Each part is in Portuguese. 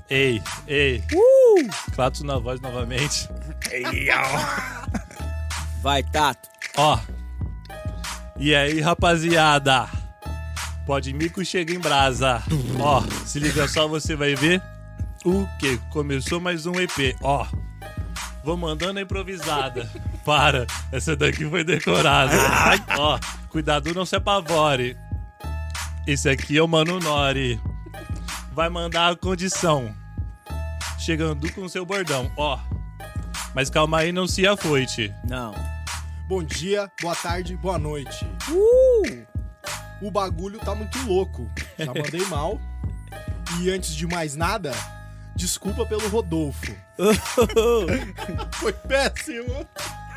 Ei. Clatos na voz novamente. Ei, ó. Vai, Tato. Ó. E aí, rapaziada? Pode mico chega em brasa. Ó, se liga só, você vai ver o que? Começou mais um EP. Ó, vou mandando a improvisada. Para, essa daqui foi decorada. Ó, cuidado, não se apavore. Esse aqui é o Mano Nori. Vai mandar a condição. Chegando com seu bordão, ó. Mas calma aí, não se afoite. Não. Bom dia, boa tarde, boa noite. O bagulho tá muito louco. Já mandei mal. E antes de mais nada, desculpa pelo Rodolfo. Foi péssimo.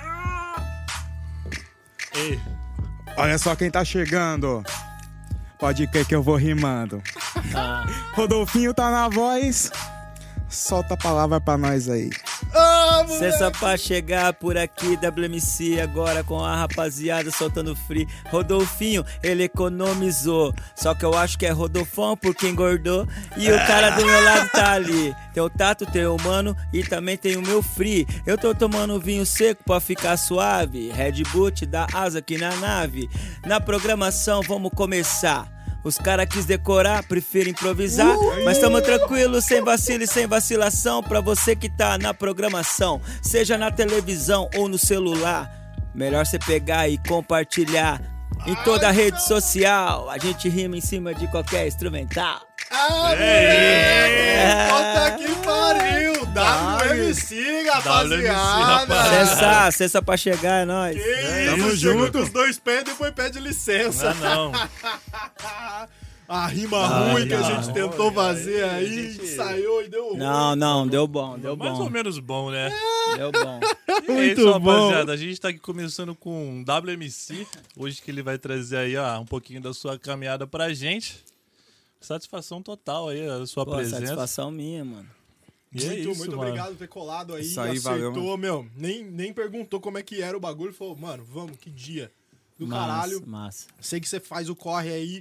Ei, Olha só quem tá chegando. Pode crer que eu vou rimando. Rodolfinho tá na voz. Solta a palavra pra nós aí. Cessa pra chegar por aqui, WMC agora com a rapaziada soltando free. Rodolfinho, ele economizou. Só que eu acho que é Rodolfão porque engordou. E o cara do meu lado tá ali. Tem o Tato, tem o Mano e também tem o meu free. Eu tô tomando vinho seco pra ficar suave. Red Bull te dá asa aqui na nave. Na programação vamos começar. Os caras quis decorar, prefiro improvisar. Mas tamo tranquilo, sem vacilo e sem vacilação. Pra você que tá na programação, seja na televisão ou no celular, melhor você pegar e compartilhar em toda a rede social. A gente rima em cima de qualquer instrumental. Puta que pariu! WMC, rapaziada! Cessa pra chegar, é nóis. Que isso, Tamo chegou junto. com os dois pés e depois pede licença. não. A rima ruim que a gente tentou fazer aí, ensaiou e deu ruim. Não, deu bom, deu Mais ou bom. menos bom, né? Deu bom. É isso, rapaziada. A gente tá aqui começando com WMC. Hoje que ele vai trazer aí, ó, um pouquinho da sua caminhada pra gente. Satisfação total aí, a sua Pô, presença. satisfação minha, mano. E é isso, Muito mano. obrigado por ter colado aí, Isso aí, acertou, valeu, meu. Nem perguntou como é que era o bagulho. Falou, mano, vamos, que dia do Massa, caralho. massa. Sei que você faz o corre aí,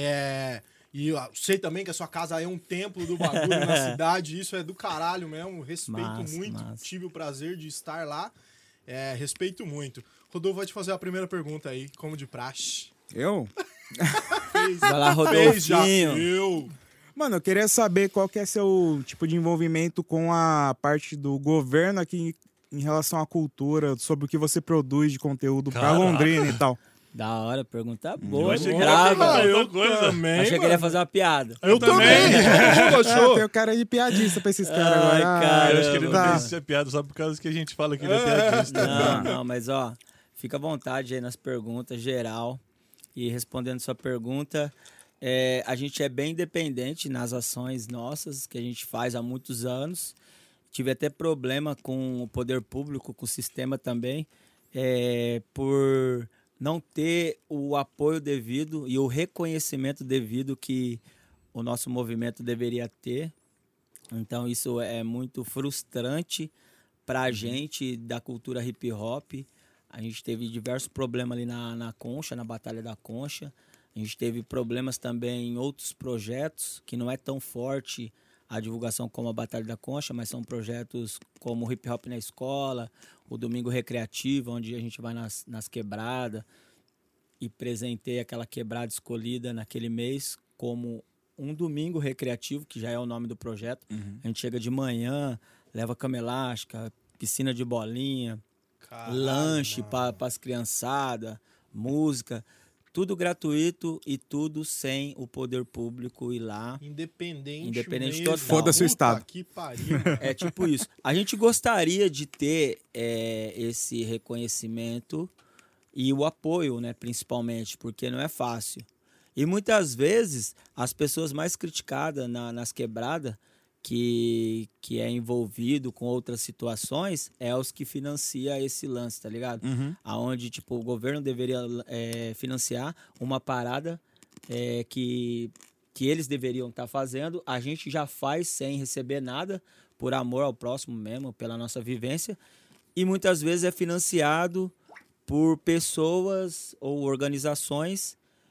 e eu sei também que a sua casa é um templo do bagulho na cidade. Isso é do caralho mesmo, respeito Massa, muito. massa. Tive o prazer de estar lá, respeito muito. Rodolfo vai te fazer a primeira pergunta aí, como de praxe. Eu? Vai lá, Fez já, Rodolfinho. eu. Mano, eu queria saber qual que é seu tipo de envolvimento com a parte do governo aqui em relação à cultura, sobre o que você produz de conteúdo pra Caraca. Londrina e tal. Da hora, pergunta Eu boa. achei que Brava. era eu outra coisa. também, Achei que ele ia fazer uma piada. Eu também. Eu tenho cara de piadista pra esses caras Ai, agora. cara. Eu acho que ele não Tá. fez essa piada só por causa que a gente fala que ele é piadista. Não, mas ó, fica à vontade aí nas perguntas, geral. E respondendo sua pergunta, a gente é bem independente nas ações nossas, que a gente faz há muitos anos. Tive até problema com o poder público, com o sistema também, por não ter o apoio devido e o reconhecimento devido que o nosso movimento deveria ter. Então isso é muito frustrante para a gente da cultura hip hop. A gente teve diversos problemas ali na Concha, na Batalha da Concha. A gente teve problemas também em outros projetos, que não é tão forte a divulgação como a Batalha da Concha, mas são projetos como o Hip Hop na Escola, o Domingo Recreativo, onde a gente vai nas quebradas e presenteia aquela quebrada escolhida naquele mês como um domingo recreativo, que já é o nome do projeto. A gente chega de manhã, leva cama elástica, piscina de bolinha, Caralho, lanche mano. para as criançadas, música, tudo gratuito e tudo sem o poder público ir lá. Independente Independente mesmo. total. Foda-se o Puta Estado. Que pariu. É tipo isso. A gente gostaria de ter esse reconhecimento e o apoio, né, principalmente, porque não é fácil. E muitas vezes as pessoas mais criticadas nas quebradas, que é envolvido com outras situações, é os que financia esse lance, tá ligado? Aonde, tipo, o governo deveria financiar uma parada que eles deveriam estar fazendo. A gente já faz sem receber nada, por amor ao próximo mesmo, pela nossa vivência. E muitas vezes é financiado por pessoas ou organizações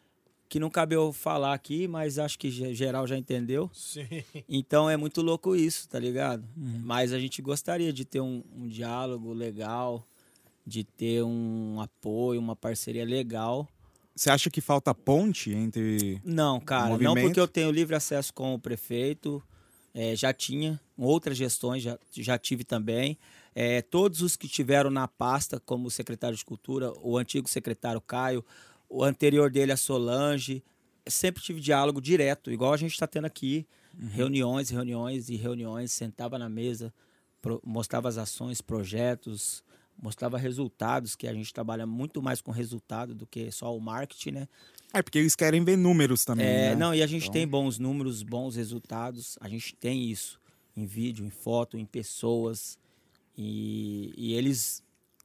que não cabe eu falar aqui, mas acho que geral já entendeu. Sim. Então é muito louco isso, tá ligado? Mas a gente gostaria de ter um diálogo legal, de ter um apoio, uma parceria legal. Você acha que falta ponte entre... Não, cara, não movimento? porque eu tenho livre acesso com o prefeito, já tinha, outras gestões já tive também. Todos os que tiveram na pasta como secretário de Cultura, o antigo secretário Caio, o anterior dele, a Solange, sempre tive diálogo direto, igual a gente está tendo aqui, reuniões, sentava na mesa, mostrava as ações, projetos, mostrava resultados, que a gente trabalha muito mais com resultado do que só o marketing, né? Porque eles querem ver números também, né? Não, e a gente tem bons números, bons resultados, a gente tem isso em vídeo, em foto, em pessoas, e eles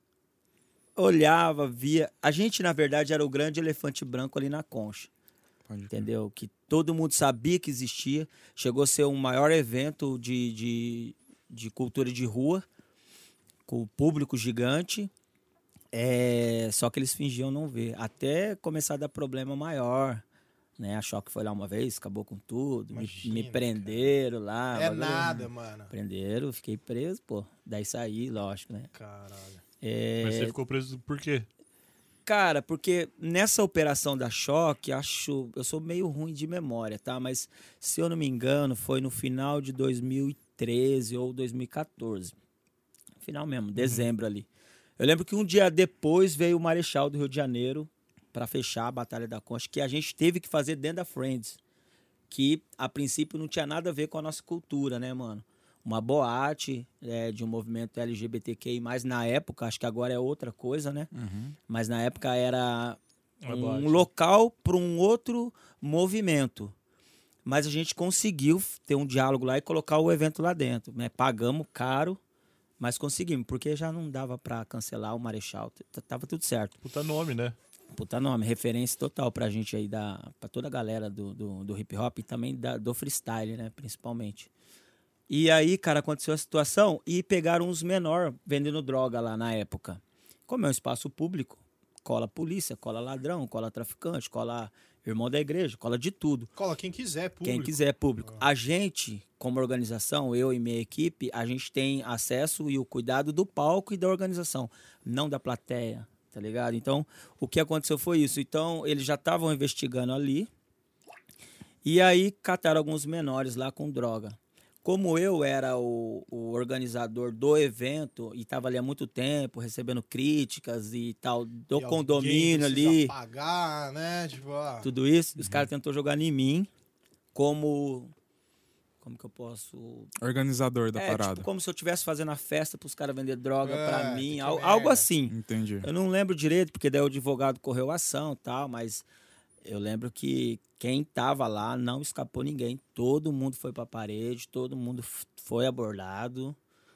olhava, via... A gente, na verdade, era o grande elefante branco ali na Concha, entendeu? Que todo mundo sabia que existia, chegou a ser o maior evento de cultura de rua, com o público gigante, só que eles fingiam não ver, até começar a dar problema maior, né? A Choque foi lá uma vez, acabou com tudo, me prenderam lá. Nada, mano. Prenderam, fiquei preso, pô. Daí saí, lógico, né? Caralho. Mas você ficou preso por quê? Cara, porque nessa operação da Choque, eu sou meio ruim de memória, tá? Mas se eu não me engano, foi no final de 2013 ou 2014. Final mesmo, dezembro ali. Eu lembro que um dia depois veio o Marechal do Rio de Janeiro para fechar a Batalha da Concha, que a gente teve que fazer dentro da Friends, que a princípio não tinha nada a ver com a nossa cultura, né, mano? Uma boate de um movimento LGBTQI+, na época, acho que agora é outra coisa, né? Mas na época era um local para um outro movimento. Mas a gente conseguiu ter um diálogo lá e colocar o evento lá dentro, né? Pagamos caro, mas conseguimos, porque já não dava pra cancelar o Marechal. Tava tudo certo. Puta nome, né? Puta nome, referência total pra gente aí, pra toda a galera do hip hop e também do freestyle, né, principalmente. E aí, cara, aconteceu a situação e pegaram uns menor vendendo droga lá na época. Como é um espaço público, cola polícia, cola ladrão, cola traficante, cola irmão da igreja, cola de tudo. Cola quem quiser, público. Quem quiser, público. A gente, como organização, eu e minha equipe, a gente tem acesso e o cuidado do palco e da organização, não da plateia, tá ligado? Então, o que aconteceu foi isso. Então, eles já estavam investigando ali e aí cataram alguns menores lá com droga. Como eu era o organizador do evento e estava ali há muito tempo, recebendo críticas e tal, do E condomínio alguém ali, precisa pagar, né? Tipo, tudo isso, os caras tentou jogar em mim como que eu posso... Organizador da parada. Tipo, como se eu estivesse fazendo a festa para os caras vender droga para mim, que algo merda. assim. Entendi. Eu não lembro direito, porque daí o advogado correu a ação e tal, mas eu lembro que quem tava lá não escapou ninguém. Todo mundo foi pra parede, todo mundo foi abordado.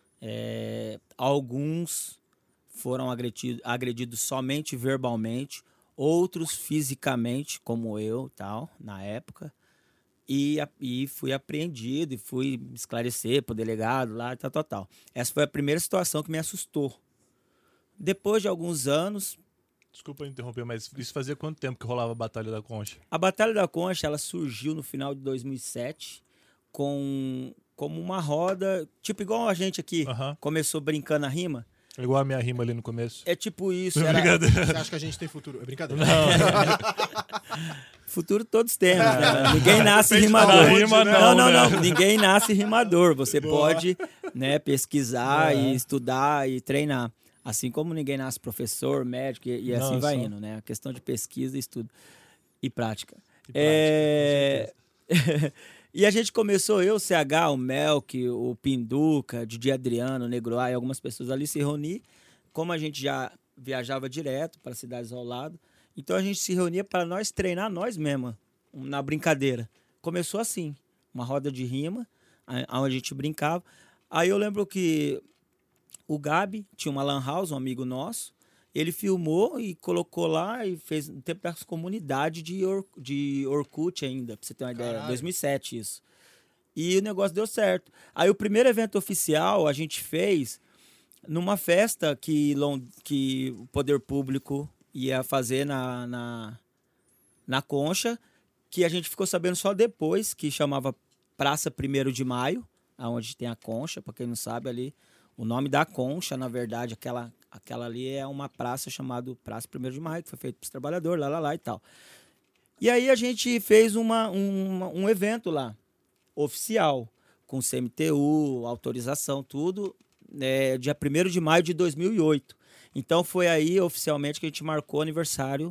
Alguns foram agredidos somente verbalmente, outros fisicamente, como eu, tal, na época. E fui apreendido e fui esclarecer pro delegado lá, tal. Essa foi a primeira situação que me assustou. Depois de alguns anos... Desculpa interromper, mas isso fazia quanto tempo que rolava a Batalha da Concha? A Batalha da Concha, ela surgiu no final de 2007 como uma roda, tipo igual a gente aqui, começou brincando a rima. Igual a minha rima ali no começo. É tipo isso. Você acha que a gente tem futuro? É brincadeira. Não. Futuro todos temos, né? Ninguém nasce rimador. Rima não. Ninguém nasce rimador. Você pode, né, pesquisar e estudar e treinar. Assim como ninguém nasce professor, médico e assim vai indo, né? A questão de pesquisa, estudo e prática. E a gente começou, eu, o CH, o Melk, o Pinduca, Didi Adriano, o Negroá e algumas pessoas ali se reunir. Como a gente já viajava direto para cidades ao lado, então a gente se reunia para nós treinar nós mesmos, na brincadeira. Começou assim, uma roda de rima, onde a gente brincava. Aí eu lembro que o Gabi tinha uma lan house, um amigo nosso, ele filmou e colocou lá e fez no tempo das comunidades de Orkut ainda, pra você ter uma ideia, 2007 isso. E o negócio deu certo. Aí o primeiro evento oficial a gente fez numa festa que o poder público ia fazer na Concha, que a gente ficou sabendo só depois, que chamava Praça 1º de Maio, onde tem a Concha, para quem não sabe ali. O nome da Concha, na verdade, aquela ali é uma praça chamada Praça 1º de Maio, que foi feito para os trabalhadores, lá e tal. E aí a gente fez um evento lá, oficial, com CMTU, autorização, tudo, dia 1º de maio de 2008. Então foi aí, oficialmente, que a gente marcou o aniversário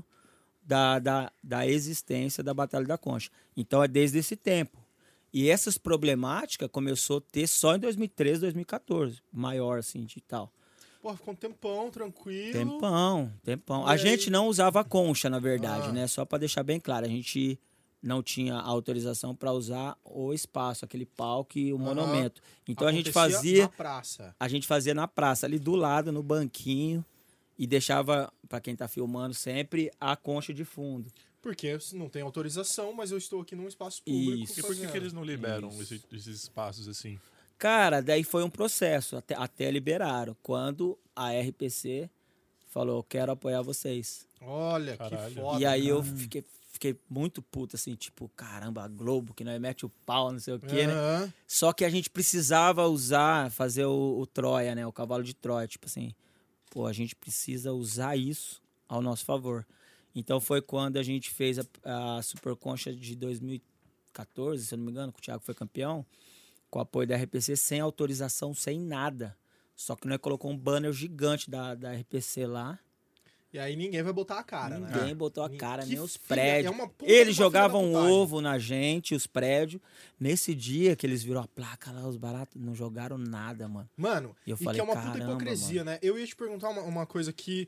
da existência da Batalha da Concha. Então é desde esse tempo. E essas problemáticas começou a ter só em 2013, 2014, maior assim de tal. Pô, ficou um tempão, tranquilo. Tempão. A gente não usava a concha, na verdade, né? Só para deixar bem claro, a gente não tinha autorização para usar o espaço, aquele palco e o monumento. Então Acontecia a gente fazia na praça. A gente fazia na praça, ali do lado, no banquinho, e deixava, para quem tá filmando sempre, a concha de fundo. Porque não tem autorização, mas eu estou aqui num espaço público. E por que eles não liberam esses espaços assim? Cara, daí foi um processo, até liberaram. Quando a RPC falou, quero apoiar vocês. Olha, Caralho. que foda. E aí eu fiquei muito puto, assim, tipo, caramba, a Globo, que nós mete o pau, não sei o quê, né? Só que a gente precisava fazer o Troia, né? O cavalo de Troia, tipo assim, pô, a gente precisa usar isso ao nosso favor. Então foi quando a gente fez a Super Concha de 2014, se eu não me engano, que o Thiago foi campeão, com o apoio da RPC, sem autorização, sem nada. Só que nós colocou um banner gigante da RPC lá. E aí ninguém vai botar a cara, né? Ninguém botou a cara, nem os filha- prédios. é uma puta Eles de uma jogavam filha da putagem. ovo na gente, os prédios. Nesse dia que eles viram a placa lá, os baratos, não jogaram nada, mano. Mano, E eu que falei, é uma puta caramba, hipocrisia, né? Eu ia te perguntar uma coisa que...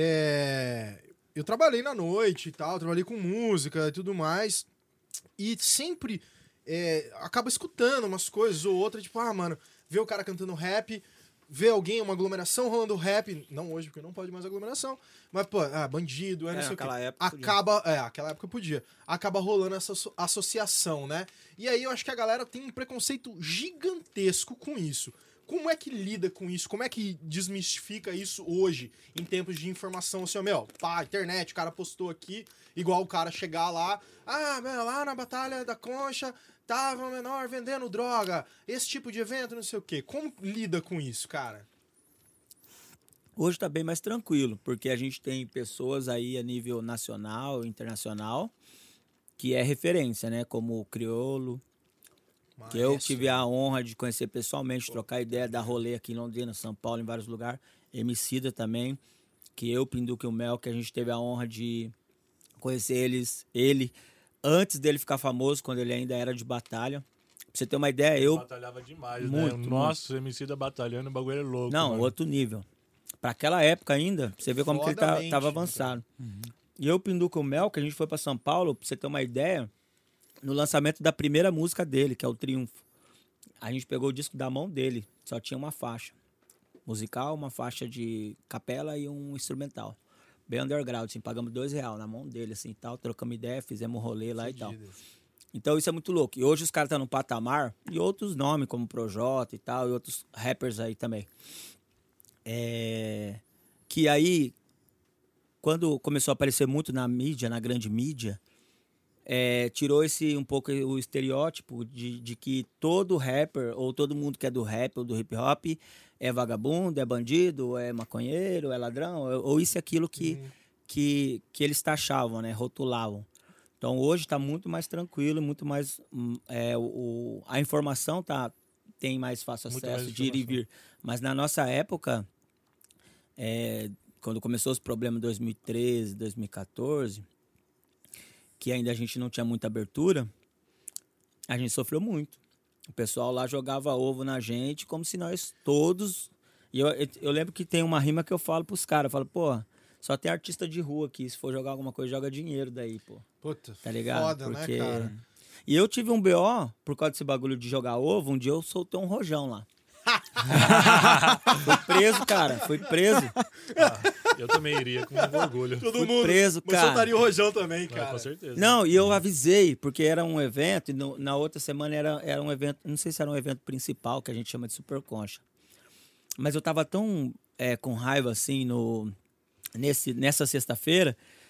Eu trabalhei na noite e tal, trabalhei com música e tudo mais. E sempre acaba escutando umas coisas ou outra, tipo, mano, vê o cara cantando rap, vê alguém, uma aglomeração rolando rap, não hoje, porque não pode mais aglomeração, mas, pô, bandido, não sei o quê. naquela época Aquela época podia. Acaba rolando essa associação, né? E aí eu acho que a galera tem um preconceito gigantesco com isso. Como é que lida com isso? Como é que desmistifica isso hoje, em tempos de informação? Assim, internet, o cara postou aqui, igual o cara chegar lá, lá na Batalha da Concha, tava um menor vendendo droga, esse tipo de evento, não sei o quê. Como lida com isso, cara? Hoje tá bem mais tranquilo, porque a gente tem pessoas aí a nível nacional, internacional, que é referência, né? Como o Criolo, que eu tive a honra de conhecer pessoalmente, trocar ideia, dar rolê aqui em Londrina, São Paulo, em vários lugares. Emicida também, que eu, Pinduca e o Mel, que a gente teve a honra de conhecer ele antes dele ficar famoso, quando ele ainda era de batalha. Pra você ter uma ideia, eu... Batalhava demais, Muito, né? Nossa, o Emicida batalhando, o bagulho é louco. Não, mano. outro nível. Pra aquela época ainda, pra você ver como que ele Fodamente, tava avançado. E eu, Pinduca e o Mel, que a gente foi pra São Paulo, pra você ter uma ideia, no lançamento da primeira música dele, que é o Triunfo. A gente pegou o disco da mão dele, só tinha uma faixa musical, uma faixa de capela e um instrumental. Bem underground, assim, pagamos R$2 na mão dele, assim, tal, trocamos ideia, fizemos um rolê lá e tal. Então isso é muito louco. E hoje os caras estão no patamar, e outros nomes, como Projota e tal, e outros rappers aí também. Que aí, quando começou a aparecer muito na mídia, na grande mídia, tirou um pouco o estereótipo de que todo rapper, ou todo mundo que é do rap ou do hip hop, é vagabundo, é bandido, é maconheiro, é ladrão, ou isso e aquilo que eles taxavam, né, rotulavam. Então hoje está muito mais tranquilo, muito mais... a informação tem mais fácil acesso de ir e vir. Mas na nossa época, quando começou os problemas em 2013, 2014... que ainda a gente não tinha muita abertura, a gente sofreu muito. O pessoal lá jogava ovo na gente como se nós todos... E eu lembro que tem uma rima que eu falo pros caras, eu falo, pô, só tem artista de rua aqui, se for jogar alguma coisa, joga dinheiro daí, pô. Puta, tá ligado? foda, né, cara? E eu tive um BO, por causa desse bagulho de jogar ovo, um dia eu soltei um rojão lá. Fui preso, cara, fui preso. Eu também iria com orgulho. Todo mundo preso, mas cara. soltaria o rojão também, cara. Com certeza. Não, e eu avisei, porque era um evento, e na outra semana era um evento, não sei se era um evento principal, que a gente chama de Super Concha. Mas eu tava tão com raiva, assim, nessa sexta-feira,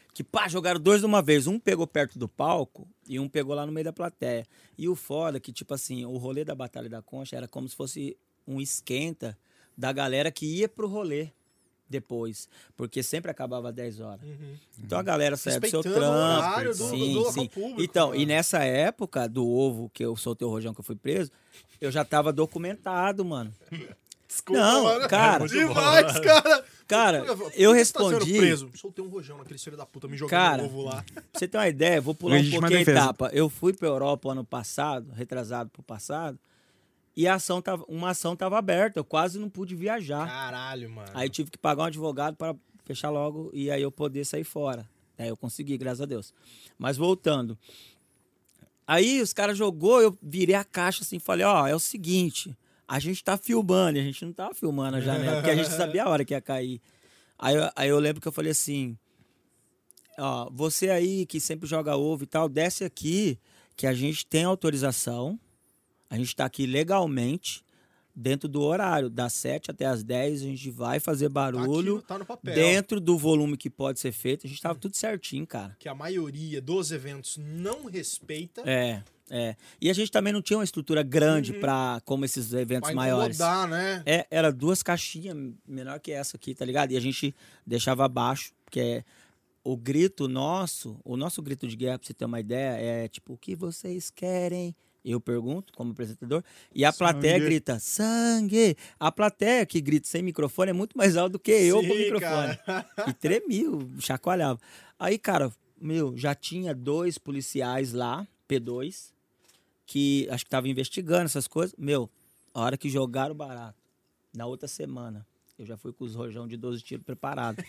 Que pá, jogaram 2 de uma vez. Um pegou perto do palco e um pegou lá no meio da plateia. E o foda é que, tipo assim, o rolê da Batalha da Concha era como se fosse um esquenta da galera que ia pro rolê depois. Porque sempre acabava às 10 horas. Então a galera saía do seu Respeitando o trampo. horário do local público. Então, né? e nessa época do ovo, que eu soltei o rojão que eu fui preso, eu já tava documentado, mano. Desculpa, Não, mano. cara. Demais, cara. Cara, Por que eu você tá sendo respondi. preso? Soltei um rojão naquele filho da puta me jogando Cara, ovo lá. pra você ter uma ideia, vou pular um Legítima pouquinho a defesa. etapa. Eu fui pra Europa ano passado, retrasado pro passado, e uma ação tava aberta, eu quase não pude viajar. Caralho, mano. Aí tive que pagar um advogado para fechar logo e aí eu poder sair fora. Aí eu consegui, graças a Deus. Mas voltando. Aí os caras jogou, eu virei a caixa assim, falei, ó, é o seguinte, a gente tá filmando, e a gente não tava filmando a janela, porque a gente sabia a hora que ia cair. Aí eu lembro que eu falei assim, ó, você aí que sempre joga ovo e tal, desce aqui, que a gente tem autorização, a gente tá aqui legalmente, dentro do horário, das 7 até as 10, a gente vai fazer barulho Tá no papel. dentro do volume que pode ser feito. A gente tava tudo certinho, cara. Que a maioria dos eventos não respeita. É. E a gente também não tinha uma estrutura grande pra como esses eventos Vai maiores. incomodar, né? Era 2 caixinhas menor que essa aqui, tá ligado? E a gente deixava abaixo, porque o grito nosso, o nosso grito de guerra, pra você ter uma ideia, é tipo, o que vocês querem? Eu pergunto, como apresentador, e a plateia grita, sangue! A plateia que grita sem microfone é muito mais alto do que eu Sim, com o microfone. cara. E tremia, chacoalhava. Aí, cara, já tinha 2 policiais lá, P2, que acho que estavam investigando essas coisas. A hora que jogaram o barato, na outra semana, eu já fui com os rojão de 12 tiros preparados.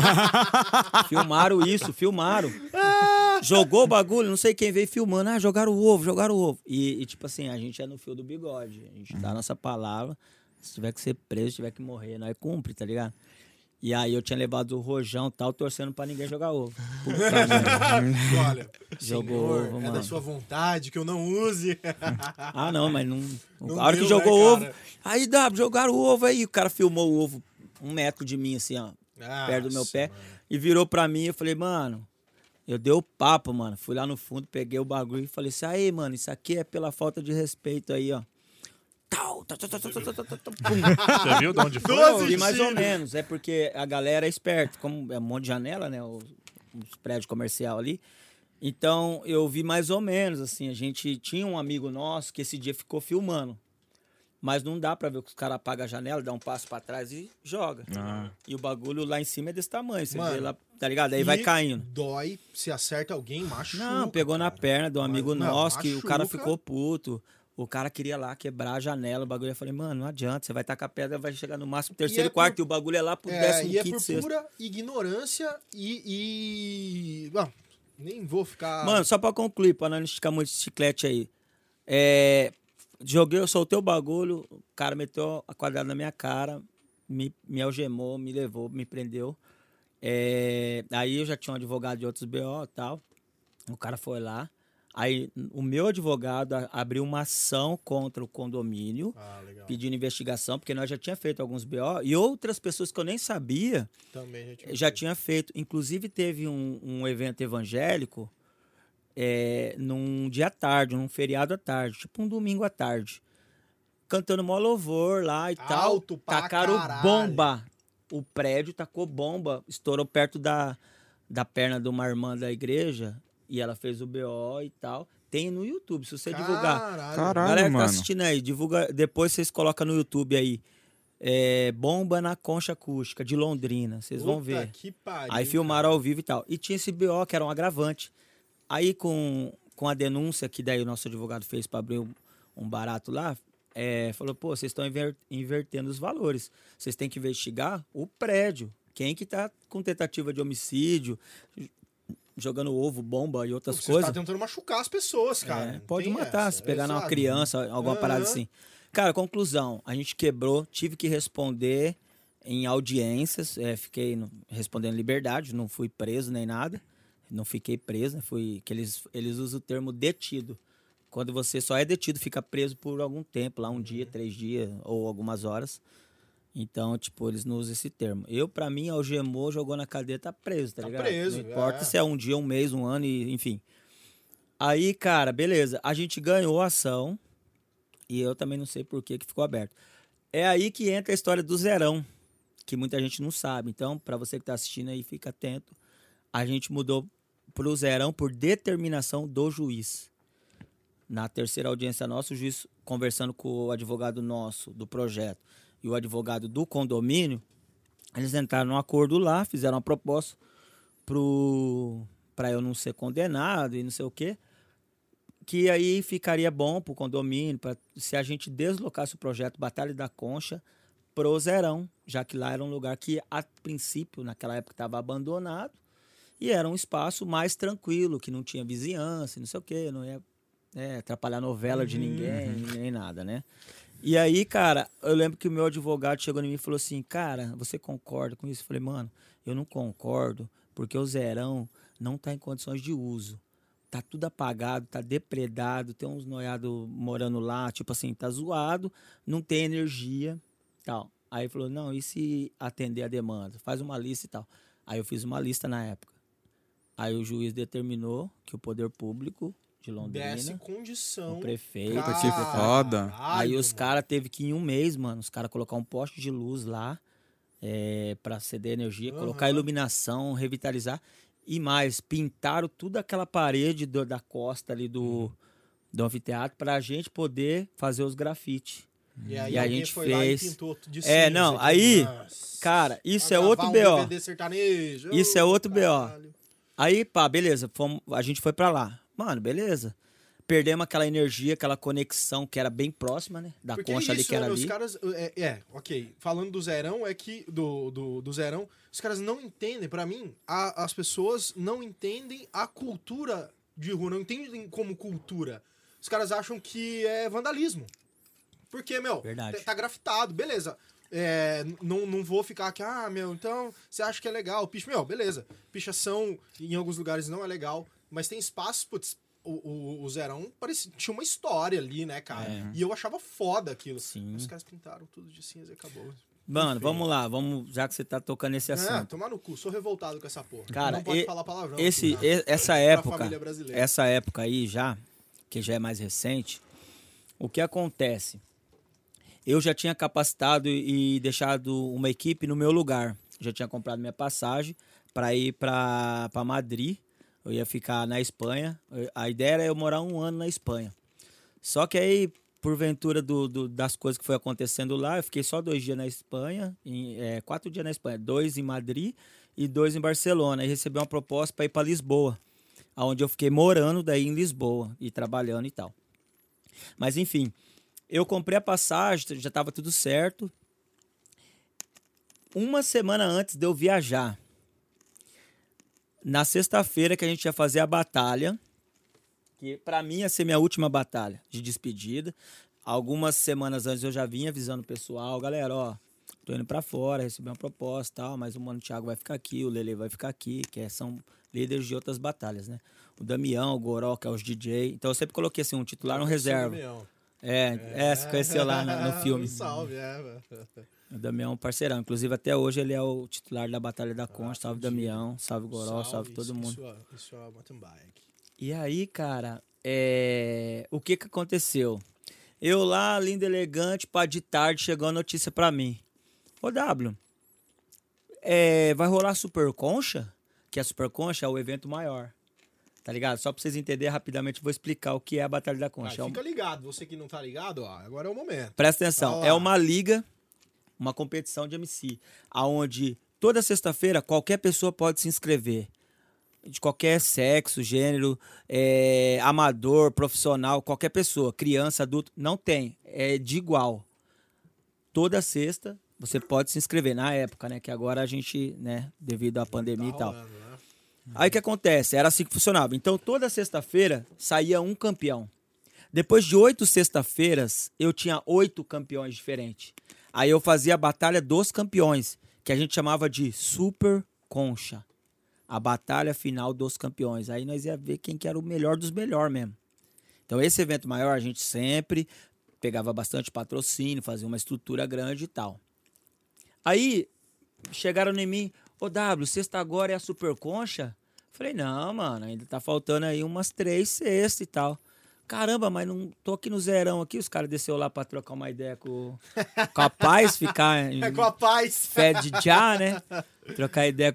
Filmaram. Jogou o bagulho, não sei quem veio filmando. Ah, jogaram o ovo. E tipo assim, a gente é no fio do bigode. A gente dá a nossa palavra. Se tiver que ser preso, se tiver que morrer, nós cumpre, tá ligado? E aí eu tinha levado o rojão e tal, torcendo pra ninguém jogar ovo. Puta merda. Olha, Jogou senhor, ovo, é mano. da sua vontade que eu não use. Ah, não, mas não. Não A hora que deu, jogou né, o ovo. cara? Aí, jogaram o ovo aí. O cara filmou o ovo 1 metro de mim, assim, ó. Perto do meu pé. Mano. E virou pra mim. Eu falei, mano, eu dei o papo, mano. Fui lá no fundo, peguei o bagulho e falei assim, aí, mano, isso aqui é pela falta de respeito aí, ó. Pum. Você viu de onde foi? Eu vi mais ou menos. É porque a galera é esperta. Como é um monte de janela, né? Os prédios comercial ali. Então, eu vi mais ou menos, assim. A gente tinha um amigo nosso que esse dia ficou filmando. Mas não dá pra ver que os caras apagam a janela, dá um passo pra trás e joga. E o bagulho lá em cima é desse tamanho. Você Mano, vê lá, tá ligado? Aí E vai caindo. Dói, se acerta alguém, machuca. Não, pegou na cara. perna de um amigo Não, nosso que o cara machuca. ficou puto. O cara queria lá quebrar a janela, o bagulho. Eu falei, mano, não adianta, você vai tacar pedra, vai chegar no máximo terceiro E e é quarto, por- e o bagulho é lá pro E é 15º, por sexto. pura ignorância e... Bom, nem vou ficar... Mano, só pra concluir, pra não esticar muito esse chiclete aí. Eu soltei o bagulho, o cara meteu a quadrada na minha cara, me algemou, me levou, me prendeu. Aí eu já tinha um advogado de outros BO e tal. O cara foi lá. Aí o meu advogado abriu uma ação contra o condomínio, legal. pedindo investigação, porque nós já tinha feito alguns BO. E outras pessoas que eu nem sabia Também já tinha feito. Inclusive teve um evento evangélico num dia à tarde, num feriado à tarde, tipo um domingo à tarde. Cantando mó louvor lá e tal. Alto pra Tacaram caralho. bomba. O prédio tacou bomba, estourou perto da perna de uma irmã da igreja e ela fez o BO e tal. Tem no YouTube, se você divulgar. Caralho, Galera que tá mano. assistindo aí, divulga, depois vocês colocam no YouTube aí. Bomba na concha acústica de Londrina, vocês vão ver. Que pariu, Aí filmaram cara. ao vivo e tal. E tinha esse BO, que era um agravante. Aí com a denúncia que daí o nosso advogado fez para abrir um barato lá, falou, pô, vocês estão invertendo os valores. Vocês têm que investigar o prédio. Quem que tá com tentativa de homicídio, jogando ovo, bomba e outras Você coisas. tá tentando machucar as pessoas, cara. Não Pode tem matar, essa, se pegar numa exato. criança, alguma parada assim. Cara, conclusão, a gente quebrou, tive que responder em audiências, fiquei respondendo liberdade, não fui preso nem nada, não fiquei preso, né, que eles usam o termo detido. Quando você só é detido, fica preso por algum tempo, lá 1 dia, 3 dias ou algumas horas. Então, tipo, eles não usam esse termo. Pra mim, algemou, jogou na cadeia, tá preso, tá ligado? preso, Não importa se é um dia, um mês, um ano, enfim. Aí, cara, beleza. A gente ganhou a ação e eu também não sei por que ficou aberto. É aí que entra a história do zerão, que muita gente não sabe. Então, pra você que tá assistindo aí, fica atento. A gente mudou pro zerão por determinação do juiz. Na terceira audiência nossa, o juiz conversando com o advogado nosso do projeto e o advogado do condomínio, eles entraram num acordo lá, fizeram uma proposta para eu não ser condenado e não sei o quê, que aí ficaria bom pro condomínio, se a gente deslocasse o projeto Batalha da Concha pro Zerão, já que lá era um lugar que, a princípio, naquela época estava abandonado e era um espaço mais tranquilo, que não tinha vizinhança, não sei o quê, não ia atrapalhar a novela de ninguém, nem nada, né? E aí, cara, eu lembro que o meu advogado chegou em mim e falou assim, cara, você concorda com isso? Eu falei, mano, eu não concordo, porque o Zerão não tá em condições de uso. Tá tudo apagado, tá depredado, tem uns noiados morando lá, tipo assim, tá zoado, não tem energia, tal. Aí ele falou, não, e se atender a demanda? Faz uma lista e tal. Aí eu fiz uma lista na época. Aí o juiz determinou que o poder público de Londrina, desse condição. o prefeito, Puta, que foda. aí os caras teve que em um mês, mano, os caras colocar um poste de luz lá pra ceder energia, colocar iluminação, revitalizar e mais, pintaram toda aquela parede da costa ali do anfiteatro pra gente poder fazer os grafites. E aí E a alguém gente foi lá e fez. pintou de cinza, Não, aqui. aí, Nossa. cara, isso Pra é outro gravar BO. DVD sertanejo. Isso é outro BO. Caralho. Aí, pá, beleza, a gente foi pra lá. Mano, beleza. Perdemos aquela energia, aquela conexão que era bem próxima, né? Da Porque concha ali isso, que era né, ali. Os caras, ok. Falando do Zerão, é que do Zerão, os caras não entendem, pra mim, as pessoas não entendem a cultura de rua, não entendem como cultura. Os caras acham que é vandalismo. Porque, Verdade. tá grafitado, beleza. Não vou ficar aqui, então você acha que é legal? Beleza. Pichação em alguns lugares não é legal, mas tem espaços, putz, o Zerão tinha uma história ali, né, cara? E eu achava foda aquilo. Sim. Os caras pintaram tudo de cinza e acabou. Mano, vamos lá, já que você tá tocando nesse assunto. Tomar no cu, sou revoltado com essa porra. Cara, não pode falar palavrão. essa pra época, família brasileira. essa época aí já, que já é mais recente, o que acontece? Eu já tinha capacitado e deixado uma equipe no meu lugar. Já tinha comprado minha passagem para ir para Madrid. Eu ia ficar na Espanha. A ideia era eu morar 1 ano na Espanha. Só que aí, porventura das coisas que foi acontecendo lá, eu fiquei só 2 dias na Espanha, 4 dias na Espanha, 2 em Madrid e 2 em Barcelona. E recebi uma proposta para ir para Lisboa, onde eu fiquei morando daí em Lisboa e trabalhando e tal. Mas enfim, eu comprei a passagem, já estava tudo certo. Uma semana antes de eu viajar, na sexta-feira que a gente ia fazer a batalha, que pra mim ia ser minha última batalha de despedida. Algumas semanas antes eu já vinha avisando o pessoal, galera, ó, tô indo pra fora, recebi uma proposta e tal, mas o Mano Thiago vai ficar aqui, o Lele vai ficar aqui, que são líderes de outras batalhas, né? O Damião, o Goró, que é os DJ. Então eu sempre coloquei assim, um titular e um reserva. Você conheceu lá no filme. Salve, O Damião é um parceirão. Inclusive, até hoje ele é o titular da Batalha da Concha. Salve, Damião. Salve, Goró. Salve todo mundo. Isso é mountain bike. E aí, cara, o que aconteceu? Eu lá, lindo, elegante, pá, de tarde, chegou a notícia pra mim. Ô, W, vai rolar Super Concha? Que a Super Concha é o evento maior. Tá ligado? Só pra vocês entenderem rapidamente, vou explicar o que é a Batalha da Concha. Fica ligado. Você que não tá ligado, ó, agora é o momento. Presta atenção. É uma liga, uma competição de MC, onde toda sexta-feira qualquer pessoa pode se inscrever. De qualquer sexo, gênero, amador, profissional, qualquer pessoa, criança, adulto, não tem. É de igual. Toda sexta você pode se inscrever. Na época, né? Que agora a gente, né, devido à pandemia e tal. Rolando, né? Aí o que acontece? Era assim que funcionava. Então toda sexta-feira saía um campeão. Depois de 8 sexta-feiras, eu tinha 8 campeões diferentes. Aí eu fazia a batalha dos campeões, que a gente chamava de Super Concha. A batalha final dos campeões. Aí nós ia ver quem que era o melhor dos melhores mesmo. Então esse evento maior a gente sempre pegava bastante patrocínio, fazia uma estrutura grande e tal. Aí, chegaram em mim, ô W, sexta agora é a Super Concha? Falei, não, mano, ainda tá faltando aí umas 3 sextas e tal. Caramba, mas não tô aqui no zerão aqui, os caras desceu lá pra trocar uma ideia com a Paz, ficar com a Paz. fé de já, né? Trocar ideia com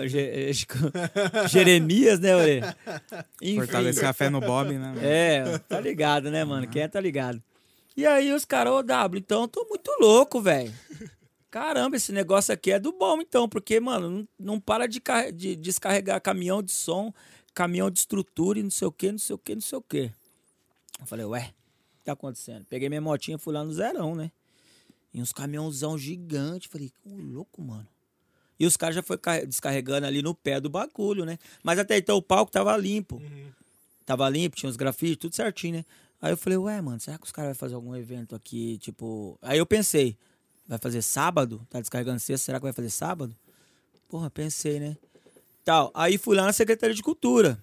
Jeremias, né, Orê? Enfim. Fortalecer a fé no Bob, né? É, tá ligado, né, mano? Quem é, tá ligado. E aí os caras, ô W, então eu tô muito louco, velho. Caramba, esse negócio aqui é do bom, então, porque, mano, não para de descarregar caminhão de som, caminhão de estrutura e não sei o quê, não sei o quê, não sei o quê. Eu falei, ué, o que tá acontecendo? Peguei minha motinha e fui lá no zerão, né? E uns caminhãozão gigantes. Falei, ô louco, mano. E os caras já foram descarregando ali no pé do bagulho, né? Mas até então o palco tava limpo. Tava limpo, tinha uns grafites, tudo certinho, né? Aí eu falei, ué, mano, será que os caras vão fazer algum evento aqui, tipo... Aí eu pensei, vai fazer sábado? Tá descarregando sexta, será que vai fazer sábado? Porra, pensei, né? Tal. Aí fui lá na Secretaria de Cultura.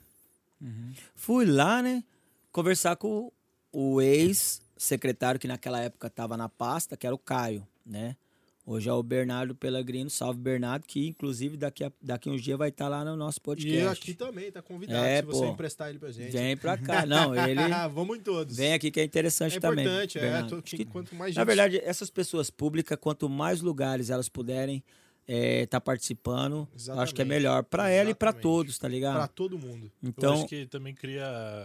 Fui lá, né? Conversar com o ex-secretário que naquela época tava na pasta, que era o Caio, né? Hoje é o Bernardo Pellegrino, salve Bernardo, que inclusive daqui uns dias vai estar lá no nosso podcast. E aqui também, tá convidado, se você emprestar ele pra gente. Vem pra cá, não, ele... Vamos em todos. Vem aqui que é interessante também. É importante, quanto mais gente... Na verdade, essas pessoas públicas, quanto mais lugares elas puderem tá participando, eu acho que é melhor pra ela e pra todos, tá ligado? Pra todo mundo. Então, eu acho que também cria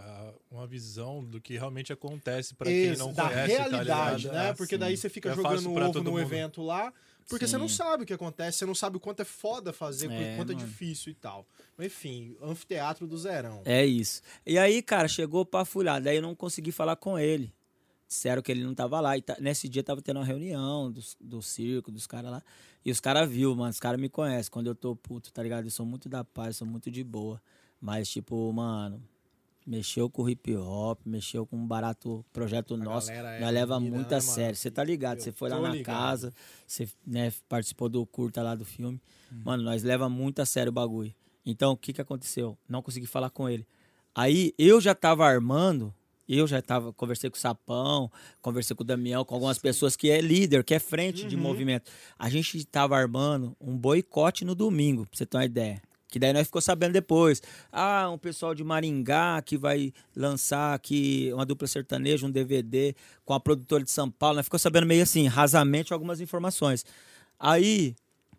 uma visão do que realmente acontece pra quem não da conhece, realidade, tá né? Porque daí você fica jogando o ovo num evento lá, porque você não sabe o que acontece, você não sabe o quanto é foda fazer, o quanto é difícil e tal. Mas, enfim, anfiteatro do zerão. É isso. E aí, cara, chegou pra fulhar, daí eu não consegui falar com ele. Disseram que ele não tava lá. E nesse dia tava tendo uma reunião do circo, dos caras lá. E os caras viu, mano. Os caras me conhecem. Quando eu tô puto, tá ligado? Eu sou muito da paz, sou muito de boa. Mas, tipo, mano, mexeu com o hip hop, mexeu com um barato projeto nosso. Nós leva muito a sério. Você tá ligado? Você foi lá na casa, você participou do curta lá do filme. Mano, nós leva muito a sério o bagulho. Então, o que aconteceu? Não consegui falar com ele. Aí, eu já tava armando. Conversei com o Sapão, conversei com o Damião, com algumas pessoas que é líder, que é frente de movimento. A gente tava armando um boicote no domingo, pra você ter uma ideia. Que daí nós ficou sabendo depois. Um pessoal de Maringá que vai lançar aqui uma dupla sertaneja, um DVD com a produtora de São Paulo. Nós ficou sabendo meio assim, rasamente, algumas informações. Aí...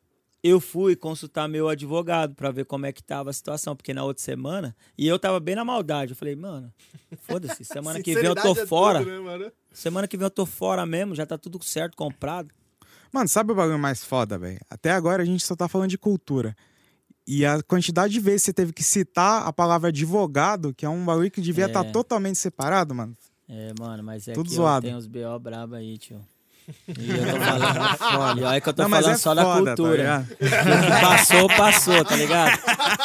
eu fui consultar meu advogado pra ver como é que tava a situação, porque na outra semana, e eu tava bem na maldade, eu falei, mano, foda-se, semana que vem eu tô fora, tudo, né, mano? Semana que vem eu tô fora mesmo, já tá tudo certo, comprado. Mano, sabe o bagulho mais foda, velho? Até agora a gente só tá falando de cultura. E a quantidade de vezes que você teve que citar a palavra advogado, que é um bagulho que devia estar totalmente separado, mano. Mano, mas é tudo que zoado. Tem uns BO brabo aí, tio. E eu tô falando foda. E olha que eu tô falando só da cultura. Tá passou, tá ligado?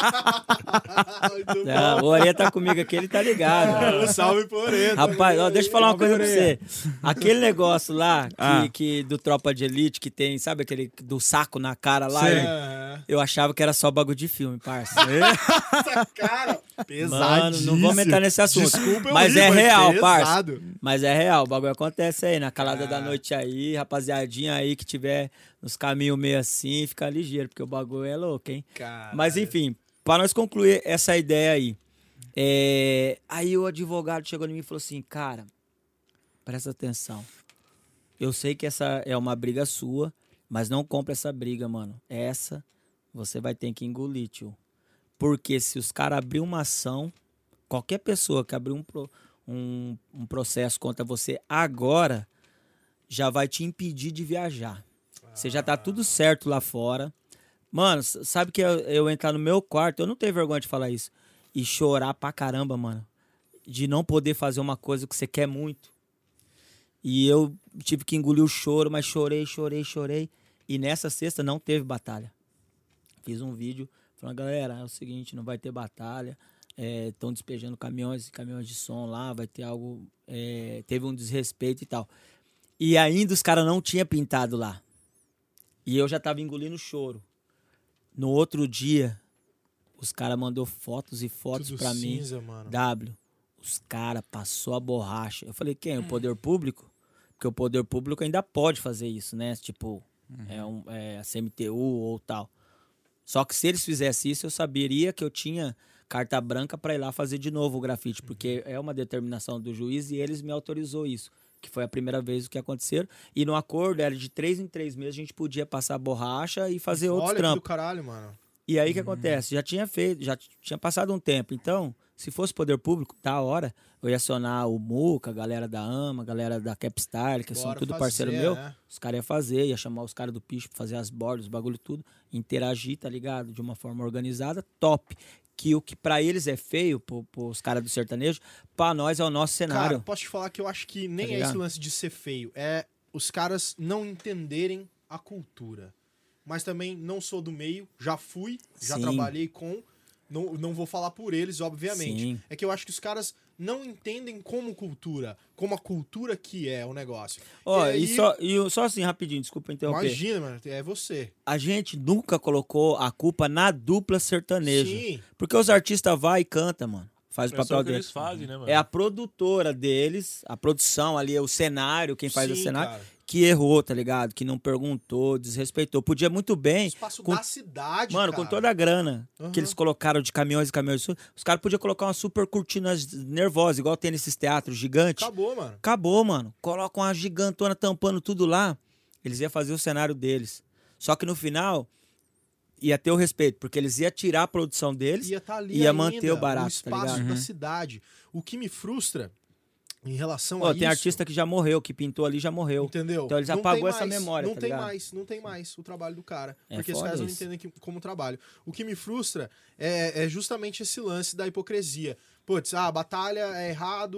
O Orê tá comigo aqui, ele tá ligado. Salve pro Orê. Rapaz, deixa eu falar uma coisa pra você. Aquele negócio lá, que do Tropa de Elite, que tem, sabe aquele do saco na cara lá? Eu achava que era só bagulho de filme, parça. Essa cara, pesadíssimo. Mano, não vamos entrar nesse assunto. Desculpa, mas é real, parça. pesado. Mas é real, o bagulho acontece aí, na calada da noite aí. Rapaziadinha aí que tiver nos caminhos meio assim, fica ligeiro, porque o bagulho é louco, hein? Caralho. Mas enfim, para nós concluir essa ideia aí, aí o advogado chegou em mim e falou assim, cara, presta atenção, eu sei que essa é uma briga sua, mas não compra essa briga, mano. Essa você vai ter que engolir, tio. Porque se os caras abrirem uma ação, qualquer pessoa que abrir um processo contra você agora, já vai te impedir de viajar. Você já tá tudo certo lá fora. Mano, sabe que eu entrar no meu quarto, eu não tenho vergonha de falar isso, e chorar pra caramba, mano. De não poder fazer uma coisa que você quer muito. E eu tive que engolir o choro, mas chorei. E nessa sexta não teve batalha. Fiz um vídeo falando, galera, é o seguinte, não vai ter batalha. Estão despejando caminhões de som lá, vai ter algo... teve um desrespeito e tal. E ainda os caras não tinham pintado lá. E eu já tava engolindo choro. No outro dia, os caras mandou fotos e fotos tudo pra cinza, mim. Mano. Os caras passou a borracha. Eu falei, quem? O poder público? Porque o poder público ainda pode fazer isso, né? Tipo, é a CMTU ou tal. Só que se eles fizessem isso, eu saberia que eu tinha carta branca para ir lá fazer de novo o grafite, porque é uma determinação do juiz e eles me autorizou isso, que foi a primeira vez que aconteceu. E no acordo era de 3 em 3 meses, a gente podia passar borracha e fazer outros Olha que do trampos. caralho, mano. E aí o que acontece? Já tinha passado um tempo. Então, se fosse poder público, da hora, eu ia acionar o Muca, a galera da AMA, a galera da Capstyle, que são tudo parceiro meu. Né? Os caras iam fazer, ia chamar os caras do picho pra fazer as bordas, os bagulho tudo, interagir, tá ligado? De uma forma organizada, top. Que o que pra eles é feio, pros caras do sertanejo, pra nós é o nosso cenário. Cara, posso te falar que eu acho que nem Tá é ligado? esse lance de ser feio. É os caras não entenderem a cultura. Mas também não sou do meio, já fui, já Sim. trabalhei com... Não vou falar por eles, obviamente. Sim. É que eu acho que os caras não entendem como cultura, como a cultura que é o negócio. Ó, aí, só assim, rapidinho, desculpa interromper. imagina, mano, é você. A gente nunca colocou a culpa na dupla sertaneja. Sim. Porque os artistas vai e canta, mano. Faz o É só papel o que deles. eles fazem, né, mano? É a produtora deles, a produção ali, o cenário, quem faz o Sim, cenário, cara. que errou, tá ligado? Que não perguntou, desrespeitou. Podia muito bem, Espaço com- da cidade, mano, cara. com toda a grana Aham. que eles colocaram de caminhões e caminhões, os caras podiam colocar uma super cortina nervosa, igual tem nesses teatros gigantes. Acabou, mano. Acabou, mano. Coloca uma gigantona tampando tudo lá. Eles iam fazer o cenário deles. Só que no final, ia ter o respeito, porque eles iam tirar a produção deles, Ia estar ali ia ainda, manter o barato, o espaço tá ligado? da cidade. O que me frustra em relação Ó, a tem isso... artista que já morreu, que pintou ali já morreu. Entendeu? Então eles Não apagou tem essa mais, memória, Não tá tem ligado? mais, não tem mais o trabalho do cara. É Porque os foda caras não isso. entendem como trabalho. O que me frustra é justamente esse lance da hipocrisia. Putz, a batalha é errado,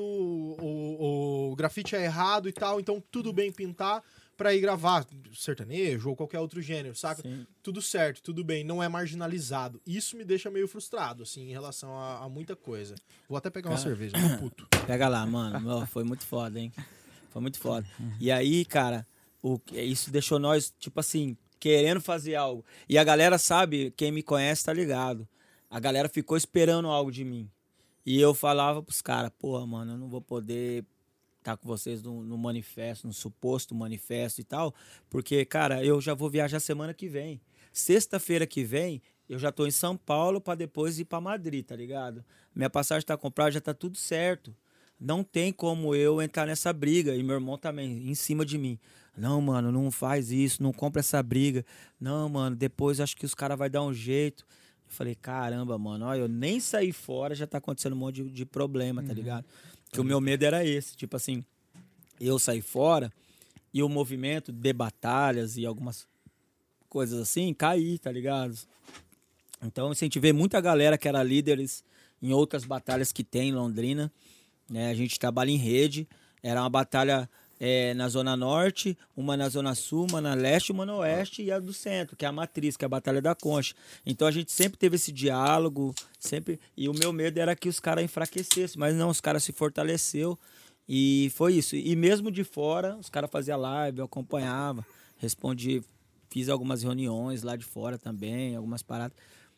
o grafite é errado e tal, então tudo bem pintar pra ir gravar sertanejo ou qualquer outro gênero, saca? Sim. Tudo certo, tudo bem, não é marginalizado. Isso me deixa meio frustrado, assim, em relação a muita coisa. Vou até pegar uma cerveja, tô puto. Pega lá, mano. Ó, foi muito foda, hein? Foi muito foda. E aí, cara, isso deixou nós, tipo assim, querendo fazer algo. E a galera sabe, quem me conhece tá ligado. A galera ficou esperando algo de mim. E eu falava pros caras, porra, mano, eu não vou poder estar com vocês no manifesto, no suposto manifesto e tal, porque, cara, eu já vou viajar semana que vem. Sexta-feira que vem, eu já tô em São Paulo pra depois ir pra Madrid, tá ligado? Minha passagem tá comprada, já tá tudo certo. Não tem como eu entrar nessa briga. E meu irmão também, em cima de mim. Não, mano, não faz isso, não compra essa briga. Não, mano, depois acho que os caras vão dar um jeito. Eu falei, caramba, mano, ó, eu nem saí fora, já tá acontecendo um monte de problema, tá ligado? Que o meu medo era esse, tipo assim, eu saí fora e o movimento de batalhas e algumas coisas assim, cair, tá ligado? Então eu incentivei muita galera que era líderes em outras batalhas que tem em Londrina, né? A gente trabalha em rede, era uma batalha na Zona Norte, uma na Zona Sul, uma na Leste, uma no Oeste e a do Centro, que é a matriz, que é a Batalha da Concha. Então a gente sempre teve esse diálogo, sempre, e o meu medo era que os caras enfraquecessem, mas não, os caras se fortaleceu e foi isso. E mesmo de fora, os caras faziam live, eu acompanhava, respondi, fiz algumas reuniões lá de fora também, algumas paradas.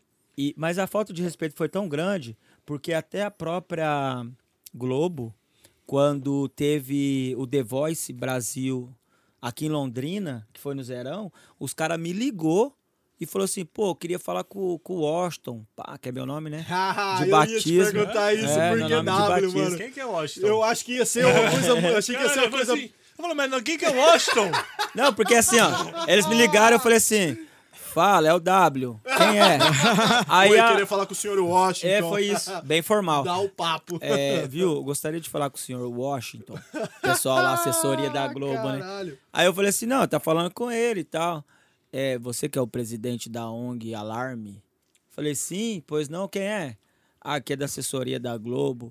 Mas a falta de respeito foi tão grande, porque até a própria Globo, quando teve o The Voice Brasil aqui em Londrina, que foi no Zerão, os caras me ligou e falou assim, pô, eu queria falar com o Washington, pá, que é meu nome, né? Eu ia te perguntar isso, meu porque nome de W, batismo. mano. Quem que é Washington? Eu acho que ia ser uma coisa... Achei que ia ser uma coisa... Assim, eu falei, mas quem que é Washington? Não, porque assim, ó, eles me ligaram, eu falei assim, fala, é o W, quem é? Aí Eu ia querer falar com o senhor Washington. foi isso, bem formal. Dá o papo. Viu, eu gostaria de falar com o senhor Washington, pessoal lá, assessoria da Globo, né? Caralho. Aí eu falei assim, não, tá falando com ele e tal. Você que é o presidente da ONG Alarme? Falei, sim, pois não, quem é? Ah, que é da assessoria da Globo.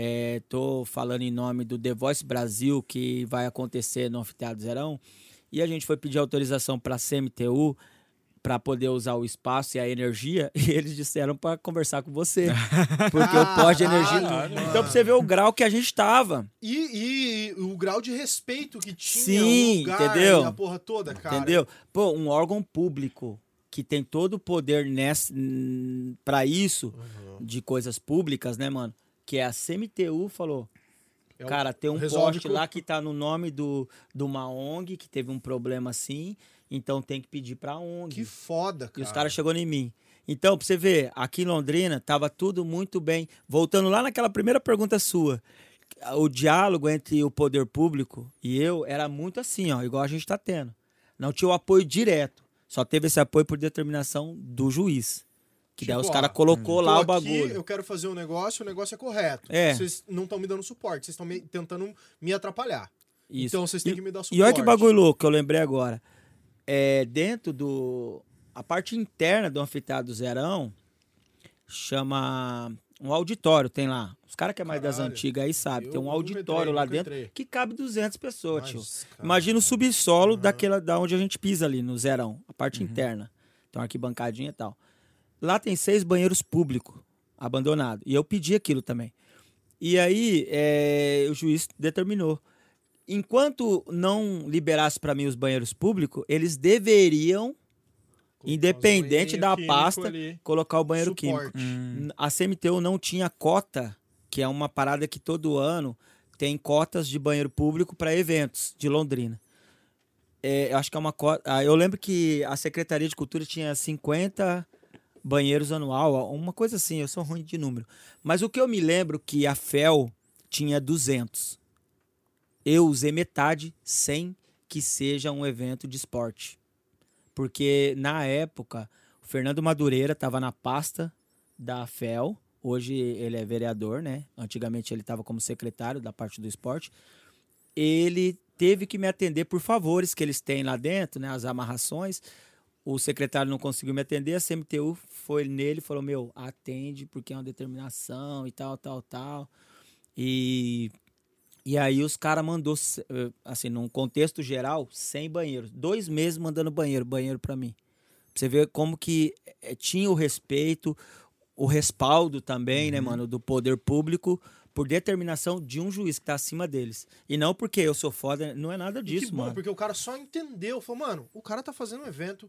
Tô falando em nome do The Voice Brasil, que vai acontecer no Anfiteatro Zerão. E a gente foi pedir autorização pra CMTU, para poder usar o espaço e a energia, e eles disseram para conversar com você. Porque o pós de energia... Então, pra você ver o grau que a gente tava. E o grau de respeito que tinha Sim, o lugar entendeu? e a porra toda, cara. Entendeu? Pô, um órgão público que tem todo o poder para isso, de coisas públicas, né, mano? Que é a CMTU, falou, Cara, tem um resolve poste lá que tá no nome do uma ONG que teve um problema assim, então tem que pedir pra ONG. Que foda, cara. E os caras chegou em mim. Então, pra você ver, aqui em Londrina tava tudo muito bem. Voltando lá naquela primeira pergunta sua, o diálogo entre o poder público e eu era muito assim, ó, igual a gente tá tendo. Não tinha o apoio direto, só teve esse apoio por determinação do juiz. Que daí os caras colocou lá o bagulho. Eu quero fazer um negócio, o negócio é correto. É. Vocês não estão me dando suporte, vocês estão tentando me atrapalhar. Isso. Então vocês têm que me dar suporte. E olha que bagulho louco que eu lembrei agora. Dentro do... A parte interna do anfiteatro do Zerão chama um auditório, tem lá. Os caras que é mais das antigas aí sabem. Tem um auditório lá dentro que cabe 200 pessoas, tio. Imagina o subsolo da onde a gente pisa ali, no Zerão. A parte interna. Tem uma arquibancadinha e tal. Lá tem 6 banheiros públicos abandonados. E eu pedi aquilo também. E aí, o juiz determinou. Enquanto não liberasse para mim os banheiros públicos, eles deveriam, independente da pasta, colocar o banheiro químico. A CMTU não tinha cota, que é uma parada que todo ano tem cotas de banheiro público para eventos de Londrina. Eu acho que é uma cota... Eu lembro que a Secretaria de Cultura tinha 50... banheiros anual, uma coisa assim, eu sou ruim de número. Mas o que eu me lembro que a FEL tinha 200. Eu usei metade sem que seja um evento de esporte. Porque na época, o Fernando Madureira estava na pasta da FEL, hoje ele é vereador, né? Antigamente ele estava como secretário da parte do esporte. Ele teve que me atender por favores que eles têm lá dentro, né? As amarrações. O secretário não conseguiu me atender, a CMTU foi nele e falou, atende porque é uma determinação e tal. E aí os caras mandou, assim, num contexto geral, 100 banheiros. 2 meses mandando banheiro pra mim. Pra você ver como que tinha o respeito, o respaldo também, né, mano, do poder público, por determinação de um juiz que tá acima deles. E não porque eu sou foda, não é nada disso, que bom, mano. porque o cara só entendeu. Falou, mano, o cara tá fazendo um evento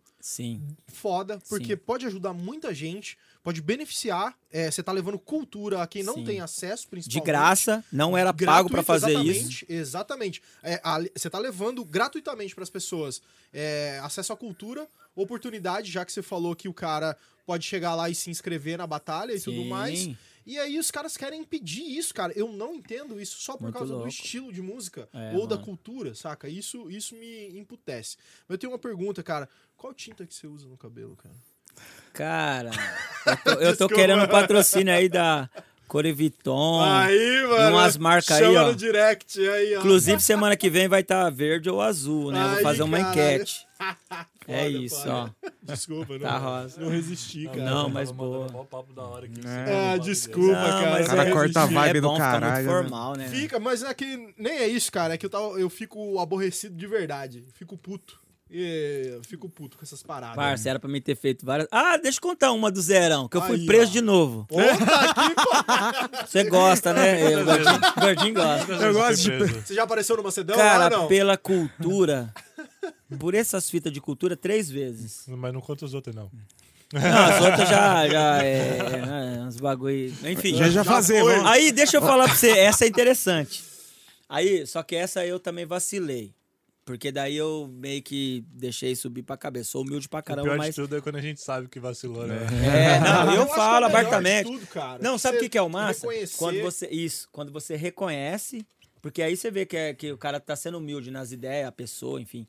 foda, porque Sim. pode ajudar muita gente, pode beneficiar. Você tá levando cultura a quem não tem acesso, principalmente. De graça, não era pago pra fazer isso. Exatamente. Você tá levando gratuitamente pras pessoas acesso à cultura, oportunidade, já que você falou que o cara pode chegar lá e se inscrever na batalha e tudo mais. E aí os caras querem impedir isso, cara. Eu não entendo isso só por Muito causa louco. do estilo de música ou da mano. cultura, saca? Isso me emputece. Mas eu tenho uma pergunta, cara. Qual tinta que você usa no cabelo, cara? Cara, eu tô querendo um patrocínio aí da Coreviton. Aí, mano. Umas marcas aí, chama ó. no direct aí, ó. Inclusive, semana que vem vai estar verde ou azul, né? Eu vou Aí, fazer uma caralho. enquete. Foda, Isso, foda. ó. Desculpa, Tá rosa. não resisti, cara. Não, mas boa. Mó papo da hora aqui. Desculpa, cara. mas O cara é- corta a vibe é do bom ficar caralho, muito né? formal, né? Fica, mas é que nem é isso, cara. É que eu fico aborrecido de verdade. Fico puto. Eu fico puto com essas paradas. Parça, era pra mim ter feito várias... deixa eu contar uma do Zerão, que eu fui Aí, preso ó. de novo. Puta que pariu. Você gosta, né? O Gordinho gosta. Eu gosto de... Você já apareceu no Macedão? Cara, não? pela cultura, por essas fitas de cultura, 3 vezes. Mas não conta os outros, não. Não, as outras já uns bagulho... Enfim. Já fazer, foi. vamos. Aí, deixa eu falar pra você, essa é interessante. Aí, só que essa eu também vacilei. Porque daí eu meio que deixei subir pra cabeça. Sou humilde pra O caramba, pior mas... de tudo é quando a gente sabe que vacilou, né? Não, eu acho que falo é o melhor de abertamente. tudo, cara. Não, sabe o Você que é o massa? reconhecer- Quando você reconhece, porque aí você vê que o cara tá sendo humilde nas ideias, a pessoa, enfim.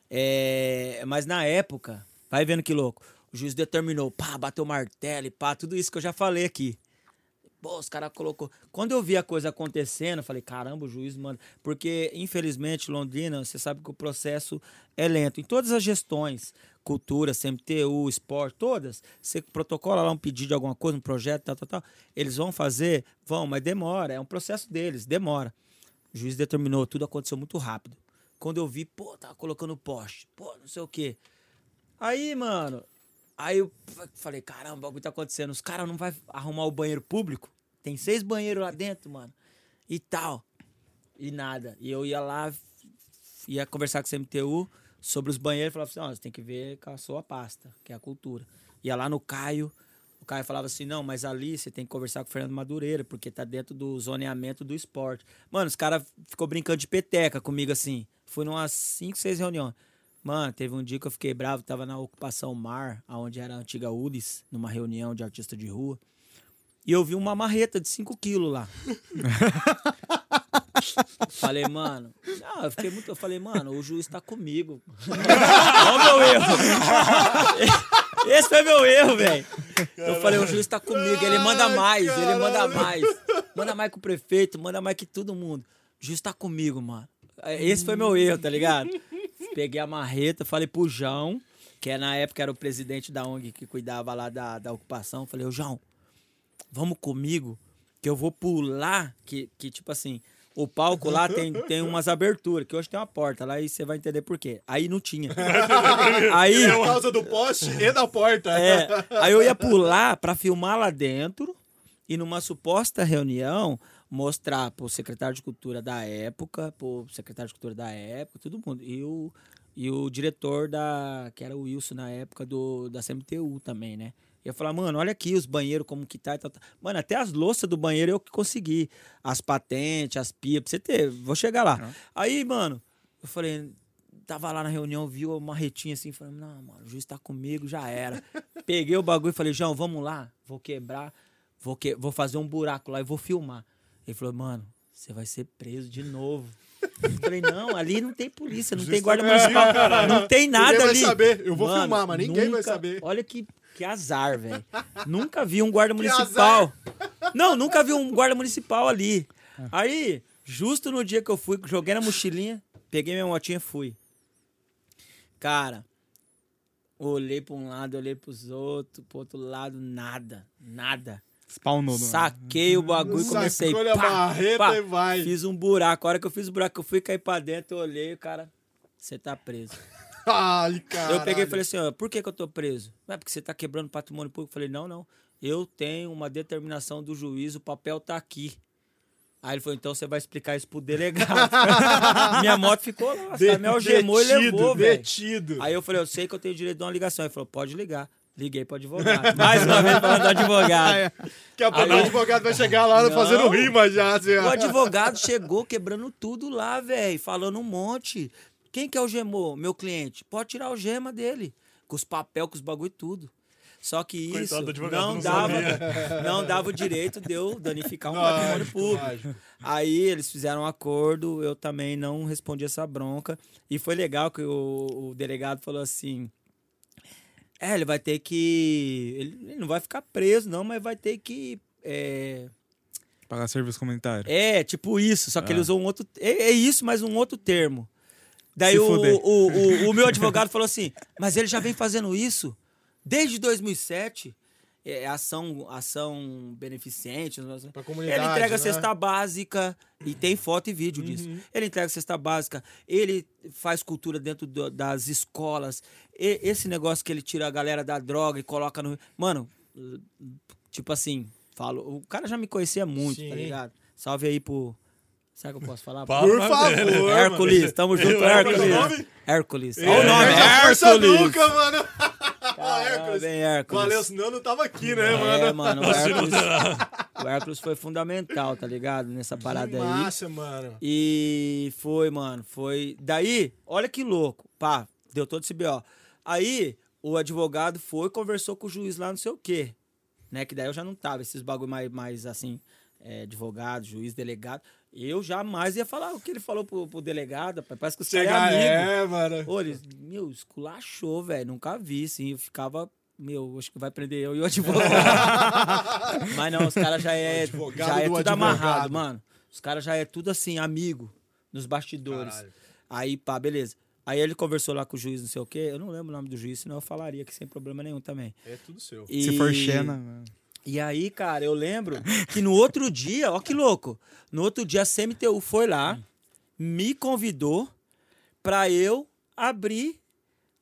Mas na época, vai vendo que louco, o juiz determinou, bateu o martelo e tudo isso que eu já falei aqui. Pô, os caras colocou. Quando eu vi a coisa acontecendo, eu falei, caramba, o juiz manda. Porque, infelizmente, Londrina, você sabe que o processo é lento. Em todas as gestões, cultura, CMTU, esporte, todas, você protocola lá um pedido de alguma coisa, um projeto, tal. Eles vão fazer? Vão, mas demora. É um processo deles, demora. O juiz determinou, tudo aconteceu muito rápido. Quando eu vi, tava colocando poste, não sei o quê. Aí, mano, eu falei, caramba, o bagulho tá acontecendo. Os caras não vão arrumar o banheiro público? Tem 6 banheiros lá dentro, mano. E tal. E nada. E eu ia lá, ia conversar com o CMTU sobre os banheiros. Falava assim, você tem que ver com a sua pasta, que é a cultura. Ia lá no Caio. O cara falava assim, não, mas ali você tem que conversar com o Fernando Madureira, porque tá dentro do zoneamento do esporte. Mano, os caras ficou brincando de peteca comigo assim. Fui numas 5, 6 reuniões. Mano, teve um dia que eu fiquei bravo, tava na Ocupação Mar, onde era a antiga UDES, numa reunião de artista de rua. E eu vi uma marreta de 5 quilos lá. Falei, mano... Não, eu falei, mano, o juiz tá comigo. Olha o meu erro. Esse foi meu erro, velho. Eu falei, o juiz tá comigo, ele manda mais, ele manda mais. Manda mais que o prefeito, manda mais que todo mundo. O juiz tá comigo, mano. Esse foi meu erro, tá ligado? Peguei a marreta, falei pro João, que na época era o presidente da ONG que cuidava lá da ocupação. Falei, ô João, vamos comigo, que eu vou pular, que tipo assim... O palco lá tem umas aberturas, que hoje tem uma porta lá e você vai entender por quê. Aí não tinha. Aí, É por causa do poste e da porta. Aí eu ia pular pra filmar lá dentro e numa suposta reunião mostrar pro secretário de cultura da época, todo mundo. E o diretor que era o Wilson na época da CMTU também, né? Eu ia falar, mano, olha aqui os banheiros como que tá e tal. Mano, até as louças do banheiro eu que consegui. As patentes, as pias, pra você ter. Vou chegar lá. Aí, mano, eu falei, tava lá na reunião, viu uma retinha assim, falei, não, mano, o juiz tá comigo, já era. Peguei o bagulho e falei, João, vamos lá, vou quebrar, vou fazer um buraco lá e vou filmar. Ele falou, mano, você vai ser preso de novo. Eu falei, não, ali não tem polícia, não tem guarda municipal, não tem nada ali. Ninguém vai saber, eu vou filmar, mas ninguém vai nunca, saber. Olha que azar, velho. Nunca vi um guarda municipal. Não, nunca vi um guarda municipal ali. Aí, justo no dia que eu fui, joguei na mochilinha, peguei minha motinha e fui. Cara, olhei pra um lado, olhei pro outro lado, nada. Spawnou. Saquei o bagulho e comecei. Sacou a marreta e vai. Fiz um buraco. A hora que eu fiz o buraco, eu fui cair pra dentro, eu olhei, o cara, você tá preso. Ai, cara. Eu peguei e falei assim, ó, por que eu tô preso? Não é porque você tá quebrando patrimônio público? Eu falei, não. Eu tenho uma determinação do juiz, o papel tá aqui. Aí ele falou, então você vai explicar isso pro delegado. Minha moto ficou lá, me algemou e levou, velho. Detido. Aí eu falei, eu sei que eu tenho direito de uma ligação. Ele falou, pode ligar. Liguei pro advogado. Mais uma vez falando do advogado. Daqui a pouco o advogado vai chegar lá fazendo rima já. Assim, o advogado chegou quebrando tudo lá, velho. Falando um monte. Quem que algemou? Meu cliente. Pode tirar a algema dele. Com os papéis, com os bagulho e tudo. Só que Coitado isso não dava o direito de eu danificar um patrimônio público. Aí eles fizeram um acordo, eu também não respondi essa bronca. E foi legal que o delegado falou assim... ele vai ter que... Ele não vai ficar preso, não, mas vai ter que... Pagar serviço comunitário. Tipo isso. Só que ele usou um outro... É isso, mas um outro termo. Daí o meu advogado falou assim, mas ele já vem fazendo isso desde 2007. Ação beneficente. Pra comunidade, ele entrega né? cesta básica e tem foto e vídeo disso. Ele entrega cesta básica, ele faz cultura dentro das escolas. Esse negócio que ele tira a galera da droga e coloca no... Mano, tipo assim, o cara já me conhecia muito, tá ligado? Salve aí pro... Será que eu posso falar? Por favor, Hércules, tamo junto, Hércules. Hércules. Olha o nome, Hércules. Hércules. Mano. Hércules. Bem, Hércules. Valeu, senão eu não tava aqui, né, mano? Mano, o Hércules foi fundamental, tá ligado? Nessa parada aí. Massa, mano. E foi, mano, foi... Daí, olha que louco. Pá, deu todo esse B.O. Aí, o advogado foi e conversou com o juiz lá, não sei o quê. Né? Que daí eu já não tava, esses bagulho mais assim, advogado, juiz, delegado. Eu jamais ia falar o que ele falou pro delegado, parece que os caras é amigo. Mano. Ô, ele, esculachou, velho, nunca vi, assim, eu ficava, acho que vai prender eu e o advogado. Mas não, os caras já é tudo amarrado, mano. Os caras já é tudo assim, amigo, nos bastidores. Caralho. Aí, pá, beleza. Aí ele conversou lá com o juiz, não sei o quê, eu não lembro o nome do juiz, senão eu falaria que sem problema nenhum também. É tudo seu. Se for Xena, mano. E aí, cara, eu lembro que no outro dia, ó que louco, no outro dia a CMTU foi lá, me convidou pra eu abrir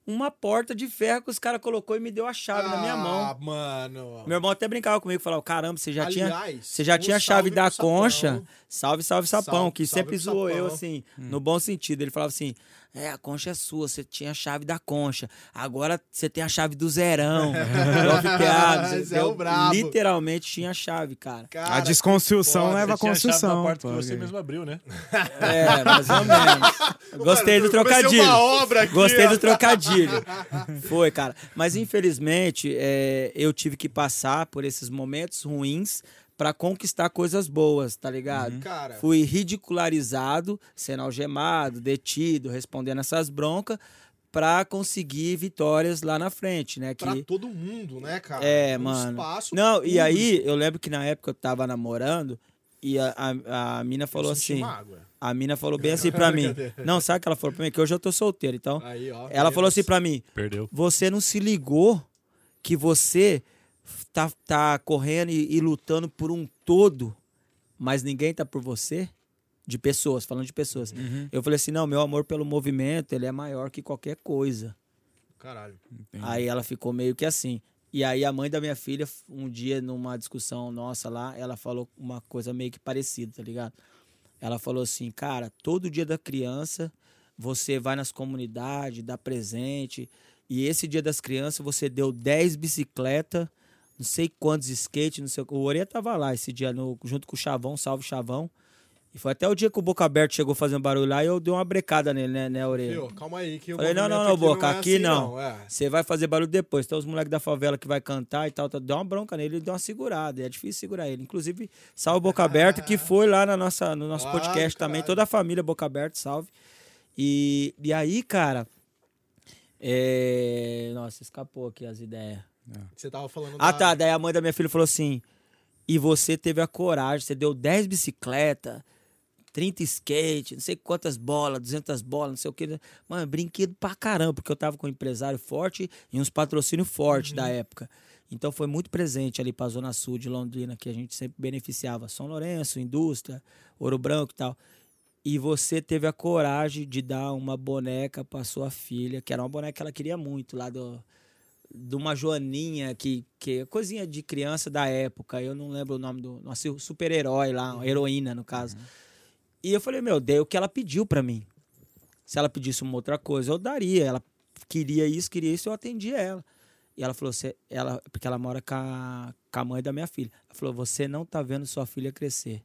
uma porta de ferro que os caras colocou e me deu a chave na minha mão. Ah, mano. Meu irmão até brincava comigo, falava, caramba, você já tinha a um chave da salve pro concha. Sapão. Salve, salve, Sapão, Salve, que salve sempre pro zoou eu, Sapão. assim, no bom sentido. Ele falava assim, a concha é sua, você tinha a chave da concha. Agora você tem a chave do zerão. Esse é o brabo. Literalmente tinha a chave, cara. A desconstrução foda. leva à Você tinha a chave da construção. porta que pô, você mesmo abriu, né? É, mais ou menos. Gostei do trocadilho. Uma obra aqui, Gostei ó. do trocadilho. Foi, cara. Mas infelizmente, eu tive que passar por esses momentos ruins pra conquistar coisas boas, tá ligado? Cara. Fui ridicularizado, sendo algemado, detido, respondendo essas broncas pra conseguir vitórias lá na frente, né? Pra Que todo mundo, né, cara? É, Um mano. espaço Não, e público. aí eu lembro que na época eu tava namorando e a mina falou Eu senti assim. uma água. A mina falou bem assim pra mim. Cadê? Não, sabe o que ela falou pra mim? Que hoje eu tô solteiro. Então, Aí, ó. ela falou assim pra mim: Perdeu. você não se ligou que você tá correndo e lutando por um todo, mas ninguém tá por você? De pessoas, falando de pessoas. Eu falei assim: não, meu amor pelo movimento, ele é maior que qualquer coisa. Caralho. Aí ela ficou meio que assim. E aí a mãe da minha filha, um dia numa discussão nossa lá, ela falou uma coisa meio que parecida, tá ligado? Ela falou assim, cara, todo dia da criança você vai nas comunidades, dá presente, e esse dia das crianças você deu 10 bicicletas, não sei quantos skates, não sei o que. O Orelha tava lá esse dia junto com o Chavão, salve Chavão. E foi até o dia que o Boca Aberto chegou fazendo barulho lá e eu dei uma brecada nele, né, Orelha? Fio, calma aí que o Falei, não, movimento Boca, é aqui assim, não. é. Você vai fazer barulho depois. Então os moleques da favela que vai cantar e tal, deu uma bronca nele, ele deu uma segurada. E é difícil segurar ele. Inclusive, salve Boca Aberta, que foi lá no nosso podcast também. caralho. Toda a família Boca Aberta, salve. E aí, cara... Nossa, escapou aqui as ideias. Você tava falando Tá. Daí a mãe da minha filha falou assim, e você teve a coragem, você deu 10 bicicletas, 30 skate, não sei quantas bolas, 200 bolas, não sei o que. Mano, brinquedo pra caramba, porque eu tava com um empresário forte e uns patrocínios fortes da época. Então foi muito presente ali pra Zona Sul de Londrina, que a gente sempre beneficiava. São Lourenço, indústria, Ouro Branco e tal. E você teve a coragem de dar uma boneca pra sua filha, que era uma boneca que ela queria muito, lá de uma Joaninha, que coisinha de criança da época. Eu não lembro o nome do nosso super-herói lá, heroína no caso. E eu falei, dei o que ela pediu pra mim. Se ela pedisse uma outra coisa, eu daria. Ela queria isso, eu atendia ela. E ela falou, porque ela mora com a mãe da minha filha. Ela falou, você não tá vendo sua filha crescer.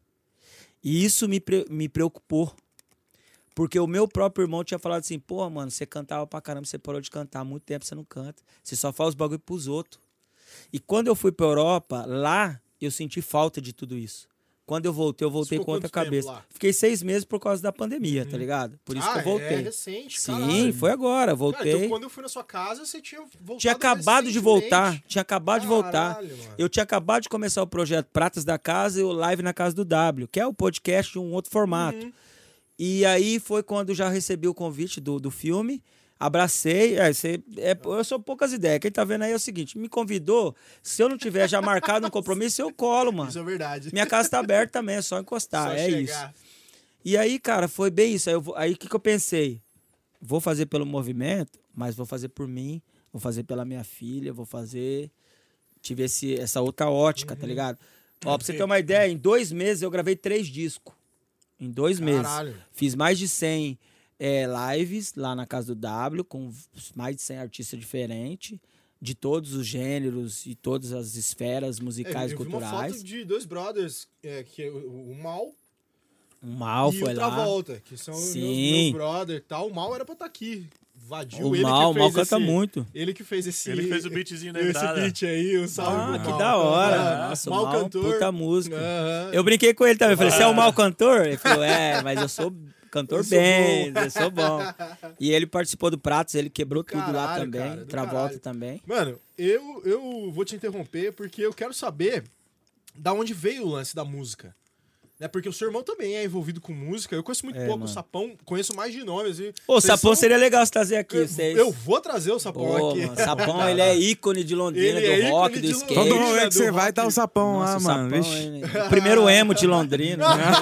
E isso me preocupou. Porque o meu próprio irmão tinha falado assim, pô, mano, você cantava pra caramba, você parou de cantar há muito tempo, você não canta. Você só faz os bagulho pros outros. E quando eu fui pra Europa, lá, eu senti falta de tudo isso. Quando eu voltei Ficou com outra quanto tempo cabeça. lá? Fiquei 6 meses por causa da pandemia, tá ligado? Por isso que eu voltei. É recente, Sim, caralho. foi agora, Cara, voltei. então quando eu fui na sua casa, você tinha voltado Tinha acabado de voltar. recentemente. Tinha acabado de voltar. Caralho, mano. Eu tinha acabado de começar o projeto Pratas da Casa e o Live na Casa do W, que é o podcast de um outro formato. E aí foi quando já recebi o convite do filme. Abracei. Eu sou poucas ideias. Quem tá vendo aí é o seguinte: me convidou. Se eu não tiver já marcado um compromisso, eu colo, mano. Isso é verdade. Minha casa tá aberta também, é só encostar. Só é chegar. isso. E aí, cara, foi bem isso. Aí o que eu pensei? Vou fazer pelo movimento, mas vou fazer por mim, vou fazer pela minha filha, vou fazer. Tive essa outra ótica, tá ligado? Ó, pra você ter uma ideia, em 2 meses eu gravei 3 discos. Em 2 meses. Caralho. Fiz mais de 100 lives lá na Casa do W, com mais de 100 artistas diferentes, de todos os gêneros e todas as esferas musicais e eu vi culturais. uma foto de 2 brothers, que é o Mal O Mal e foi o lá. Travolta, que são Sim. meus brothers e tal. O Mal era pra estar aqui. Invadiu O ele Mal que fez canta muito. Ele que fez esse... Ele fez o beatzinho da esse entrada. beat aí, um salve pro Que Mal. da hora. Ah, Nossa, Mal o Mal, cantor. puta música. Aham. Eu brinquei com ele também. Falei, você é o Mal cantor? Ele falou, mas eu sou cantor Eu sou bem, bom. eu sou bom. E ele participou do Pratos, ele quebrou tudo lá Caralho, também. cara, do Travolta caralho. também. Mano, eu vou te interromper porque eu quero saber da onde veio o lance da música. Né? Porque o seu irmão também é envolvido com música. Eu conheço muito pouco mano. o Sapão, conheço mais de nomes. O Sapão seria legal você trazer aqui. Eu vou trazer o Sapão aqui. Mano, Sapão, ele é ícone de Londrina, Ele do é rock, ícone do de skate. Todo Londrina, momento que você do vai, rock. tá o Sapão Nossa, lá, o mano. Sapão, Vixe. o primeiro emo de Londrina.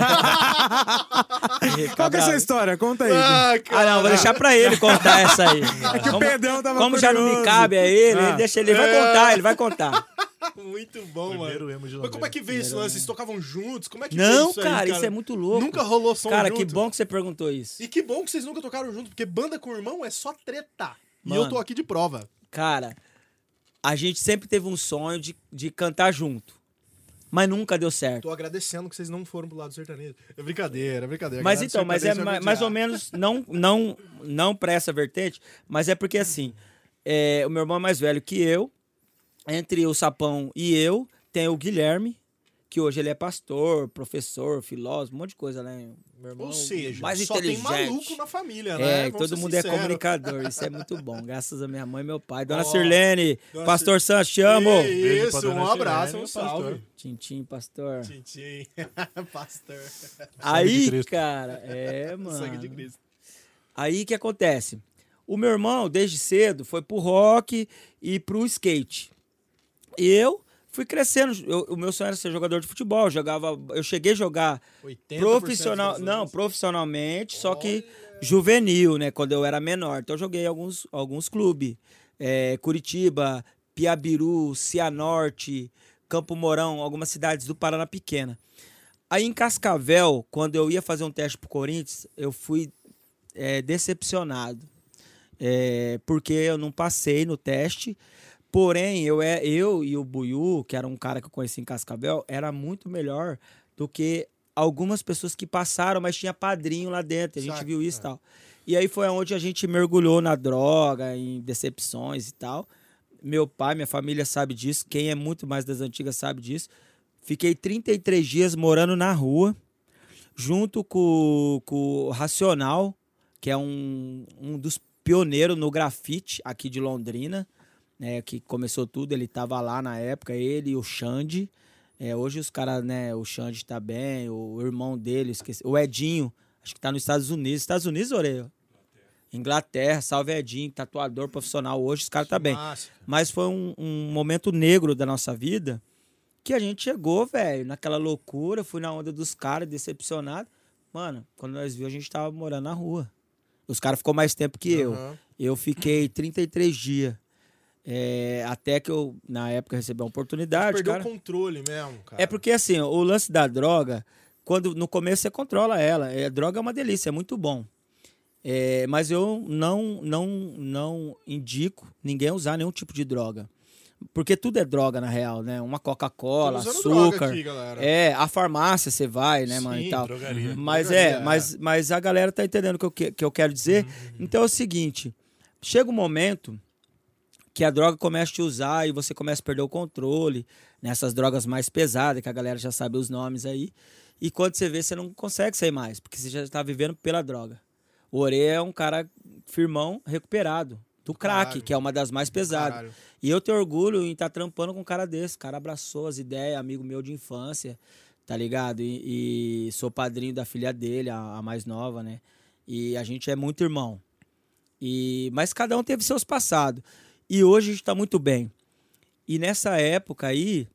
Qual que é essa história? Conta aí. Não, vou deixar pra ele contar essa aí. É que o Pedrão tava Como já não me curioso. cabe a ele, deixa ele vai contar. Muito bom, Primeiro mano. emo de Mas como é que veio esse lance? Vocês tocavam juntos? Como é que veio Não, isso aí, cara, isso é muito louco. Nunca rolou som Cara, junto? que bom que você perguntou isso. E que bom que vocês nunca tocaram junto, porque banda com irmão é só treta. E Mano. eu tô aqui de prova. Cara, a gente sempre teve um sonho de cantar junto. Mas nunca deu certo. Tô agradecendo que vocês não foram pro lado sertanejo. É brincadeira. Mas Galera então, do mas é sertanejo vai mais ou odiar. menos, não pra essa vertente, mas é porque assim, o meu irmão é mais velho que eu, entre o Sapão e eu, tem o Guilherme, que hoje ele é pastor, professor, filósofo, um monte de coisa, né? Meu irmão Ou seja, mais só inteligente. tem maluco na família, né? Vamos todo ser mundo é sinceros. comunicador, isso é muito bom, graças a minha mãe e meu pai. Dona Ó, Sirlene, Dona Pastor Santos, te amo! Beijo pra Isso, dona um abraço, Sirlene, um salve. pastor. Tintim, pastor. Tintim, pastor. Aí, de Cristo. cara, Sangue de mano. Cristo. Aí o que acontece? O meu irmão, desde cedo, foi pro rock e pro skate. E eu fui crescendo. O meu sonho era ser jogador de futebol. Eu cheguei a jogar 80% das profissionalmente, só que juvenil, né? Quando eu era menor. Então eu joguei alguns clubes. Curitiba, Piabiru, Cianorte, Campo Mourão, algumas cidades do Paraná pequena. Aí em Cascavel, quando eu ia fazer um teste pro Corinthians, eu fui decepcionado. Porque eu não passei no teste. Porém, eu e o Buiú, que era um cara que eu conheci em Cascavel, era muito melhor do que algumas pessoas que passaram, mas tinha padrinho lá dentro. A gente viu isso e tal. E aí foi onde a gente mergulhou na droga, em decepções e tal. Meu pai, minha família sabe disso. Quem é muito mais das antigas sabe disso. Fiquei 33 dias morando na rua, junto com o Racional, que é um dos pioneiros no grafite aqui de Londrina. Que começou tudo, ele tava lá na época, ele e o Xande. Hoje os caras, né, o Xande tá bem, o irmão dele, esqueci, o Edinho, acho que tá nos Estados Unidos. Estados Unidos, Orelha? Inglaterra, salve Edinho, tatuador profissional hoje, os caras tá bem. Massa. Mas foi um momento negro da nossa vida que a gente chegou, velho, naquela loucura, fui na onda dos caras, decepcionado. Mano, quando nós vimos, a gente tava morando na rua. Os caras ficou mais tempo que eu. Eu fiquei 33 dias. Até que eu, na época, recebi uma oportunidade. Perdeu cara. o controle mesmo, cara. É porque, assim, o lance da droga, quando no começo você controla ela. Droga é uma delícia, é muito bom. Mas eu não indico ninguém usar nenhum tipo de droga. Porque tudo é droga, na real, né? Uma Coca-Cola, Estamos usando droga açúcar. aqui, galera. A farmácia você vai, né, mano, Sim, e tal. drogaria. Mas Drogaria, mas a galera tá entendendo o que eu quero dizer. Então é o seguinte, chega um momento que a droga começa a te usar e você começa a perder o controle nessas drogas mais pesadas, que a galera já sabe os nomes aí. E quando você vê, você não consegue sair mais, porque você já está vivendo pela droga. O Ore é um cara firmão, recuperado, do crack, Caralho. que é uma das mais pesadas. Caralho. E eu tenho orgulho em estar trampando com um cara desse. O cara abraçou as ideias, amigo meu de infância, tá ligado? E sou padrinho da filha dele, a mais nova, né? E a gente é muito irmão. Mas cada um teve seus passados. E hoje a gente tá muito bem. E nessa época aí,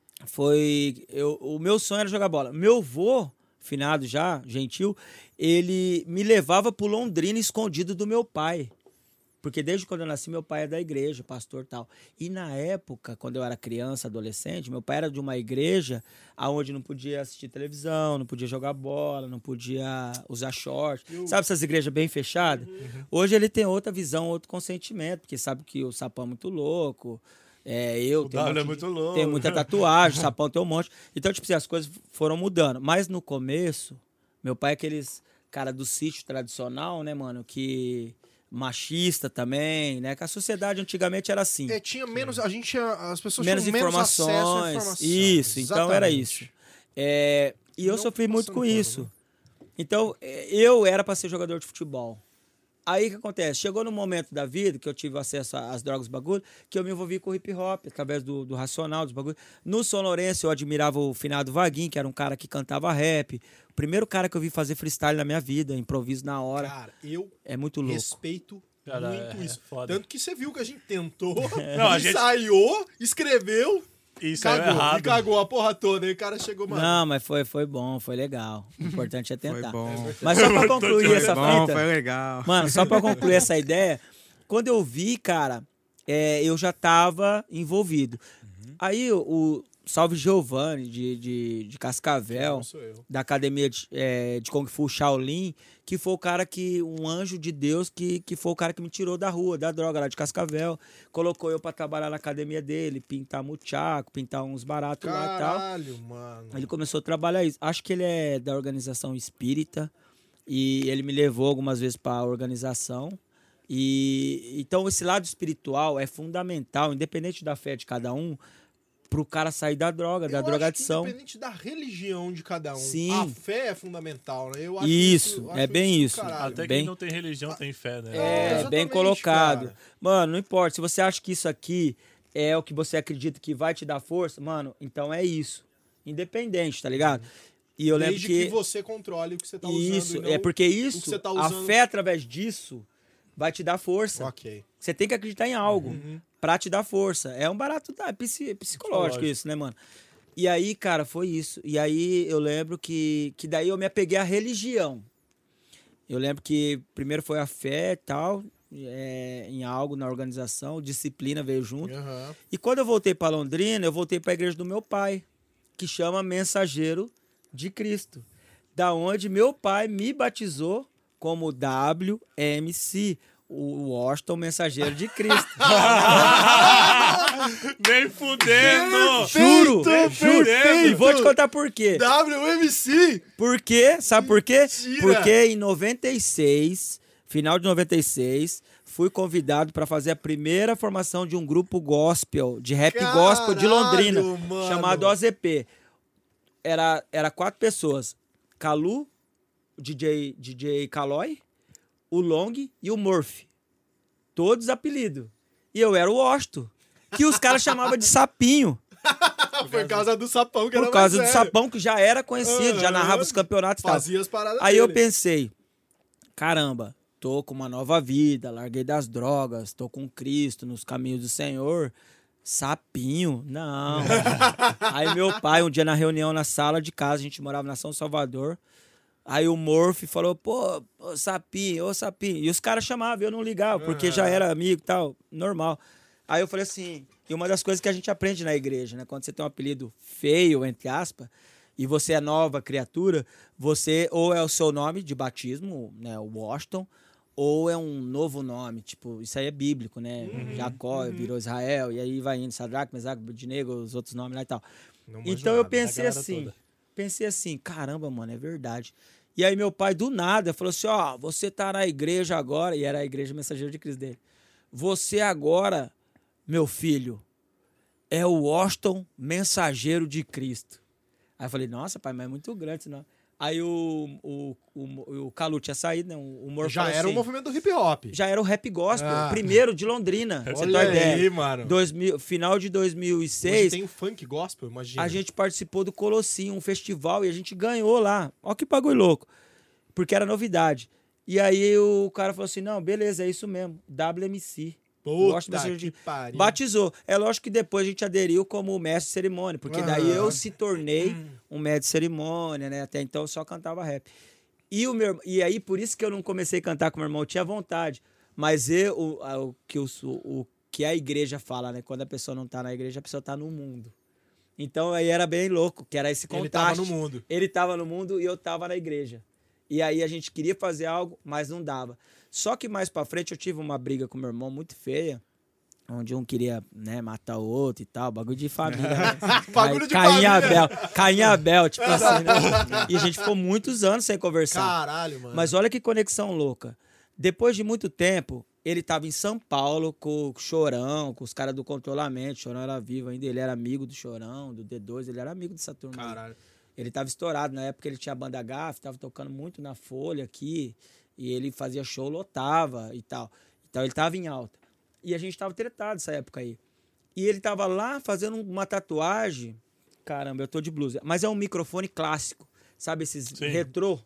o meu sonho era jogar bola. Meu avô, finado já, gentil, ele me levava pro Londrina escondido do meu pai. Porque desde quando eu nasci, meu pai é da igreja, pastor e tal. E na época, quando eu era criança, adolescente, meu pai era de uma igreja onde não podia assistir televisão, não podia jogar bola, não podia usar short. Sabe essas igrejas bem fechadas? Hoje ele tem outra visão, outro consentimento, porque sabe que o Sapão é muito louco. Eu W é muito louco. tenho muita tatuagem, o Sapão tem um monte. Então, tipo assim, as coisas foram mudando. Mas no começo, meu pai é aqueles cara do sítio tradicional, né, mano, que... machista também, né? Que a sociedade antigamente era assim. Tinha menos, as pessoas Menos tinham menos acesso à informações. informação. Isso, então era Exatamente. isso. E eu Não sofri muito passando com pano, isso. né? Então, eu era para ser jogador de futebol. Aí o que acontece? Chegou no momento da vida que eu tive acesso às drogas, bagulho, que eu me envolvi com o hip hop, através do Racional, dos bagulho. No São Lourenço eu admirava o finado Vaguinho, que era um cara que cantava rap. O primeiro cara que eu vi fazer freestyle na minha vida, improviso na hora. Cara, eu é muito louco. respeito Cara, muito isso. foda. Tanto que você viu que a gente tentou, Não, a gente- ensaiou, escreveu, Isso é cagou. errado. E cagou a porra toda. E o cara chegou, mano. Não, mas foi bom, foi legal. O importante é Foi tentar. bom. Mas só pra concluir Foi essa Bom, fita... foi legal. Mano, só pra concluir essa ideia, quando eu vi, cara, eu já tava envolvido. Aí o Salve Giovanni, de Cascavel, Não sou eu. da academia de Kung Fu Shaolin, que foi o cara um anjo de Deus, que foi o cara que me tirou da rua, da droga lá de Cascavel, colocou eu pra trabalhar na academia dele, pintar muchaco, pintar uns baratos lá e tal. Caralho, mano. Ele começou a trabalhar isso. Acho que ele é da organização espírita e ele me levou algumas vezes para a organização. E então esse lado espiritual é fundamental, independente da fé de cada um, pro cara sair da droga, da Eu drogadição. acho que independente da religião de cada um, Sim. a fé é fundamental, né? Eu acho Isso, acho é bem do isso. caralho. Até Bem- quem não tem religião tem fé, né? Bem exatamente, colocado. cara. Mano, não importa. Se você acha que isso aqui é o que você acredita que vai te dar força, mano, então é isso. Independente, tá ligado? E eu lembro Desde que... que você controle o que você tá usando. Isso, e não é porque o isso, que você tá a usando. fé através disso vai te dar força. Ok. Você tem que acreditar em algo pra te dar força. É um barato psicológico isso, né, mano? E aí, cara, foi isso. E aí eu lembro que daí eu me apeguei à religião. Eu lembro que primeiro foi a fé e tal, em algo na organização, disciplina veio junto. Aham. E quando eu voltei pra Londrina, eu voltei pra igreja do meu pai, que chama Mensageiro de Cristo. Da onde meu pai me batizou como WMC, o Washington Mensageiro de Cristo. Vem fudendo! Juro, juro. perfeito. E vou te contar por quê. WMC! Por quê? Sabe por quê? Mentira. Porque em 96, final de 96, fui convidado para fazer a primeira formação de um grupo gospel, de rap gospel de Londrina, Caralho, mano. chamado OZP. Era 4 pessoas. Calu, DJ Calói, o Long e o Murphy. Todos apelidos. E eu era o Osto, que os caras chamavam de Sapinho. Por causa do sapão que era Por causa do mais velho. Sapão, que já era conhecido, já narrava os campeonatos e tal. Fazia as paradas Aí eu dele. pensei, caramba, tô com uma nova vida, larguei das drogas, tô com Cristo nos caminhos do Senhor. Sapinho? Não. Aí meu pai, um dia na reunião na sala de casa, a gente morava na São Salvador. Aí o Murphy falou, pô, ô Sapinho, ô Sapinho. E os caras chamavam, eu não ligava, porque já era amigo e tal, normal. Aí eu falei assim, e uma das coisas que a gente aprende na igreja, né? Quando você tem um apelido feio, entre aspas, e você é nova criatura, você ou é o seu nome de batismo, né? O Washington, ou é um novo nome, tipo, isso aí é bíblico, né? Jacó virou Israel, e aí vai indo, Sadraque, Mesaque, Abednego, os outros nomes lá e tal. Não manjo Então eu nada, pensei galera assim, toda. caramba, mano, é verdade. E aí meu pai, do nada, falou assim, ó, você tá na igreja agora, e era a igreja Mensageiro de Cristo dele. Você agora, meu filho, é o Washington Mensageiro de Cristo. Aí eu falei, nossa, pai, mas é muito grande isso não. Aí o Calu tinha saído, né? O Mor Já falou era o assim, movimento do hip hop. já era o rap gospel, Ah. primeiro de Londrina, pra você ter Olha uma ideia. aí, mano. Final de Hoje 2006, tem funk gospel, imagina. a gente participou do Colossinho, um festival, e a gente ganhou lá. Ó que bagulho louco. Porque era novidade. E aí o cara falou assim, não, beleza, é isso mesmo. WMC. Gosto Puta desse que pariu. Batizou. É lógico que depois a gente aderiu como mestre de cerimônia, porque daí eu se tornei um mestre de cerimônia, né? Até então eu só cantava rap. E aí, por isso que eu não comecei a cantar com meu irmão, eu tinha vontade. Mas o que a igreja fala, né? Quando a pessoa não tá na igreja, a pessoa tá no mundo. Então aí era bem louco, que era esse Ele contraste. tava no mundo. Ele tava no mundo e eu tava na igreja. E aí a gente queria fazer algo, mas não dava. Só que mais pra frente eu tive uma briga com meu irmão muito feia, onde um queria, né, matar o outro e tal, bagulho de família. Né? Bagulho de Caim e família. Abel, Caim e Abel, tipo assim, né? E a gente ficou muitos anos sem conversar. Caralho, mano. Mas olha que conexão louca. Depois de muito tempo, ele tava em São Paulo com o Chorão, com os caras do Controlamento. O Chorão era vivo ainda, ele era amigo do Chorão, do D2, ele era amigo dessa turma. aí. Caralho. Ele tava estourado, na época ele tinha a banda GAF, tava tocando muito na Folha aqui. E ele fazia show, lotava e tal. Então ele tava em alta. E a gente tava tretado nessa época aí. E ele tava lá fazendo uma tatuagem. Caramba, eu tô de blusa. Mas é um microfone clássico. Sabe esses retrô?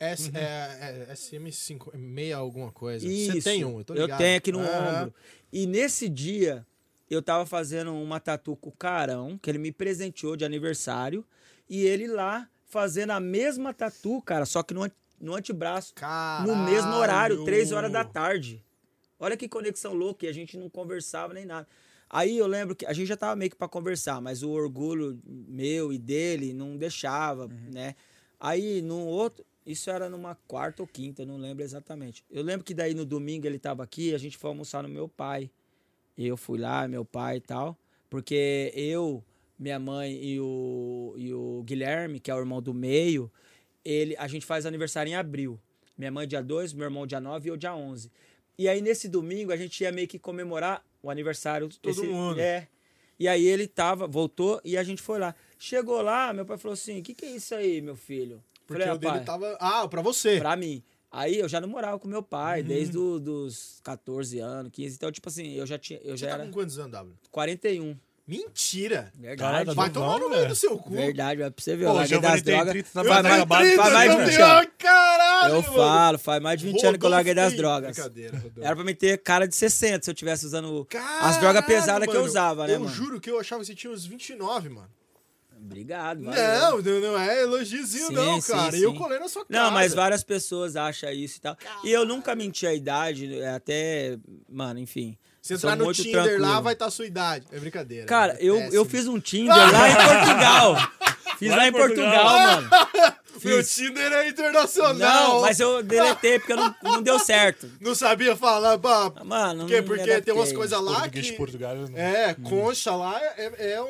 SM5, meia alguma coisa. Isso. Você tem um, eu tô ligado. Eu tenho aqui no ombro. E nesse dia, eu tava fazendo uma tatu com o Carão, que ele me presenteou de aniversário. E ele lá fazendo a mesma tatu, cara, só que no antebraço. Caralho. No mesmo horário, 3 horas da tarde. Olha que conexão louca, e a gente não conversava nem nada. Aí eu lembro que a gente já tava meio que pra conversar, mas o orgulho meu e dele não deixava, né? Aí no outro, isso era numa quarta ou quinta, não lembro exatamente. Eu lembro que daí no domingo ele tava aqui, a gente foi almoçar no meu pai. Eu fui lá, meu pai e tal, porque eu, minha mãe e o Guilherme, que é o irmão do meio, a gente faz aniversário em abril. Minha mãe dia 2, meu irmão dia 9 e eu dia 11. E aí nesse domingo a gente ia meio que comemorar o aniversário. Todo mundo. E aí ele voltou e a gente foi lá. Chegou lá, meu pai falou assim, o que é isso aí, meu filho? Porque falei, o dele tava... Ah, pra você. Pra mim. Aí eu já namorava com meu pai, desde os 14 anos, 15. Então, tipo assim, eu já Você era... tá com quantos anos, W? 41. Mentira! Verdade. Vai tomar no meio do seu cu. Verdade, vai pra você ver. Pô, Eu larguei das drogas. 30, Faz mais de 20 anos. Caralho, Eu falo, faz mais de 20 anos que eu larguei das drogas. Brincadeira, Rodolfo. Era pra me ter cara de 60 se eu tivesse usando as drogas pesadas que eu usava, né, eu mano? juro que eu achava que você tinha uns 29, mano. Obrigado, valeu. Não é elogiozinho Sim, não, sim, cara. sim. E eu colei na sua casa. Não, mas várias pessoas acham isso e tal. E eu nunca menti a idade, até, mano, enfim. Se sou entrar no muito Tinder tranquilo. lá, vai estar a sua idade. É brincadeira. Cara, é eu péssimo. fiz um Tinder lá em Portugal. Fiz lá em Portugal, mano. Meu Tinder é internacional. Não, mas eu deletei porque não deu certo. Não sabia falar, pá. Mano, Por quê? não me Porque tem adaptei. umas coisas lá Português que... de Portugal. Não. Concha lá é um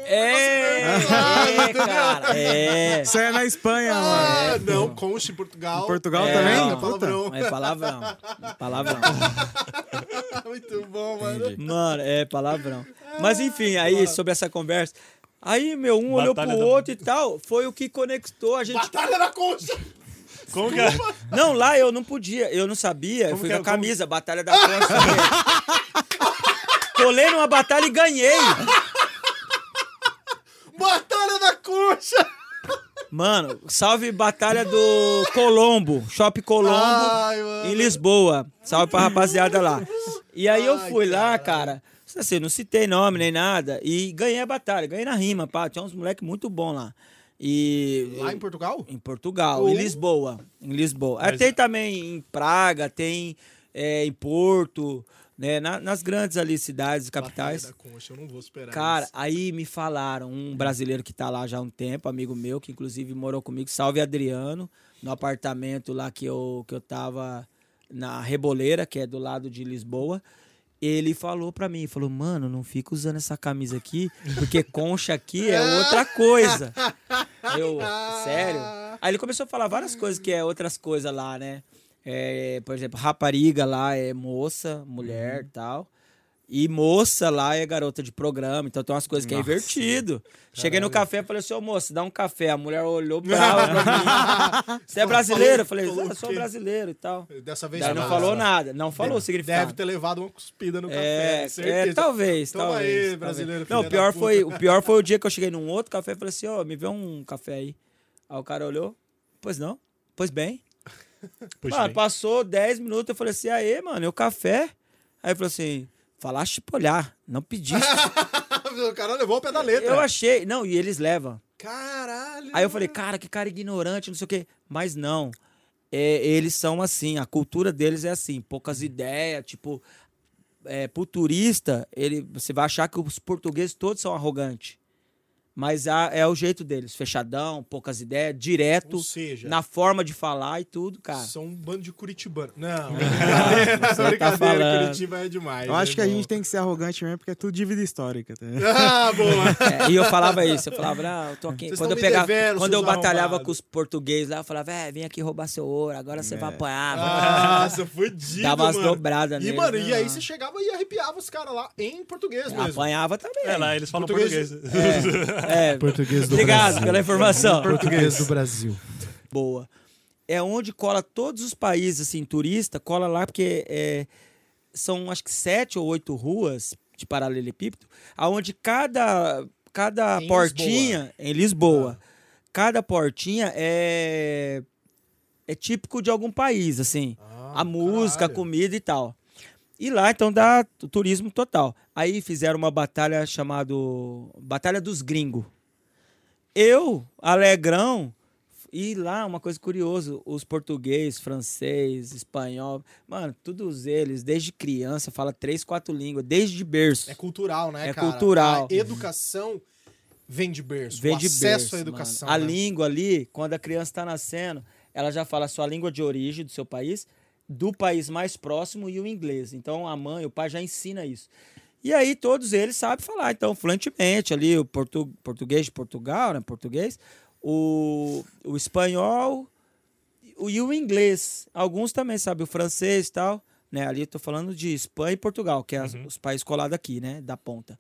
Cara, é. Isso aí é na Espanha, mano. Não, concha em Portugal. Em Portugal É, também? ó. Palavrão. É palavrão. Palavrão. Muito bom, mano. Mano, é palavrão. Mas enfim, aí sobre essa conversa. Aí, um olhou pro outro e tal. Foi o que conectou a gente. Batalha da concha. Como que é? Não, lá eu não podia, eu não sabia. Eu fui com a camisa, Batalha da Concha. Colei numa batalha e ganhei. Batalha da concha. Mano, salve Batalha do Colombo, Shopping Colombo, Ai, mano. em Lisboa. Salve pra rapaziada lá. E aí eu Ai, fui lá, caralho. cara. Assim, não citei nome nem nada. E ganhei a batalha, ganhei na rima, pá. Tinha uns moleques muito bons lá. E. Lá em Portugal? Em Portugal, em Lisboa. Em Lisboa. Mas... Tem também em Praga, tem em Porto, né? Nas grandes ali cidades, capitais. Batalha da concha, eu não vou esperar. Cara, isso. aí me falaram, um brasileiro que tá lá já há um tempo, amigo meu, que inclusive morou comigo, salve Adriano, no apartamento lá que eu tava na Reboleira, que é do lado de Lisboa. Ele falou pra mim, falou, mano, não fica usando essa camisa aqui, porque concha aqui é outra coisa. Eu, sério? Aí ele começou a falar várias coisas que é outras coisas lá, né? Por exemplo, rapariga lá é moça, mulher e tal. E moça lá é garota de programa, então tem umas coisas que é invertido. Cheguei no café e falei assim, ô moço, dá um café. A mulher olhou brava pra mim. Você é brasileiro? Eu falei, eu sou brasileiro e tal. Dessa vez Daí não falou nada, não falou o significado. Deve ter levado uma cuspida no café, certeza. Talvez, Toma talvez. aí, brasileiro. Não, filha da puta. o pior foi o dia que eu cheguei num outro café e falei assim, me vê um café aí. Aí o cara olhou, pois não, pois bem. Mano, passou 10 minutos, eu falei assim, aê, mano, e o café? Aí ele falou assim, falaste pra olhar, não pediste. O cara levou o pé da letra. Eu achei, não, e eles levam. Caralho. Aí eu falei, cara, que cara ignorante, não sei o quê. Mas não, eles são assim, a cultura deles é assim, poucas ideias, tipo, pro turista, você vai achar que os portugueses todos são arrogantes. Mas é o jeito deles, fechadão, poucas ideias, direto, Ou seja, na forma de falar e tudo, cara. são um bando de curitibano. Não, Você brincadeira, tá falando. Curitiba é demais. Eu acho que a bom. gente tem que ser arrogante mesmo, porque é tudo dívida histórica. Tá? Ah, boa. E eu falava isso, eu falava, eu tô aqui. Vocês Quando eu estão me pegava, devendo, quando eu seus batalhava arrombados. com os portugueses lá, eu falava, vem aqui roubar seu ouro, agora você vai apanhar. Nossa, fudido, Dava umas mano. dobradas E, neles, mano, né? e aí você chegava e arrepiava os caras lá em português mesmo. Apanhava também. Lá eles falam Português. português. Português do Obrigado Brasil. pela informação. Português do Brasil. Boa. é onde cola todos os países, assim, turista, cola lá porque são, acho que 7 ou 8 ruas de paralelepípedo, aonde cada Em portinha, em Lisboa, cada portinha é típico de algum país, assim. A música, a caralho. comida e tal. E lá, então, dá o turismo total. Aí fizeram uma batalha chamada Batalha dos Gringos. Eu, alegrão, e lá, uma coisa curiosa, os português, francês, espanhol, mano, todos eles, desde criança, fala 3, 4 línguas, desde berço. É cultural, né, É cara? cultural. A educação vem de berço. Vem o de acesso berço, à educação. mano. A né? língua ali, quando a criança está nascendo, ela já fala a sua língua de origem do seu país, do país mais próximo e o inglês. Então a mãe, o pai já ensina isso. E aí todos eles sabem falar, então, fluentemente ali, o português de Portugal, né, português, o espanhol e o inglês. Alguns também sabem o francês e tal, né? Ali eu tô falando de Espanha e Portugal, que é os países colados aqui, né, da ponta.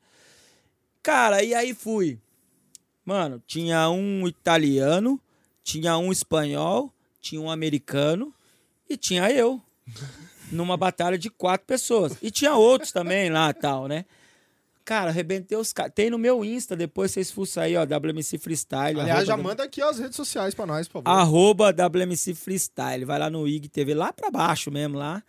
Cara, e aí fui. Mano, tinha um italiano, tinha um espanhol, tinha um americano e tinha eu. Numa batalha de 4 pessoas. E tinha outros também lá e tal, né? Cara, arrebentei os caras. Tem no meu Insta, depois vocês fuçam aí, ó, WMC Freestyle. Aliás, já manda aqui as redes sociais pra nós, por favor. Arroba WMC Freestyle. Vai lá no IGTV, lá pra baixo mesmo, lá.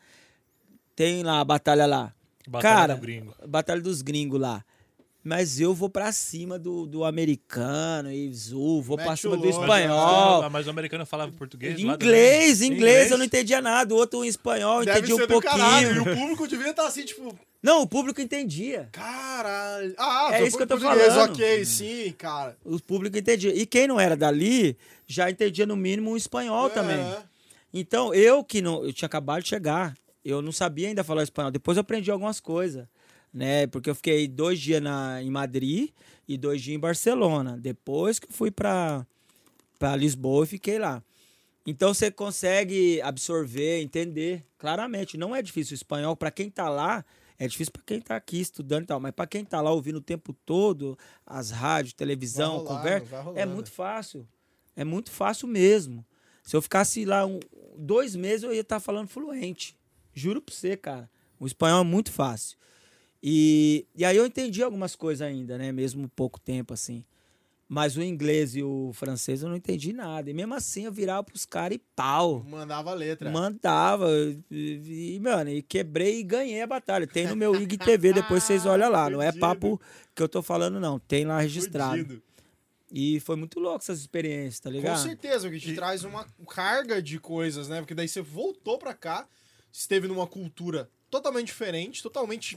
Tem lá a batalha lá. Batalha Cara, do gringo. Batalha dos gringos lá. Mas eu vou pra cima do americano e vou pra Mete cima o do louco. espanhol. Mas o americano falava português lá Inglês, também? inglês, eu não entendia nada. O outro em espanhol, Deve entendi ser um do caralho. E pouquinho. o público devia estar assim, tipo, Não, o público entendia. caralho. É só isso que eu tô português, falando. Ok, sim, cara. O público entendia. E quem não era dali, já entendia no mínimo o espanhol também. Então, eu tinha acabado de chegar, eu não sabia ainda falar espanhol. Depois eu aprendi algumas coisas, né? Porque eu fiquei 2 dias em Madrid e 2 dias em Barcelona. Depois que eu fui pra Lisboa e fiquei lá. Então você consegue absorver, entender claramente. Não é difícil o espanhol. Para quem tá lá, é difícil para quem tá aqui estudando e tal. Mas para quem tá lá ouvindo o tempo todo, as rádios, televisão, Vai rolando, conversa, vai rolando. é muito fácil. É muito fácil mesmo. Se eu ficasse lá 2 meses, eu ia estar falando fluente. Juro pra você, cara. O espanhol é muito fácil. E aí eu entendi algumas coisas ainda, né? Mesmo pouco tempo, assim. Mas o inglês e o francês eu não entendi nada. E mesmo assim eu virava pros caras e pau. Mandava a letra. Mandava. Mano, e quebrei e ganhei a batalha. Tem no meu IGTV, depois vocês olham lá. Não é Fudido. papo que eu tô falando, não. Tem lá registrado. Fudido. E foi muito louco essas experiências, tá Com ligado? certeza, porque te traz uma carga de coisas, né? Porque daí você voltou pra cá, esteve numa cultura totalmente diferente, totalmente...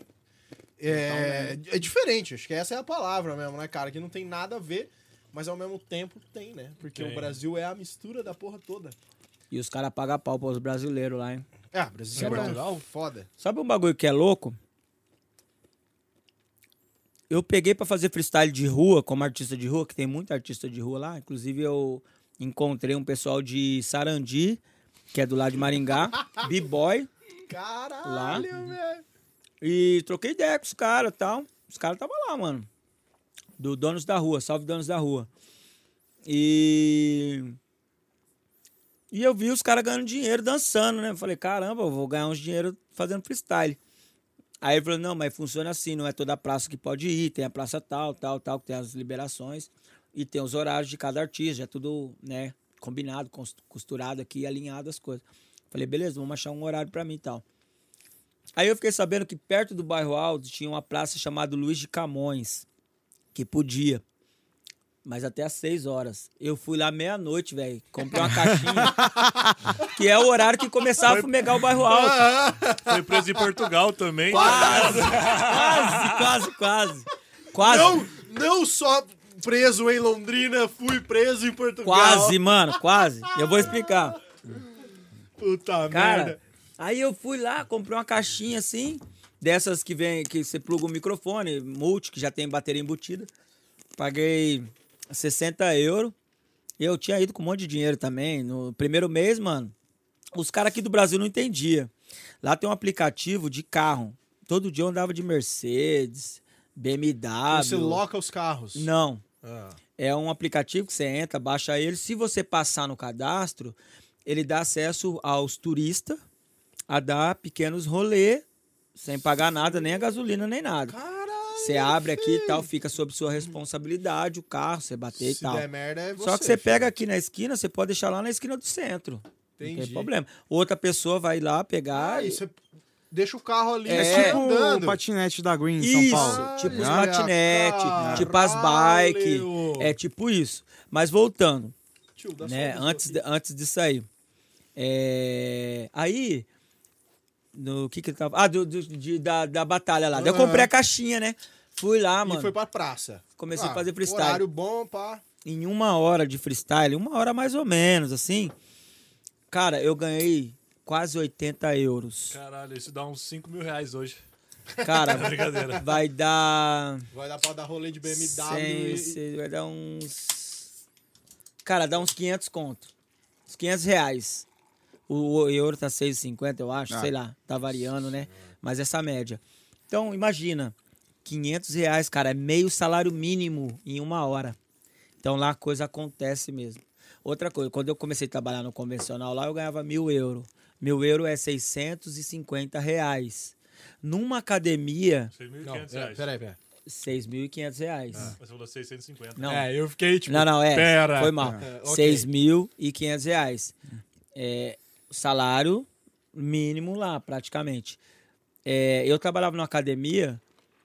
É diferente, acho que essa é a palavra mesmo, né, cara? Que não tem nada a ver, mas ao mesmo tempo tem, né? Porque Tem. o Brasil é a mistura da porra toda. E os caras pagam pau pros brasileiros lá, hein? O Brasil É é Portugal? foda. Sabe um bagulho que é louco? Eu peguei pra fazer freestyle de rua, como artista de rua, que tem muita artista de rua lá. Inclusive, eu encontrei um pessoal de Sarandi, que é do lado de Maringá, B-Boy, Caralho, velho. e troquei ideia com os caras e tal. Os caras estavam lá, mano. Do Donos da Rua, salve Donos da Rua. E eu vi os caras ganhando dinheiro dançando, né? Eu falei, caramba, eu vou ganhar uns dinheiro fazendo freestyle. Aí ele falou, não, mas funciona assim, não é toda praça que pode ir, tem a praça tal, que tem as liberações e tem os horários de cada artista, é tudo, né, combinado, costurado aqui, alinhado as coisas. Falei, beleza, vamos achar um horário pra mim e tal. Aí eu fiquei sabendo que perto do bairro Alto tinha uma praça chamada Luiz de Camões, que podia, mas até às 6 horas. Eu fui lá meia-noite, velho, comprei uma caixinha, que é o horário que começava a fumegar o bairro Alto. Foi preso em Portugal também. Quase. Não só preso em Londrina, fui preso em Portugal. Quase, mano, quase. Eu vou explicar. Puta Cara, merda. aí eu fui lá, comprei uma caixinha assim, dessas que você pluga o microfone, multi, que já tem bateria embutida. Paguei 60 €. Eu tinha ido com um monte de dinheiro também. No primeiro mês, mano, os caras aqui do Brasil não entendiam. Lá tem um aplicativo de carro. Todo dia eu andava de Mercedes, BMW. Você loca os carros. Não. Ah. É um aplicativo que você entra, baixa ele. Se você passar no cadastro, ele dá acesso aos turistas a dar pequenos rolês, sem pagar nada, nem a gasolina, nem nada. Caralho, Você abre aqui e filho. tal, fica sob sua responsabilidade, o carro, você bater e Se tal. der merda, é você. Só que você filho. pega aqui na esquina, você pode deixar lá na esquina do centro. Não Entendi. tem problema. Outra pessoa vai lá pegar Aí você deixa o carro ali É. Tipo andando. o patinete da Green em Isso, São Paulo. tipo os Olha, patinetes, tipo as caralho. bikes. É tipo isso. Mas voltando, Tio, dá né? só um Antes disso aí. Aí, no que ele tava... Ah, da batalha lá. Daí eu comprei a caixinha, né? Fui lá, E mano. foi pra praça. Comecei a fazer freestyle. Horário bom, pá. Em 1 hora de freestyle, 1 hora mais ou menos, assim. Cara, eu ganhei quase 80 euros. Caralho, isso dá uns 5 mil reais hoje. Cara, Brincadeira. vai dar... Vai dar pra dar rolê de BMW Vai dar uns... Cara, dá uns 500 conto. Uns 500 reais. O euro tá 6,50, eu acho. Sei lá, tá variando, né? Mas essa média. Então, imagina. 500 reais, cara, é meio salário mínimo em 1 hora. Então, lá a coisa acontece mesmo. Outra coisa, quando eu comecei a trabalhar no convencional lá, eu ganhava 1.000 euros. 1.000 euros é 650 reais. Numa academia, 6.500 reais. Peraí. 6.500 reais. Mas você falou 650. Não, Eu fiquei tipo... Não, Pera. foi mal. Ok. 6.500 reais. Salário mínimo lá, praticamente. Eu trabalhava numa academia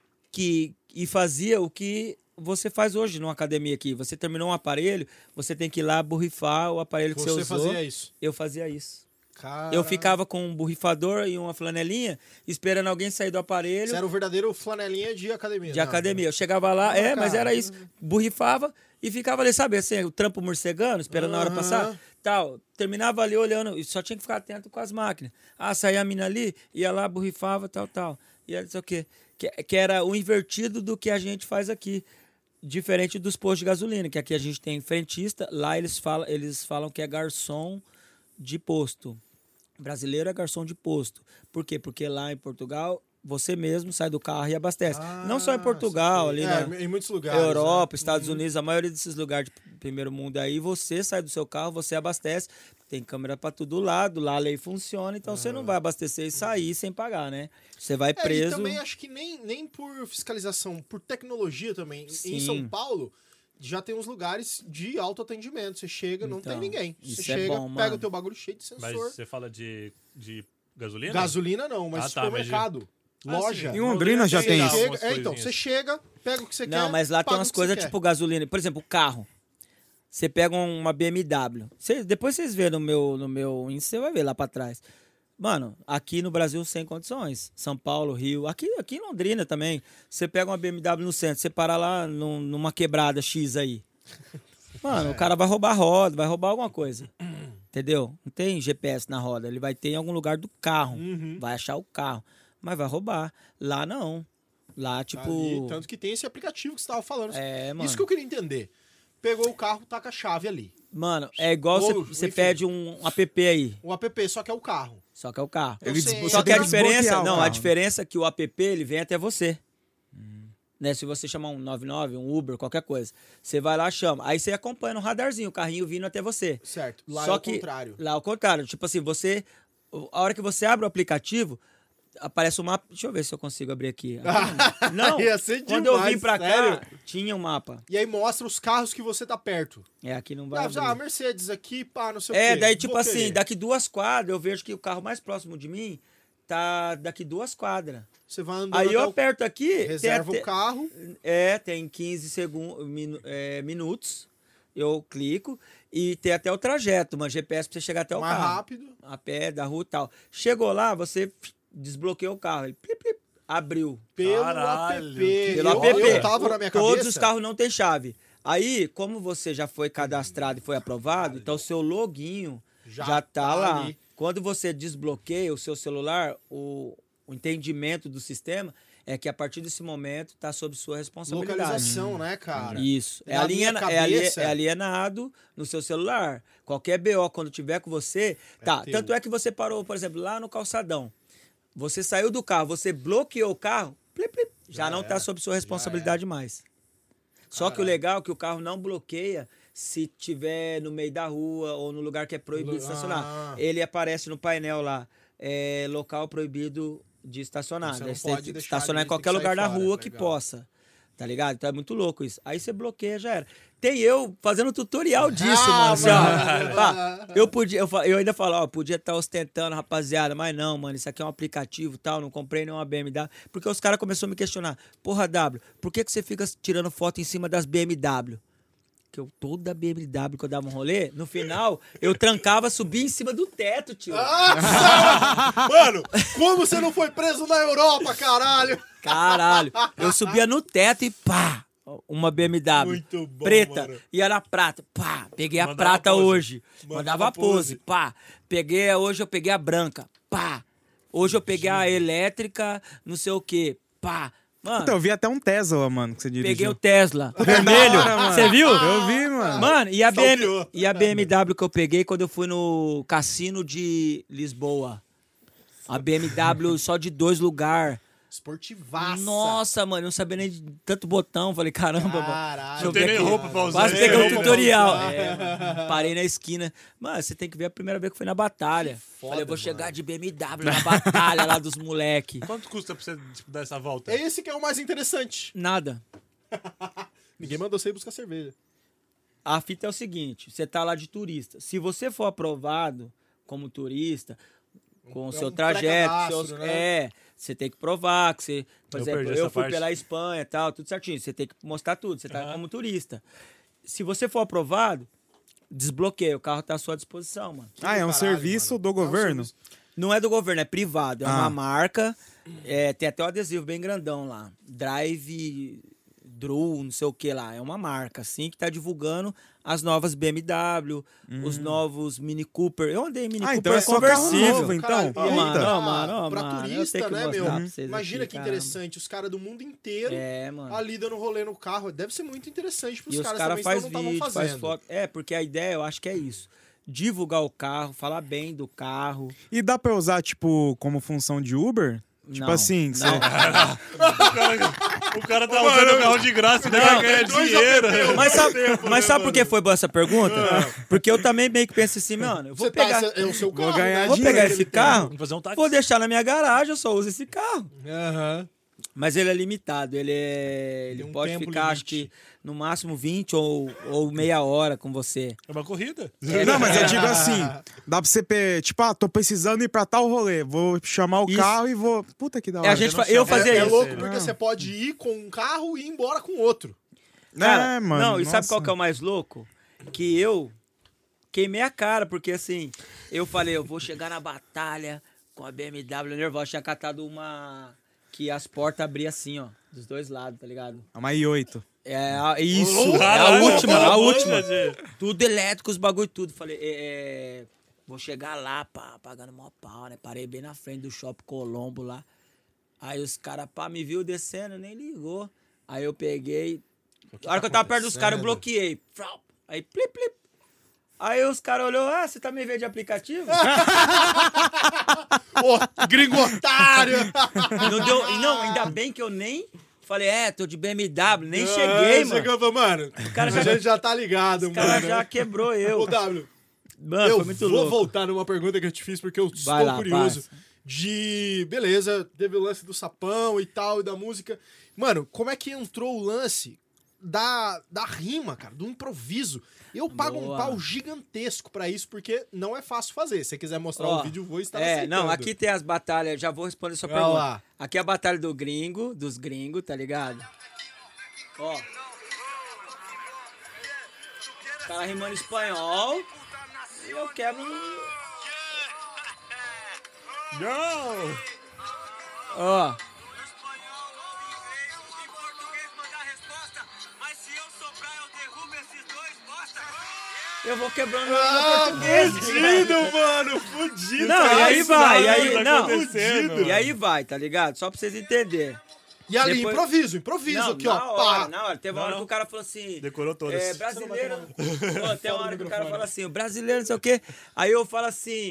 e fazia o que você faz hoje numa academia aqui. Você terminou um aparelho, você tem que ir lá borrifar o aparelho que você usou. Você fazia isso. Eu fazia isso. Cara... Eu ficava com um borrifador e uma flanelinha, esperando alguém sair do aparelho. Você era o verdadeiro flanelinha de academia. De academia. Eu chegava lá, mas cara. era isso. Borrifava e ficava ali, sabe, assim, o trampo morcegando, esperando a hora passar. Tal. Terminava ali olhando, e só tinha que ficar atento com as máquinas. Saía a mina ali, ia lá, borrifava, tal. E era não sei o quê. Que era o invertido do que a gente faz aqui. Diferente dos postos de gasolina, que aqui a gente tem frentista, lá eles falam que é garçom de posto. Brasileiro é garçom de posto. Por quê? Porque lá em Portugal, você mesmo sai do carro e abastece. Não só em Portugal, ali em muitos lugares. Europa, né? Estados Unidos, a maioria desses lugares de primeiro mundo aí, você sai do seu carro, você abastece. Tem câmera para todo lado, lá a lei funciona, então você não vai abastecer e sair sem pagar, né? Você vai preso. E também acho que nem por fiscalização, por tecnologia também. Sim. Em São Paulo, já tem uns lugares de autoatendimento. Você chega, não tem Então, ninguém. isso Você é chega, bom, pega mano. o teu bagulho cheio de sensor. Mas você fala de gasolina? Gasolina não, mas tá, supermercado. Loja. sim. Em Londrina já Você tem Legal, isso. umas chega, então, coisinhas. você chega, pega o que você quer. Não, mas lá tem paga umas o que coisas você tipo gasolina. Por exemplo, o carro. Você pega uma BMW. Depois vocês verem no meu Insta, você vai ver lá pra trás. Mano, aqui no Brasil sem condições. São Paulo, Rio, aqui em Londrina também. Você pega uma BMW no centro, você para lá numa quebrada X aí. Mano, o cara vai roubar a roda, vai roubar alguma coisa. Entendeu? Não tem GPS na roda. Ele vai ter em algum lugar do carro. Vai achar o carro. Mas vai roubar. Lá não. Lá, tipo... Ali, tanto que tem esse aplicativo que você tava falando. mano. Isso que eu queria entender. Pegou o carro, taca a chave ali. Mano, é igual Ou, você enfim. pede um app aí. O app, só que é o carro. Só que é o carro. Eu sei. Só Você que tem a que diferença, desbloquear o não, a carro. diferença é que o app ele vem até você. Né? Se você chamar um 99, um Uber, qualquer coisa, você vai lá, chama. Aí você acompanha no radarzinho, o carrinho vindo até você. Certo. Lá Só é o que contrário. Lá é o contrário. Tipo assim, a hora que você abre o aplicativo, aparece o mapa. Deixa eu ver se eu consigo abrir aqui. Não, Ia ser quando eu vim demais, pra sério. cá, tinha um mapa. E aí mostra os carros que você tá perto. Aqui não vai abrir. Mercedes aqui, pá, não sei o quê. Daí tipo Vou assim, querer. daqui 2 quadras, eu vejo que o carro mais próximo de mim tá daqui 2 quadras. Você vai andando, Aí eu até o- aperto aqui, reserva tem o carro. tem 15 minutos, eu clico e tem até o trajeto, uma GPS pra você chegar até o mais carro. rápido. A pé, da rua e tal. Chegou lá, você desbloqueia o carro, ele abriu. Pelo Caralho, app. que Pelo eu, app. eu tava na minha Todos cabeça. os carros não têm chave. Aí, como você já foi cadastrado e foi aprovado, então seu loginho já tá lá. ali. Quando você desbloqueia o seu celular, o entendimento do sistema é que a partir desse momento tá sob sua responsabilidade. Localização, né, cara? Isso. Na minha cabeça- É alienado no seu celular. Qualquer BO, quando tiver com você... Tá, teu. tanto é que você parou, por exemplo, lá no calçadão. Você saiu do carro, você bloqueou o carro, já não tá sob sua responsabilidade mais. Só que o legal é que o carro não bloqueia se tiver no meio da rua ou no lugar que é proibido de estacionar. Ele aparece no painel lá, local proibido de estacionar. Você Né? não Você pode tem que deixar estacionar ali, em qualquer tem que sair lugar da fora. rua que Legal. possa. Tá ligado? Então é muito louco isso. Aí você bloqueia, já era. Tem eu fazendo tutorial disso, mano. Assim, ó, pá, eu ainda falo, ó, podia estar ostentando, rapaziada, mas não, mano, isso aqui é um aplicativo e tal, não comprei nenhuma BMW. Porque os caras começaram a me questionar, porra, W, por que você fica tirando foto em cima das BMW? Que toda BMW que eu dava um rolê, no final, eu trancava, subia em cima do teto, tio. Mano, como você não foi preso na Europa, caralho? Caralho, eu subia no teto e pá, uma BMW Muito bom, preta, mano. ia na prata, pá, peguei a Mandava prata pose. hoje, Mandava mandava pose, pose. pá, hoje eu peguei a branca, pá, hoje eu peguei a elétrica, não sei o que, pá, mano, Então, eu vi até um Tesla, mano, que você dirigiu. peguei o Tesla, vermelho, você viu? Eu vi, mano. Mano, e a Salteou. BMW que eu peguei quando eu fui no cassino de Lisboa, a BMW só de 2 lugares. Esportivaça. Nossa, mano, eu não sabia nem de tanto botão. Falei, caramba, mano. Caralho. Deixa eu Não tem ver nem aqui. roupa pra usar. Quase né? peguei um Roupa pra tutorial. usar. Mano, parei na esquina. Mano, você tem que ver a primeira vez que foi na batalha. foda, Falei, eu vou mano. chegar de BMW na batalha lá dos moleque. Quanto custa pra você tipo, dar essa volta? É esse que é o mais interessante. Nada. Ninguém mandou você ir buscar cerveja. A fita é o seguinte, você tá lá de turista. Se você for aprovado como turista, com o É seu um trajeto, pré-cadastro, né? você tem que provar que você, por Eu exemplo, perdi eu essa fui parte. pela Espanha e tal, tudo certinho. Você tem que mostrar tudo, você tá como turista. Se você for aprovado, desbloqueia, o carro tá à sua disposição, mano. Ah, é um Caralho, serviço mano. do É um governo? serviço. Não é do governo, é privado, é Ah. uma marca, tem até um adesivo bem grandão lá, Drive Drew, não sei o que lá, é uma marca assim que tá divulgando as novas BMW, os novos Mini Cooper. Eu andei em Mini Ah, Cooper então é só carro conversível. novo, então. Caralho, Ó, mano, eita. ó, mano, ó, Pra mano, eu turista, tenho que né, mostrar meu? pra vocês Imagina aqui, que caramba. interessante. Os caras do mundo inteiro Mano. ali dando rolê no carro. Deve ser muito interessante pros E os caras caras também, fazem senão não vídeo, estavam faz fazendo. foto. Porque a ideia, eu acho que é isso. Divulgar o carro, falar bem do carro. E dá pra usar, tipo, como função de Uber? Tipo Não, assim, não. O cara tá usando o carro de graça e vai ganhar dinheiro. Mas sabe por que foi boa essa pergunta? Porque eu também meio que penso assim, mano, eu vou Você pegar... é o seu carro, ganhar né? Vou pegar dinheiro esse Ele tem. carro, Vamos fazer um táxi. vou deixar na minha garagem, eu só uso esse carro. Aham. Mas ele é limitado, ele Tem um pode tempo ficar, acho limite. que no máximo 20 ou meia hora com você. É uma corrida. Não, mas eu digo assim, dá pra você, tipo, tô precisando ir pra tal rolê, vou chamar o Isso. carro e vou... Puta que da É, hora. a gente não sei, eu é- fazia É isso. louco porque você pode ir com um carro e ir embora com outro. Cara, mano, não, e sabe qual nossa. que é o mais louco? Que eu queimei a cara, porque assim, eu falei, eu vou chegar na batalha com a BMW nervosa. Tinha catado uma que as portas abriam assim, ó, dos dois lados, tá ligado? É uma i8. Isso, é a Caralho, última, a pelo última. amor de Deus. Tudo elétrico, os bagulho tudo. Falei, vou chegar lá, pá, pagando mó pau, né? Parei bem na frente do Shopping Colombo lá. Aí os caras, pá, me viu descendo, nem ligou. Aí eu peguei. Na hora que eu tava perto dos caras, eu bloqueei. Frau. Aí, plip, plip. Aí os caras olhou, você tá me vendo de aplicativo? Ô, gringo otário! Não deu, não, ainda bem que eu nem falei, tô de BMW, nem cheguei, mano. Chegou e falou, mano, cara a já- gente já tá ligado, O cara mano. já quebrou eu. Ô, W, Mano, eu foi muito vou louco. voltar numa pergunta que eu te fiz, porque eu Vai estou lá, curioso. passa. Beleza, teve o lance do sapão e tal, e da música. Mano, como é que entrou o lance da rima, cara, do improviso? Eu pago um Boa. pau gigantesco pra isso, porque não é fácil fazer. Se você quiser mostrar Ó, o vídeo, eu vou estar aceitando. não, aqui tem as batalhas, já vou responder sua Vai pergunta. lá. Aqui é a batalha dos gringos, tá ligado? Ó. O cara rimando espanhol. E eu quebro. Não! Ó. Eu vou quebrando no português. Fudido, mano, fudido. Não, e aí Isso não vai, e tá aí. Não, acontecendo. e aí vai, tá ligado? Só pra vocês entenderem. E ali, Depois- improviso Não, aqui, ó. na hora, Pá. na hora. Teve uma Não, hora não. que o cara falou assim... Decorou todas. Brasileiro... Pô, tem uma hora que o cara fala assim, o brasileiro não sei o quê. Aí eu falo assim...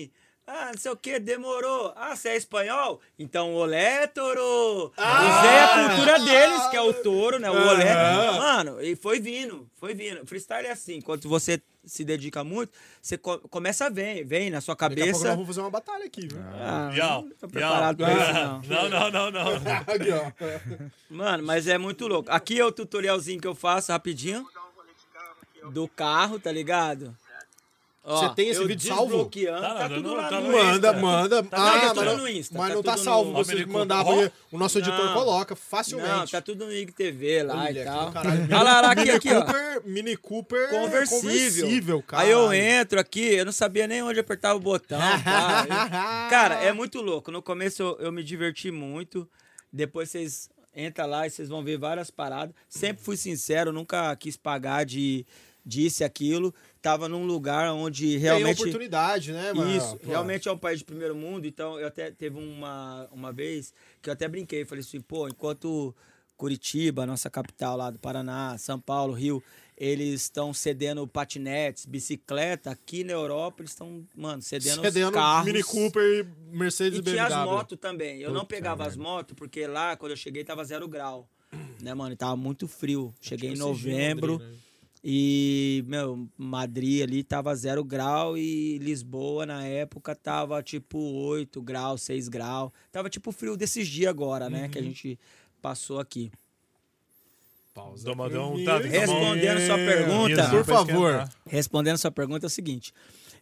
Ah, não sei o que, demorou. Ah, você é espanhol? Então, olé, toro. Usei a cultura deles, que é o touro, né? O olé. Mano, e foi vindo. Freestyle é assim, quando você se dedica muito, você começa a vem na sua Daqui a pouco cabeça. nós vamos fazer uma batalha aqui, viu? Não tô preparado pra isso, não. Não. Aqui, ó. Mano, mas é muito louco. Aqui é o tutorialzinho que eu faço rapidinho. Do carro, tá ligado? Ó, Você tem esse vídeo salvo? Desbloqueando, Tá, tá não, tudo não, lá tá no no Insta. Manda. Tá tudo mas no Insta, mas tá não tá tudo salvo. no- Você Americano. mandar, Ó. o nosso editor Não. coloca facilmente. Não, tá tudo no IGTV lá Olha e aqui, tal. caralho. Olha lá, aqui, ó. Mini Cooper Conversível. cara. Aí eu entro aqui, eu não sabia nem onde apertava o botão. Pá. Cara, é muito louco. No começo eu me diverti muito. Depois vocês entram lá e vocês vão ver várias paradas. Sempre fui sincero, nunca quis pagar de disse aquilo. Tava num lugar onde Tem realmente... oportunidade, né, mano? Isso, Pô. realmente é um país de primeiro mundo, então eu até teve uma vez que eu até brinquei, falei assim, pô, enquanto Curitiba, nossa capital lá do Paraná, São Paulo, Rio, eles estão cedendo patinetes, bicicleta, aqui na Europa eles estão, mano, cedendo os carros. Mini Cooper e Mercedes E BMW. tinha as motos também. Eu não pegava as motos porque lá, quando eu cheguei, tava 0 grau, né, mano, e tava muito frio. Cheguei em novembro. Madrid, né? E, meu, Madrid ali tava 0 grau e Lisboa, na época, tava tipo 8 graus, 6 graus. Tava tipo frio desses dias agora, né? Que a gente passou aqui. Pausa. Tomadão, Respondendo sua pergunta. Por favor. Respondendo sua pergunta é o seguinte.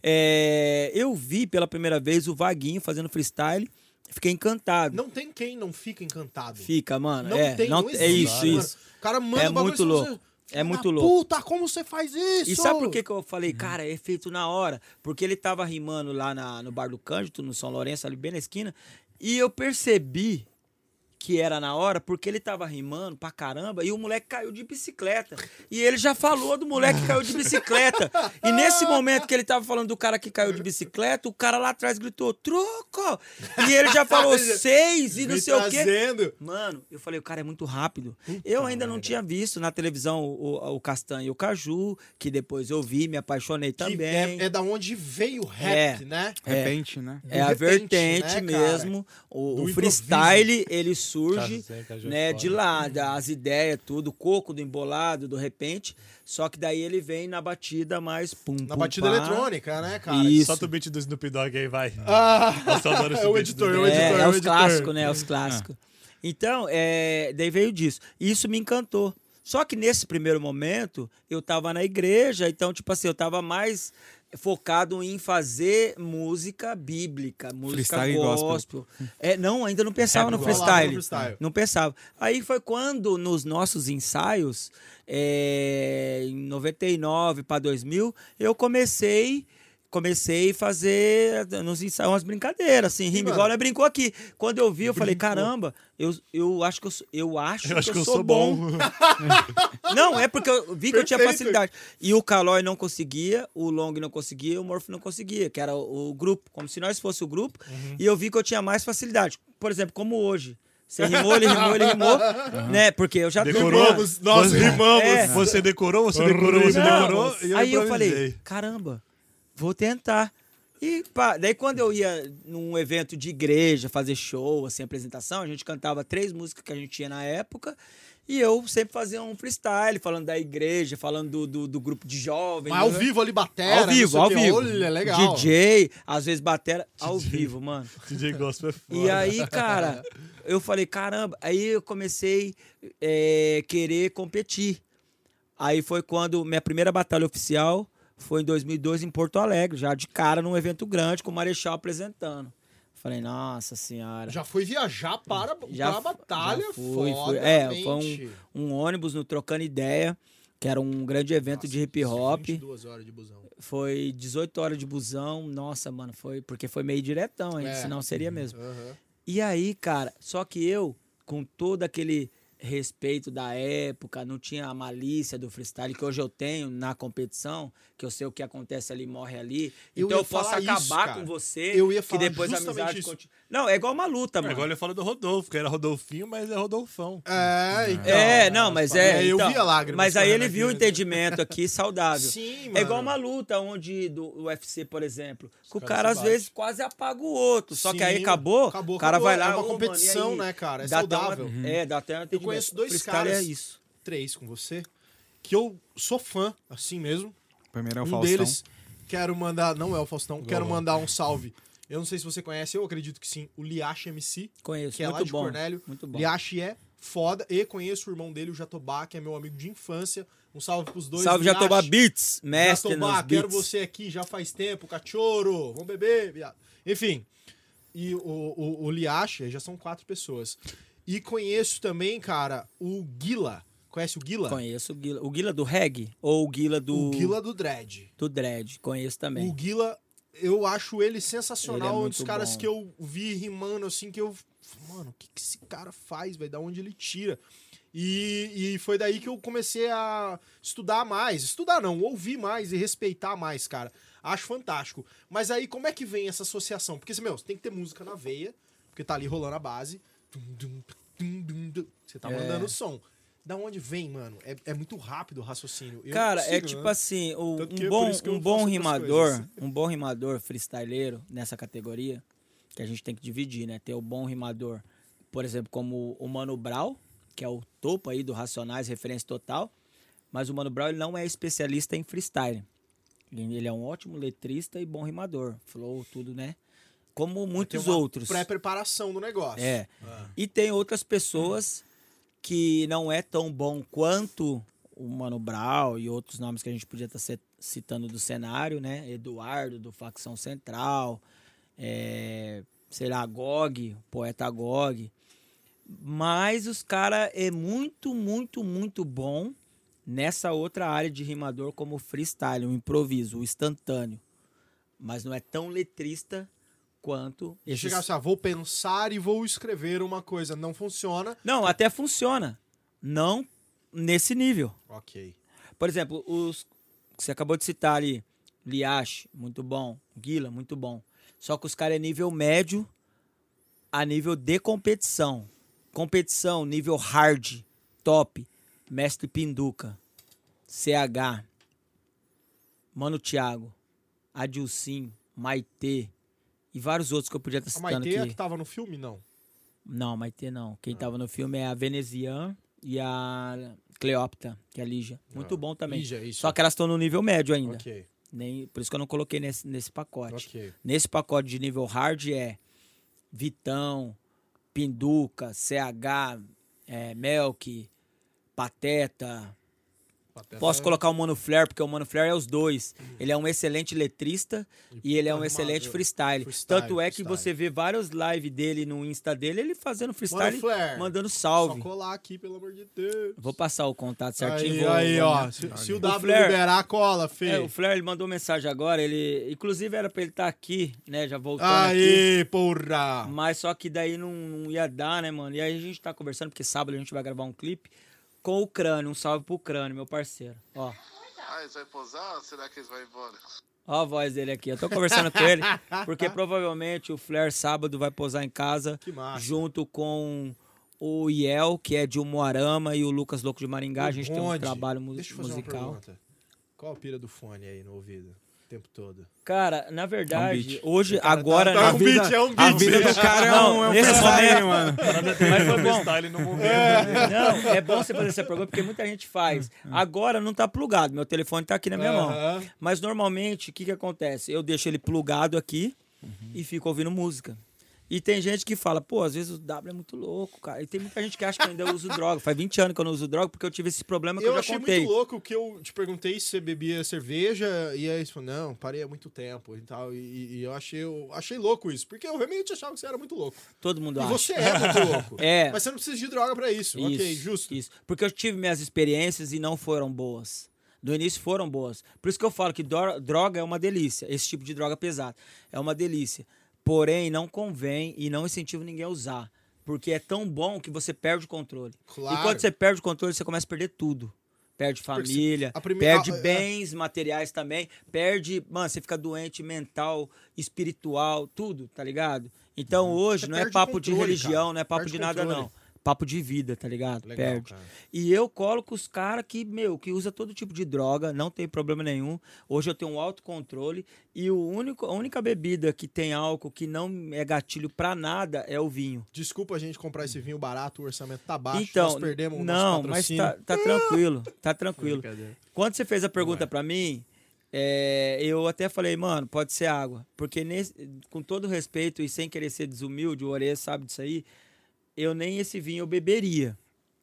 Eu vi pela primeira vez o Vaguinho fazendo freestyle. Fiquei encantado. Não tem quem não fica encantado. Fica, mano. Não tem, não, não é existe, isso, mano. isso. O cara manda É o bagulho muito e louco. você, É muito "Filho da louco. Puta, como você faz isso? E sabe por que eu falei, cara, é feito na hora? Porque ele tava rimando lá no Bar do Cândido, no São Lourenço, ali bem na esquina, e eu percebi que era na hora, porque ele tava rimando pra caramba e o moleque caiu de bicicleta. E ele já falou do moleque que caiu de bicicleta. E nesse momento que ele tava falando do cara que caiu de bicicleta, o cara lá atrás gritou, troco! E ele já falou 6 e não Vem sei o quê. trazendo. Mano, eu falei, o cara é muito rápido. Eu ainda não tinha visto na televisão o Castanho e o Caju, que depois eu vi, me apaixonei Que também. é da onde veio o rap, né? Repente, né? É a repente, vertente né, cara? mesmo. Do O freestyle, ele surge, Caju né, é de foda. lá, das ideias, tudo, o coco do embolado, do repente. Só que daí ele vem na batida mais pum, Na pum, batida pá. eletrônica, né, cara? Isso. Solta o beat do Snoop Dogg aí, vai. Ah, Nossa, eu adoro esse é o beat editor, do é o editor. É o os editor. clássicos, né? Os clássicos. Então, daí veio disso. E isso me encantou. Só que nesse primeiro momento, eu tava na igreja, então, tipo assim, eu tava mais focado em fazer música bíblica, música Freestyle e gospel. Não, ainda não pensava no Rolava freestyle. no freestyle. Não pensava. Aí foi quando, nos nossos ensaios, em 99 para 2000, eu comecei a fazer nos ensaios umas brincadeiras, assim, rima mano, igual ela brincou aqui. Quando eu vi, eu falei, caramba, eu acho que eu sou bom. Não, é porque eu vi que eu tinha Perfeito. facilidade. E o Calói não conseguia, o Long não conseguia, o Morph não conseguia, que era o grupo, como se nós fosse o grupo, e eu vi que eu tinha mais facilidade. Por exemplo, como hoje. Você rimou, ele rimou, né? Porque eu já Decorou? Rimamos, nós rimamos. Você decorou, você decorou. E Aí eu improvisei. falei, caramba, vou tentar. E pá, daí quando eu ia num evento de igreja, fazer show, assim, apresentação, a gente cantava 3 músicas que a gente tinha na época, e eu sempre fazia um freestyle, falando da igreja, falando do grupo de jovens. Mas ao né? vivo ali, batera. Ao vivo, não ao sei o quê. vivo. Olha, legal. DJ, às vezes batera ao vivo, mano. DJ Gospel é foda. E aí, cara, eu falei, caramba. Aí eu comecei a querer competir. Aí foi quando minha primeira batalha oficial foi em 2002 em Porto Alegre, já de cara num evento grande com o Marechal apresentando. Falei, nossa senhora. Já foi viajar para a batalha, já fui. fodamente. Foi um ônibus no Trocando Ideia, que era um grande evento de hip hop. 22 horas de busão. Foi 18 horas de busão. Nossa, mano, porque foi meio diretão, hein? Senão seria mesmo. Aham. E aí, cara, só que eu, com todo aquele respeito da época, não tinha a malícia do freestyle que hoje eu tenho na competição, que eu sei o que acontece ali, morre ali. Então eu posso acabar com você, eu ia falar que depois a amizade continua. Não, é igual uma luta, mano. Agora ele fala do Rodolfo, que era Rodolfinho, mas é Rodolfão. Então. Mas é. Eu então, vi a lágrima. Mas aí ele viu o entendimento aqui saudável. Sim, mano. É igual uma luta onde do UFC, por exemplo, que o cara às vezes quase apaga o outro. Só que aí acabou, o cara vai lá. É uma competição, né, cara? É saudável. Dá até um Eu conheço 2 caras, é isso. 3 com você, que eu sou fã, assim mesmo. Primeiro é o Um Faustão. deles, quero mandar... Não é o Faustão. Quero mandar um salve. Eu não sei se você conhece, eu acredito que sim. O Liache MC. Conheço, que é lá de Cornélio. Muito bom. Liache é foda. E conheço o irmão dele, o Jatobá, que é meu amigo de infância. Um salve pros dois. Salve, Liache. Jatobá Beats, mestre Jatobá, nos beats. quero você aqui já faz tempo, cachorro. Vamos beber, viado. Enfim. E o Liache, já são 4 pessoas. E conheço também, cara, o Guila. Conhece o Guila? Conheço o Guila. O Guila do reggae ou o Guila do... O Guila do Dread. Do Dread, conheço também. O Guila, eu acho ele sensacional. Ele é um dos caras bom. que eu vi rimando assim, que eu... Mano, o que esse cara faz, velho? Da onde ele tira? E foi daí que eu comecei a estudar mais. Estudar não, ouvir mais e respeitar mais, cara. Acho fantástico. Mas aí, como é que vem essa associação? Porque, meu, você tem que ter música na veia, porque tá ali rolando a base. Você tá mandando o som. Da onde vem, mano? É muito rápido o raciocínio. Cara, é tipo assim, um bom rimador freestyleiro nessa categoria, que a gente tem que dividir, né? Ter o bom rimador, por exemplo, como o Mano Brown, que é o topo aí do Racionais, referência total, mas o Mano Brown ele não é especialista em freestyle. Ele é um ótimo letrista e bom rimador. Flow, tudo, né? Como muitos outros. Pré-preparação do negócio. E tem outras pessoas que não é tão bom quanto o Mano Brown e outros nomes que a gente podia estar citando do cenário, né? Eduardo, do Facção Central, sei lá, Gog, poeta Gog. Mas os caras é muito, muito, muito bom nessa outra área de rimador como o freestyle, o improviso, o instantâneo. Mas não é tão letrista quanto... Chegar assim, vou pensar e vou escrever uma coisa. Não funciona. Não, até funciona. Não nesse nível. Ok. Por exemplo, os que você acabou de citar ali, Liache, muito bom. Guila, muito bom. Só que os caras é nível médio a nível de competição. Competição, nível hard, top. Mestre Pinduca, CH, Mano Thiago, Adilcinho, Maitê e vários outros que eu podia estar citando aqui. A Maitê é a que tava no filme, não? Não, Maitê não. Quem tava no filme é a Venezian e a Cleópatra, que é a Lígia. Muito bom também. Lígia, isso. Só que elas estão no nível médio ainda. Ok. Por isso que eu não coloquei nesse pacote. Ok. Nesse pacote de nível hard é Vitão, Pinduca, CH, Melk, Pateta. Posso colocar o Mano Flair, porque o Mano Flair é os dois. Ele é um excelente letrista e ele é um excelente freestyle. Tanto é que você vê vários lives dele no Insta dele, ele fazendo freestyle, mandando salve. Só colar aqui, pelo amor de Deus. Vou passar o contato certinho. Aí, ó. Se o W liberar, cola, Fê. O Flair, ele mandou mensagem agora, inclusive era pra ele estar aqui, né, já voltando aqui. Aí, porra! Mas só que daí não ia dar, né, mano? E aí a gente tá conversando, porque sábado a gente vai gravar um clipe com o Crânio. Um salve pro Crânio, meu parceiro. Ó. Eles vão posar ou será que eles vão embora? Ó a voz dele aqui. Eu tô conversando com ele, porque provavelmente o Flair sábado vai posar em casa junto com o Iel, que é de Umuarama, e o Lucas Louco de Maringá. A gente tem um trabalho musical. Deixa eu fazer uma pergunta. Qual a pira do fone aí no ouvido? O tempo todo. Cara, na verdade, hoje, agora... É um beat. A vida do cara é um freestyle, mano. Mas foi bom. Freestyle no momento. Não, é bom você fazer essa pergunta, porque muita gente faz. Agora não tá plugado, meu telefone tá aqui na minha mão. Mas normalmente, o que acontece? Eu deixo ele plugado aqui e fico ouvindo música. E tem gente que fala, pô, às vezes o W é muito louco, cara. E tem muita gente que acha que eu ainda uso droga. Faz 20 anos que eu não uso droga porque eu tive esse problema que eu já contei. Eu achei muito louco que eu te perguntei se você bebia cerveja e aí você falou, não, parei há muito tempo e tal. E eu achei louco isso, porque eu realmente achava que você era muito louco. Todo mundo acha. E você é muito louco. Mas você não precisa de droga pra isso. Ok, justo. Isso, porque eu tive minhas experiências e não foram boas. No início foram boas. Por isso que eu falo que droga é uma delícia. Esse tipo de droga pesada é uma delícia. Porém, não convém e não incentivo ninguém a usar. Porque é tão bom que você perde o controle. Claro. E quando você perde o controle, você começa a perder tudo. Perde família, perde bens materiais também, perde... Mano, você fica doente mental, espiritual, tudo, tá ligado? Então hoje Você não é perde papo controle, de religião, cara. não é papo Perde de nada controle. não. Papo de vida, tá ligado? Legal, Perde. cara. E eu colo com os caras que, que usa todo tipo de droga, não tem problema nenhum. Hoje eu tenho um autocontrole e a única bebida que tem álcool, que não é gatilho pra nada, é o vinho. Desculpa a gente comprar esse vinho barato, o orçamento tá baixo, Então, nós perdemos o não, nosso mas patrocínio. tá tranquilo, tá tranquilo. Brincadeira. Quando você fez a pergunta pra mim, eu até falei, mano, pode ser água. Porque com todo respeito e sem querer ser desumilde, o Orê sabe disso aí, eu nem esse vinho eu beberia.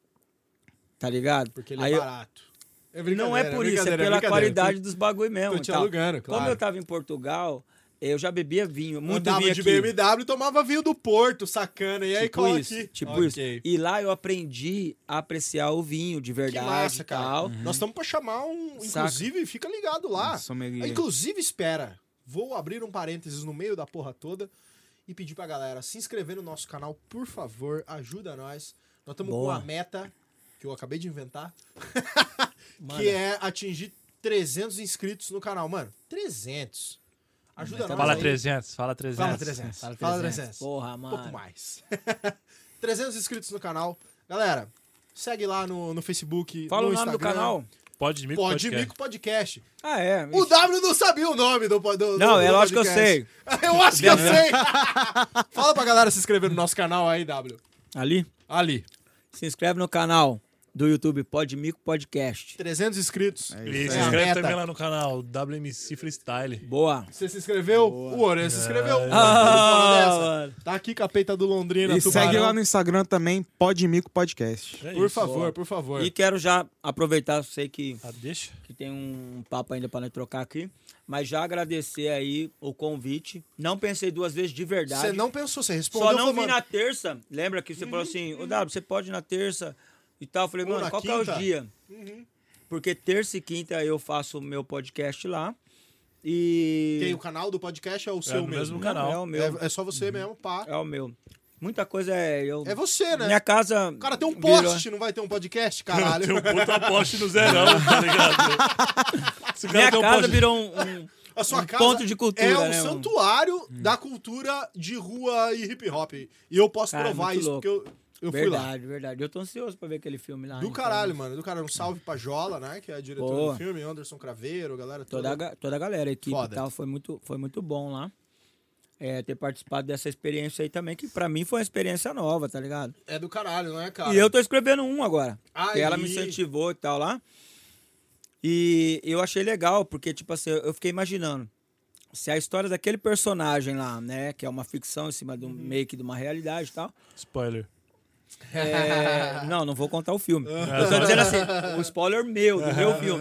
Tá ligado? Porque ele Aí é eu- barato. não é por isso, é pela qualidade dos bagulho mesmo. Tô te e tal. alugando, claro. Como eu tava em Portugal, eu já bebia vinho, muito Andava vinho de aqui. BMW e tomava vinho do Porto, sacana. E aí cola isso, aqui. tipo Ok. isso. E lá eu aprendi a apreciar o vinho de Que verdade massa, e cara. tal. Nós estamos pra chamar um... Saca. Inclusive, fica ligado lá. Sommelier. Inclusive, espera. Vou abrir um parênteses no meio da porra toda e pedir pra galera se inscrever no nosso canal, por favor. Ajuda nós. Nós estamos com Boa. uma meta que eu acabei de inventar, Mano, que é atingir 300 inscritos no canal. Mano, 300. Ajuda nós Fala aí. 300, fala 300. Fala 300. Fala 300. Porra, Um mano. pouco mais. 300 inscritos no canal. Galera, segue lá no Facebook, Fala no o nome Instagram. do canal. Pode me Pode Mico Podcast. Ah, é. O W não sabia o nome do Não, é do lógico que eu podcast. sei. Eu acho que eu sei. Fala pra galera se inscrever no nosso canal aí, W. Ali, Ali. se inscreve no canal do YouTube Pode Mico Podcast. 300 inscritos. É E isso se É a inscreve meta. também lá no canal WMC Freestyle. Boa. Você se inscreveu? O Orê se inscreveu. Ah, Dessa. mano. Tá aqui, capeta do Londrina, E Tubarão. segue lá no Instagram também, Podmico Podcast. É Por isso. favor, Boa. por favor. E quero já aproveitar, sei que Ah, deixa. tem um papo ainda pra nós trocar aqui, mas já agradecer aí o convite. Não pensei duas vezes de verdade. Você não pensou, você respondeu. Só não falou, vi mano, na terça. Lembra que você falou assim, ô W, você pode ir na terça e tal. Eu falei, Ou mano, na qual que é quinta. o dia? Porque terça e quinta eu faço o meu podcast lá. E. Tem o canal do podcast, é o seu no mesmo. mesmo Não, canal. é o meu. É só você mesmo, pá. É o meu. Muita coisa é. É você, né? Minha casa. O cara tem um virou- post, não vai ter um podcast, caralho. Tem um puta poste no zerão, tá ligado? Se o cara Minha tem um casa poste- virou um A sua um casa ponto de cultura, é um né, santuário da cultura de rua e hip hop. E eu posso Cara, provar muito isso, louco. porque eu fui lá. Verdade, verdade. Eu tô ansioso pra ver aquele filme lá. Do então. caralho, mano. Do caralho. Um salve pra Jola, né? Que é a diretora Boa. do filme. Anderson Craveiro, galera Toda a galera, a equipe Foda. e tal, foi muito bom lá. Ter participado dessa experiência aí também, que pra mim foi uma experiência nova, tá ligado? É do caralho, não é, cara? E eu tô escrevendo um agora. Aí. Que ela me incentivou e tal lá. E eu achei legal, porque, tipo assim, eu fiquei imaginando. Se a história daquele personagem lá, né, que é uma ficção em cima de um meio que de uma realidade e tal. Spoiler. Não vou contar o filme. Eu tô dizendo assim, o spoiler meu, do meu filme.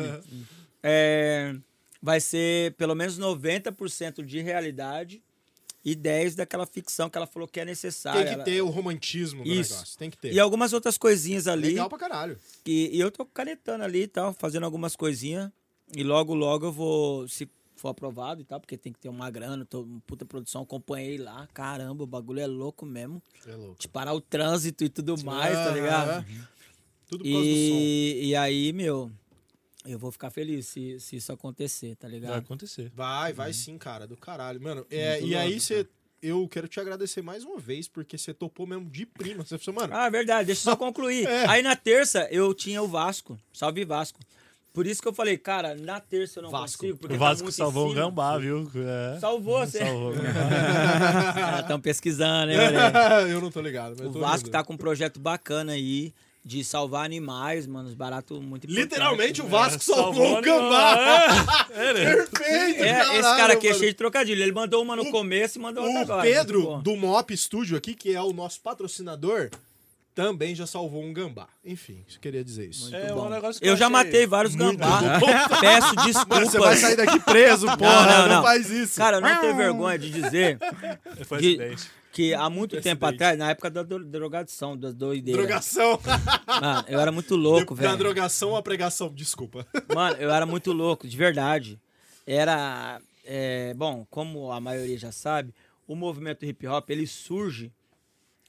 Vai ser pelo menos 90% de realidade e 10% daquela ficção que ela falou que é necessária. Tem que ter o romantismo do Isso. negócio. Tem que ter. E algumas outras coisinhas ali. Legal pra caralho. E eu tô canetando ali e tal, fazendo algumas coisinhas. E logo eu vou, se for aprovado e tal, porque tem que ter uma grana, uma puta produção, acompanhei lá. Caramba, o bagulho é louco mesmo. É louco. De parar o trânsito e tudo mais, tá ligado? Tudo por causa do som. E aí, meu, eu vou ficar feliz se isso acontecer, tá Vai ligado? acontecer. Vai sim, cara. Do caralho. Mano, Muito e aí louco, você... Eu quero te agradecer mais uma vez, porque você topou mesmo de prima. Você falou, mano... Ah, verdade, deixa eu só concluir. Aí na terça eu tinha o Vasco, salve Vasco. Por isso que eu falei, cara, na terça eu não Vasco. consigo, porque O tá Vasco muito em salvou o cima. Gambá, viu? É. Salvou, você. Salvou. Estão pesquisando, né, moleque? eu não tô ligado. Mas eu O tô Vasco rindo. tá com um projeto bacana aí de salvar animais, mano, os baratos muito importantes. Literalmente, o Vasco salvou Salvou o Gambá. Perfeito, Esse cara aqui é mano. cheio de trocadilho. Ele mandou uma no começo e mandou outra O agora. Pedro, Muito bom. do Mop Studio aqui, que é o nosso patrocinador, também já salvou um gambá. Enfim, eu queria dizer isso. Muito É bom. um negócio que Eu já achei matei vários gambá. Peço desculpas. Mano, você vai sair daqui preso, porra. Não faz isso. Cara, eu não tenho vergonha de dizer Foi de- acidente. que há muito tempo acidente. atrás, na época da drogação, das doideiras. Drogação. Mano, eu era muito louco, Da velho. drogação à pregação, desculpa. Mano, eu era muito louco, de verdade. Era... bom, como a maioria já sabe, o movimento hip hop, ele surge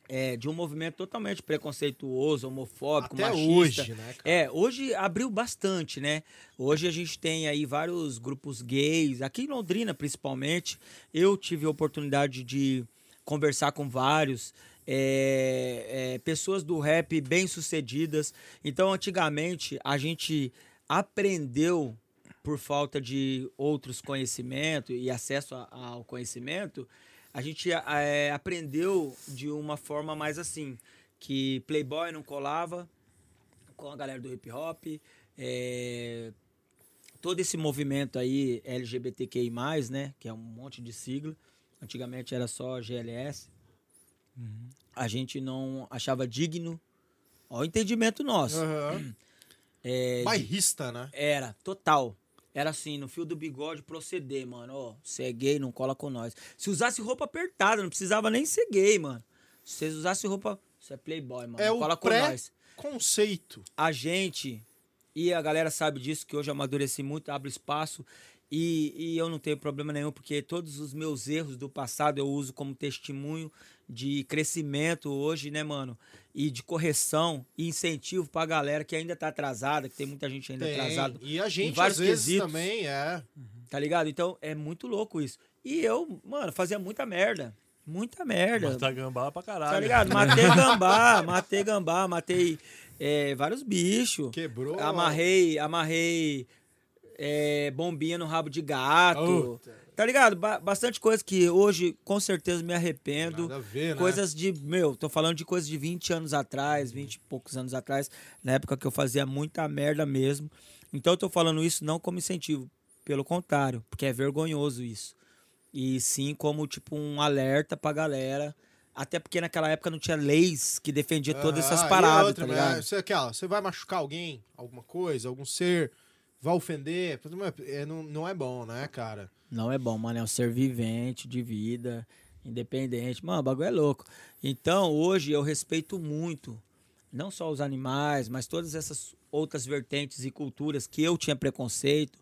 de um movimento totalmente preconceituoso, homofóbico, Até machista. hoje, né, cara? Hoje abriu bastante, né? Hoje a gente tem aí vários grupos gays, aqui em Londrina principalmente. Eu tive a oportunidade de conversar com vários, pessoas do rap bem-sucedidas. Então, antigamente, a gente aprendeu, por falta de outros conhecimentos e acesso ao conhecimento, a gente aprendeu de uma forma mais assim, que Playboy não colava com a galera do hip hop, todo esse movimento aí LGBTQI+, né, que é um monte de sigla, antigamente era só GLS, a gente não achava digno, ó, o entendimento nosso. Bairrista, né? Era, total. Era assim, no fio do bigode proceder, mano. Ó, você é gay, não cola com nós. Se usasse roupa apertada, não precisava nem ser gay, mano. Se vocês usassem roupa... Você é playboy, mano. Não cola com nós. Conceito. A gente, e a galera sabe disso, que hoje eu amadureci muito, abro espaço. E eu não tenho problema nenhum, porque todos os meus erros do passado eu uso como testemunho de crescimento hoje, né, mano? E de correção e incentivo pra galera que ainda tá atrasada, que tem muita gente ainda atrasada. E a gente, em vários às vezes, quesitos, também tá ligado? Então, é muito louco isso. E eu, mano, fazia muita merda. Muita merda. Mata gambá pra caralho. Tá ligado? Matei gambá, matei vários bichos. Quebrou. Amarrei bombinha no rabo de gato. Tá ligado? Bastante coisa que hoje, com certeza, me arrependo. Nada a ver, né? Coisas de, tô falando de coisas de 20 anos atrás, 20 e poucos anos atrás, na época que eu fazia muita merda mesmo. Então eu tô falando isso não como incentivo, pelo contrário, porque é vergonhoso isso. E sim como, tipo, um alerta pra galera. Até porque naquela época não tinha leis que defendiam todas essas paradas, tá ligado? Você vai machucar alguém, alguma coisa, algum ser, vai ofender, não é bom, né, cara? Não é bom, mano. É um ser vivente, de vida, independente. Mano, o bagulho é louco. Então, hoje eu respeito muito, não só os animais, mas todas essas outras vertentes e culturas que eu tinha preconceito.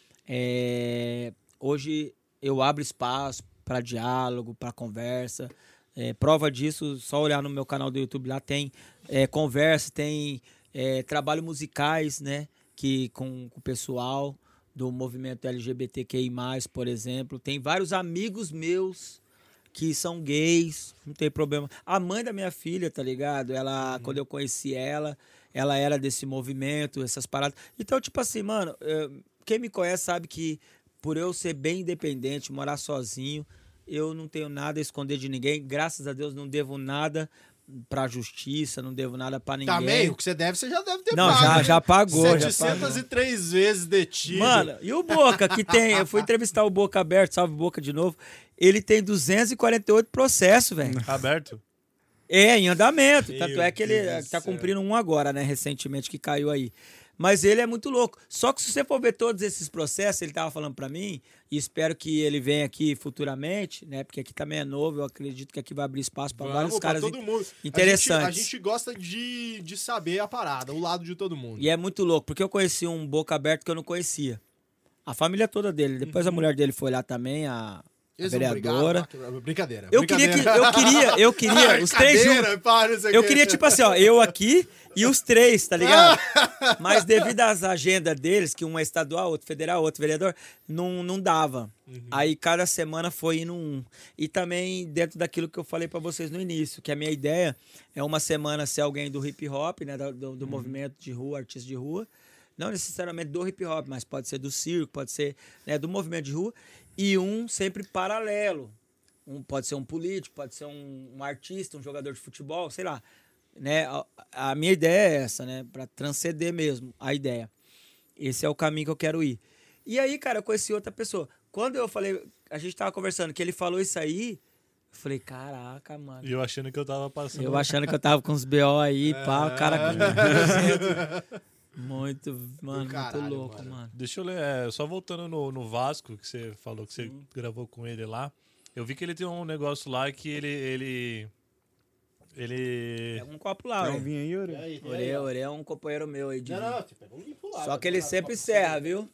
Hoje eu abro espaço para diálogo, para conversa. Prova disso, só olhar no meu canal do YouTube, lá tem conversa, tem trabalho musicais, né, que com o pessoal do movimento LGBTQI+, por exemplo. Tem vários amigos meus que são gays, não tem problema. A mãe da minha filha, tá ligado? Ela, quando eu conheci ela era desse movimento, essas paradas. Então, tipo assim, mano, quem me conhece sabe que por eu ser bem independente, morar sozinho, eu não tenho nada a esconder de ninguém. Graças a Deus, não devo nada pra justiça, não devo nada pra ninguém. Também, o que você deve, você já deve ter não, pago. Não, já pagou. 703 vezes detido. Mano, e o Boca, que tem... Eu fui entrevistar o Boca Aberto, salve Boca de novo. Ele tem 248 processos, velho. Aberto? Em andamento. Meu Tanto é que ele Deus tá do céu. cumprindo um agora, né? Recentemente, que caiu aí. Mas ele é muito louco. Só que se você for ver todos esses processos, ele tava falando pra mim, e espero que ele venha aqui futuramente, né? Porque aqui também é novo, eu acredito que aqui vai abrir espaço pra vários caras todo mundo. interessantes. A gente gosta de saber a parada, o lado de todo mundo. E é muito louco, porque eu conheci um Boca Aberto que eu não conhecia. A família toda dele. Depois a mulher dele foi lá também, a vereadora. Brincadeira. Eu queria os três juntos. Eu queria, tipo assim, ó, eu aqui e os três, tá ligado? Mas devido às agendas deles, que um é estadual, outro federal, outro vereador, não dava. Aí cada semana foi indo um. E também dentro daquilo que eu falei pra vocês no início, que a minha ideia é uma semana ser alguém do hip hop, né, do movimento de rua, artista de rua. Não necessariamente do hip hop, mas pode ser do circo, pode ser, né, do movimento de rua. E um sempre paralelo. Pode ser um político, pode ser um artista, um jogador de futebol, sei lá. Né? A minha ideia é essa, né? Pra transcender mesmo a ideia. Esse é o caminho que eu quero ir. E aí, cara, eu conheci outra pessoa. Quando eu falei, a gente tava conversando, que ele falou isso aí, eu falei, caraca, mano. E eu achando que eu tava passando. Eu achando que eu tava com os BO aí, pá, o cara com... Muito, mano, caralho, muito louco, mano. Deixa eu ler, só voltando no Vasco, que você falou que você gravou com ele lá. Eu vi que ele tem um negócio lá que ele Pega um copo lá, Tem um velho. vinho aí, Uri? Orê é um companheiro meu aí de Não, você pega um limpo lá. Só que ele sempre serra, viu?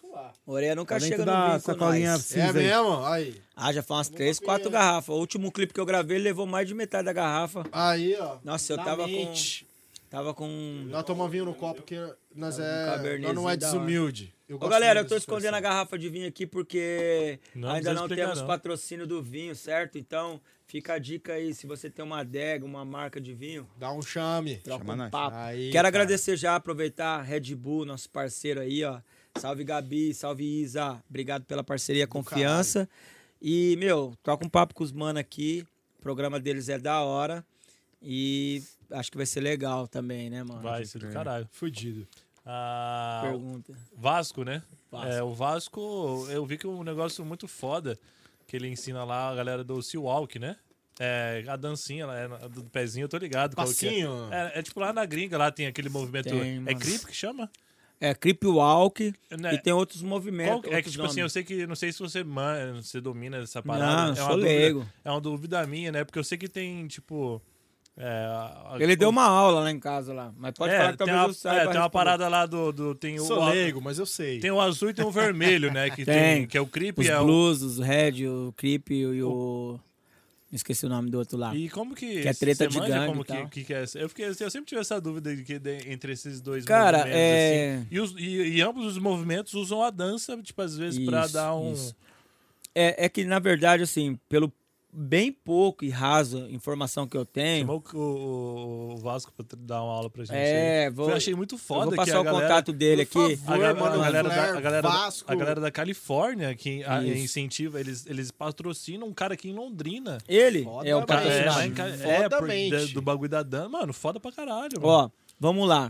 Orelha nunca Tá chega dentro no da vinho com sacolinha nós. cinza É aí. mesmo? Aí. Ah, já foi umas 3, 4 garrafas. O último clipe que eu gravei, ele levou mais de metade da garrafa. Aí, ó. Nossa, eu na tava mente. Tava com... Nós tomamos vinho no copo porque nós, cabernezinho nós não é da hora. desumilde. Ô, galera, eu tô escondendo a garrafa de vinho aqui porque Não ainda precisa não explicar, temos não. patrocínio do vinho, certo? Então, fica a dica aí, se você tem uma adega, uma marca de vinho, Dá um chame. troca Chama um nós. papo. Aí, Quero cara. agradecer já, aproveitar Red Bull, nosso parceiro aí, ó. Salve, Gabi, salve, Isa. Obrigado pela parceria, confiança. E, meu, troca um papo com os mano aqui. O programa deles é da hora. E acho que vai ser legal também, né, mano? Vai ser do caralho. Fudido. Ah, Pergunta. Vasco, né? Vasco. É, o Vasco, eu vi que é um negócio muito foda que ele ensina lá a galera do Sea Walk, né? É, a dancinha lá, do pezinho, eu tô ligado. qual que Passinho. É, tipo lá na gringa, lá tem aquele movimento. Tem, É mano. creep que chama? É, Creep Walk Né? e tem outros movimentos. Qual, é que, outros tipo assim, eu nomes. sei que. Não sei se você domina essa Não, parada. eu é sou uma leigo. dúvida, é uma dúvida minha, né? Porque eu sei que tem, tipo. Ele deu uma aula lá em casa lá. Mas pode falar que tem talvez uma, eu saiba. tem uma responder. parada lá tem o. Sou leigo, mas eu sei. Tem o azul e tem o vermelho, né? Que, Tem. que é o creep Os é o. blues, os red, o creep e o... Esqueci o nome do outro lá. E como que. Que é treta você de manja gangue como e tal. que é essa? Eu sempre tive essa dúvida entre esses dois Cara, movimentos. é... Assim. E ambos os movimentos usam a dança, tipo, às vezes, pra Isso, dar um. isso. É que, na verdade, assim, pelo bem pouco e raso informação que eu tenho... Chamou o Vasco pra dar uma aula pra gente. É, aí. vou... Eu achei muito foda eu vou que passar a o galera, contato dele Por aqui. favor, mano, Vasco. a galera da Califórnia que Isso. incentiva, eles patrocinam um cara aqui em Londrina. Ele Foda, é o mano. patrocinador. lá em Fodamente. do bagulho da Dan. Mano, foda pra caralho, mano. Ó, vamos lá.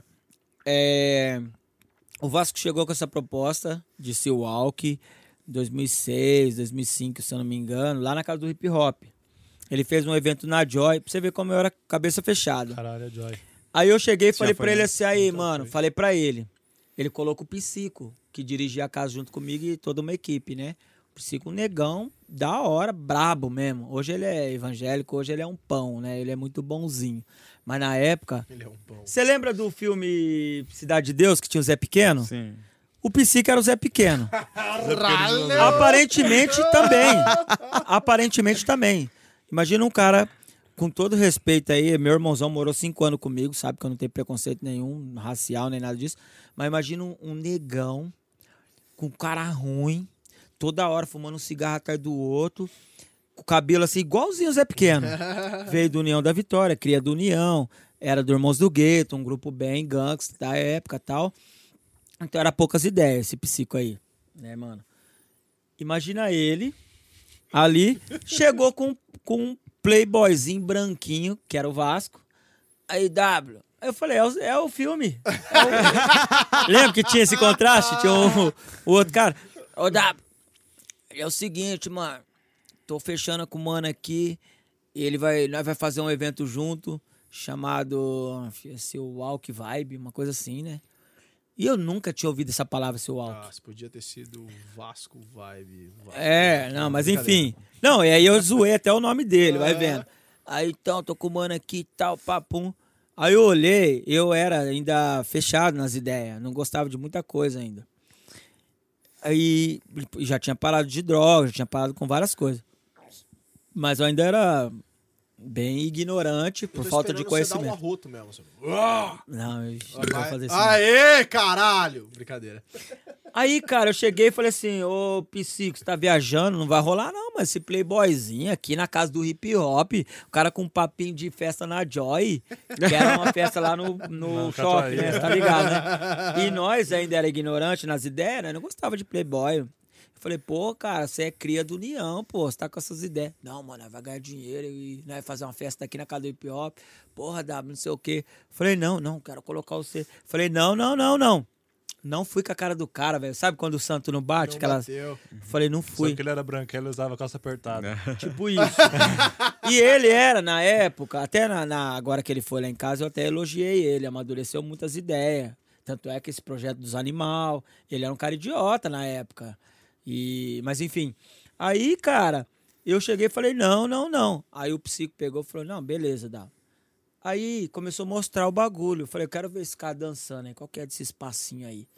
O Vasco chegou com essa proposta de Sea Walk em 2006, 2005, se eu não me engano, lá na casa do hip hop. Ele fez um evento na Joy, pra você ver como eu era cabeça fechada. Caralho, é Joy. Aí eu cheguei e Já falei foi, pra ele né? assim, aí, Já mano, foi. falei pra ele. Ele colocou o Psico, que dirigia a casa junto comigo e toda uma equipe, né? O Psico, um negão, da hora, brabo mesmo. Hoje ele é evangélico, hoje ele é um pão, né? Ele é muito bonzinho. Mas na época... Ele é um pão. Você lembra do filme Cidade de Deus, que tinha o Zé Pequeno? Sim. O Psico era o Zé Pequeno. Caralho! Aparentemente também. Aparentemente também. Imagina um cara, com todo respeito aí, meu irmãozão morou 5 anos comigo, sabe que eu não tenho preconceito nenhum, racial, nem nada disso. Mas imagina um negão, com cara ruim, toda hora fumando um cigarro atrás do outro, com o cabelo assim, igualzinho o Zé Pequeno. Veio do União da Vitória, cria do União, era do Irmãos do Gueto, um grupo bem gangsta da época e tal. Então era poucas ideias esse psico aí, né, mano? Imagina ele ali, chegou com um playboyzinho branquinho, que era o Vasco. Aí, W. Aí eu falei, é o filme. Lembra que tinha esse contraste? Tinha o outro cara. Ô, W, é o seguinte, mano. Tô fechando com o mano aqui. E nós vai fazer um evento junto, chamado Seu Walk Vibe, uma coisa assim, né? E eu nunca tinha ouvido essa palavra, Seu Walk. Nossa, podia ter sido Vasco Vibe. Vasco. Não, mas enfim. Não, e aí eu zoei até o nome dele, vai vendo. Aí então, tô com o mano aqui e tal, papum. Aí eu olhei, eu era ainda fechado nas ideias, não gostava de muita coisa ainda. Aí já tinha parado de droga, já tinha parado com várias coisas. Mas eu ainda era bem ignorante por falta de Você dar um conhecimento. arroto mesmo. Assim. Não, eu não vou fazer isso. não. Aê, caralho! Brincadeira. Aí, cara, eu cheguei e falei assim, ô, Psico, você tá viajando? Não vai rolar não, mas esse playboyzinho aqui na casa do hip hop, o cara com um papinho de festa na Joy, que era uma festa lá no shopping, né? Você tá ligado, né? E nós ainda era ignorante nas ideias, né? Não gostava de playboy. Eu falei, pô, cara, você é cria do União, pô, você tá com essas ideias. Não, mano, nós vai ganhar dinheiro e nós vai fazer uma festa aqui na casa do hip hop. Porra, W, não sei o quê. Falei, não, quero colocar você. Falei, não. Não fui com a cara do cara, velho. Sabe quando o santo não bate? Não Aquelas... bateu. Falei, não Só fui. que ele era branco, ele usava calça apertada. Tipo isso. E ele era, na época, até agora que ele foi lá em casa, eu até elogiei ele, amadureceu muitas ideias. Tanto é que esse projeto dos animal, ele era um cara idiota na época. Mas enfim. Aí, cara, eu cheguei e falei, não. Aí o psico pegou e falou, não, beleza, dá. Aí começou a mostrar o bagulho. Eu falei, eu quero ver esse cara dançando aí. Qual que é desse espacinho aí?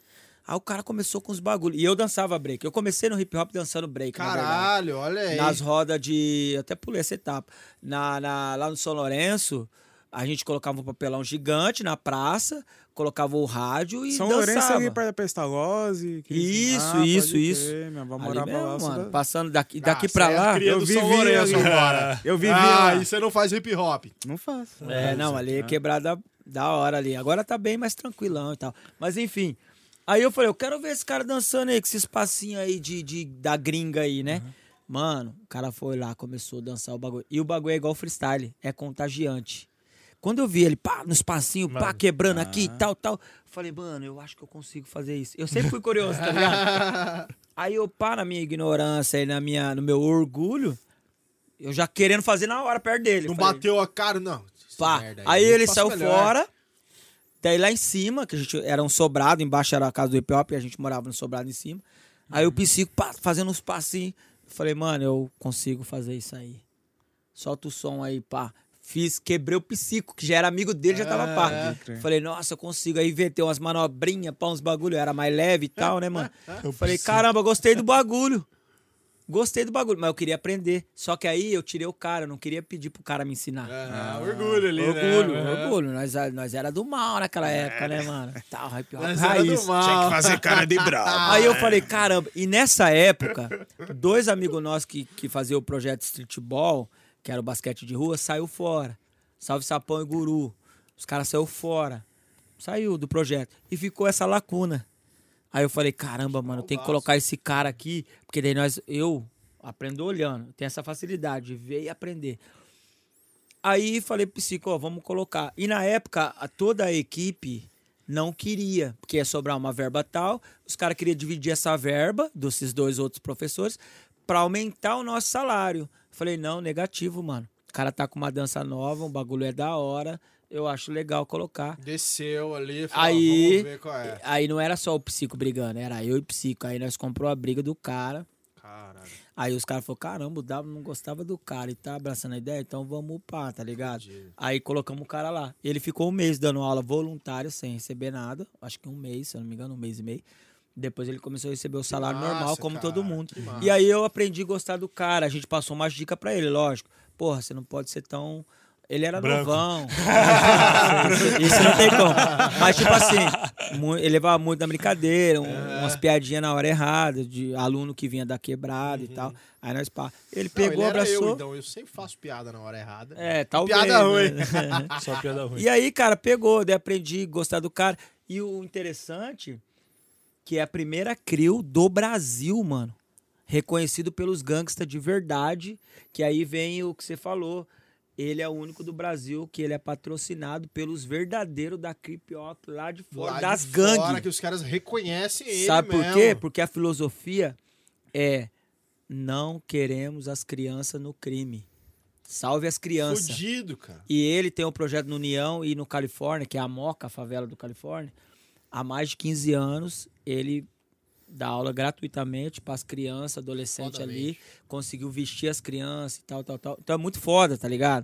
Aí o cara começou com os bagulhos. E eu dançava break. Eu comecei no hip hop dançando break, na verdade. Caralho, olha aí. Nas rodas de... Até pulei essa etapa. Lá no São Lourenço, a gente colocava um papelão gigante na praça, colocava o rádio e São dançava. Lourenço ali perto da Pestalozzi. Isso. Minha avó Ali morava mesmo, lá. mano. Passando daqui Você pra é lá... cria do eu São vivi Lourenço ali. agora. Eu vivi lá. E você não faz hip hop. Não faço. Não, ali é quebrada da hora ali. Agora tá bem mais tranquilão e tal. Mas enfim. Aí eu falei, eu quero ver esse cara dançando aí, com esses passinhos aí da gringa aí, né? Mano, o cara foi lá, começou a dançar o bagulho. E o bagulho é igual freestyle, é contagiante. Quando eu vi ele, pá, nos passinhos, pá, quebrando aqui e tal. Falei, mano, eu acho que eu consigo fazer isso. Eu sempre fui curioso, tá ligado? Aí eu, pá, na minha ignorância e no meu orgulho, eu já querendo fazer na hora perto dele. Não Falei, bateu a cara, não. pá. Merda Aí eu ele faço saiu melhor. fora. Daí lá em cima, que a gente era um sobrado, embaixo era a casa do hip hop, e a gente morava no sobrado em cima. Aí o psico, pá, fazendo uns passinhos. Eu falei, mano, eu consigo fazer isso aí. Solta o som aí, pá. Quebrei o psico, que já era amigo dele, já tava pá. Falei, nossa, eu consigo. Aí inventei umas manobrinhas, pá, uns bagulho. Era mais leve e tal, né, mano? Eu falei, caramba, gostei do bagulho. Gostei do bagulho, mas eu queria aprender. Só que aí eu tirei o cara, eu não queria pedir pro cara me ensinar. Orgulho ali, né? Orgulho. Nós era do mal naquela época, né, mano? Tal, hip hop Nós era raiz. do mal. Fazer cara de bravo. Aí eu falei, caramba. E nessa época, 2 amigos nossos que faziam o projeto Streetball, que era o basquete de rua, saiu fora. Salve Sapão e Guru. Os caras saíram fora. Saiu do projeto. E ficou essa lacuna. Aí eu falei, caramba, mano, eu tenho que colocar esse cara aqui, porque daí eu aprendo olhando, tenho essa facilidade de ver e aprender. Aí falei pro psico, ó, vamos colocar. E na época, toda a equipe não queria, porque ia sobrar uma verba tal, os caras queriam dividir essa verba desses 2 outros professores pra aumentar o nosso salário. Falei, não, negativo, mano. O cara tá com uma dança nova, um bagulho é da hora, eu acho legal colocar. Desceu ali, falou, Aí, vamos ver qual é. aí não era só o psico brigando, era eu e o psico. Aí nós comprou a briga do cara. Caralho. Aí os caras falaram, caramba, o W não gostava do cara e tá abraçando a ideia, então vamos upar, tá ligado? Entendi. Aí colocamos o cara lá. Ele ficou 1 mês dando aula voluntária, sem receber nada. Acho que 1 mês, se eu não me engano, 1 mês e meio. Depois ele começou a receber o salário massa, normal, como cara, todo mundo. que massa. E aí eu aprendi a gostar do cara. A gente passou umas dicas pra ele, lógico. Porra, você não pode ser tão... Ele era Branco. novão. Isso não tem como. Mas, tipo assim, ele levava muito na brincadeira, umas piadinhas na hora errada, de aluno que vinha da quebrada e tal. Aí nós pá. Ele pegou, Não, ele era abraçou. eu, então eu sempre faço piada na hora errada. Talvez. Piada ruim. né? Só piada ruim. E aí, cara, pegou, daí aprendi a gostar do cara. E o interessante, que é a primeira crew do Brasil, mano. Reconhecido pelos gangsters de verdade, que aí vem o que você falou. Ele é o único do Brasil que ele é patrocinado pelos verdadeiros da Crip Hop lá de fora, Lá das de fora, gangues. que os caras reconhecem ele Sabe por mesmo. quê? Porque a filosofia é não queremos as crianças no crime. Salve as crianças. Fudido, cara. E ele tem um projeto no União e no Califórnia, que é a Moca, a favela do Califórnia. Há mais de 15 anos, ele dá aula gratuitamente para as crianças, adolescentes ali. Conseguiu vestir as crianças e tal. Então é muito foda, tá ligado?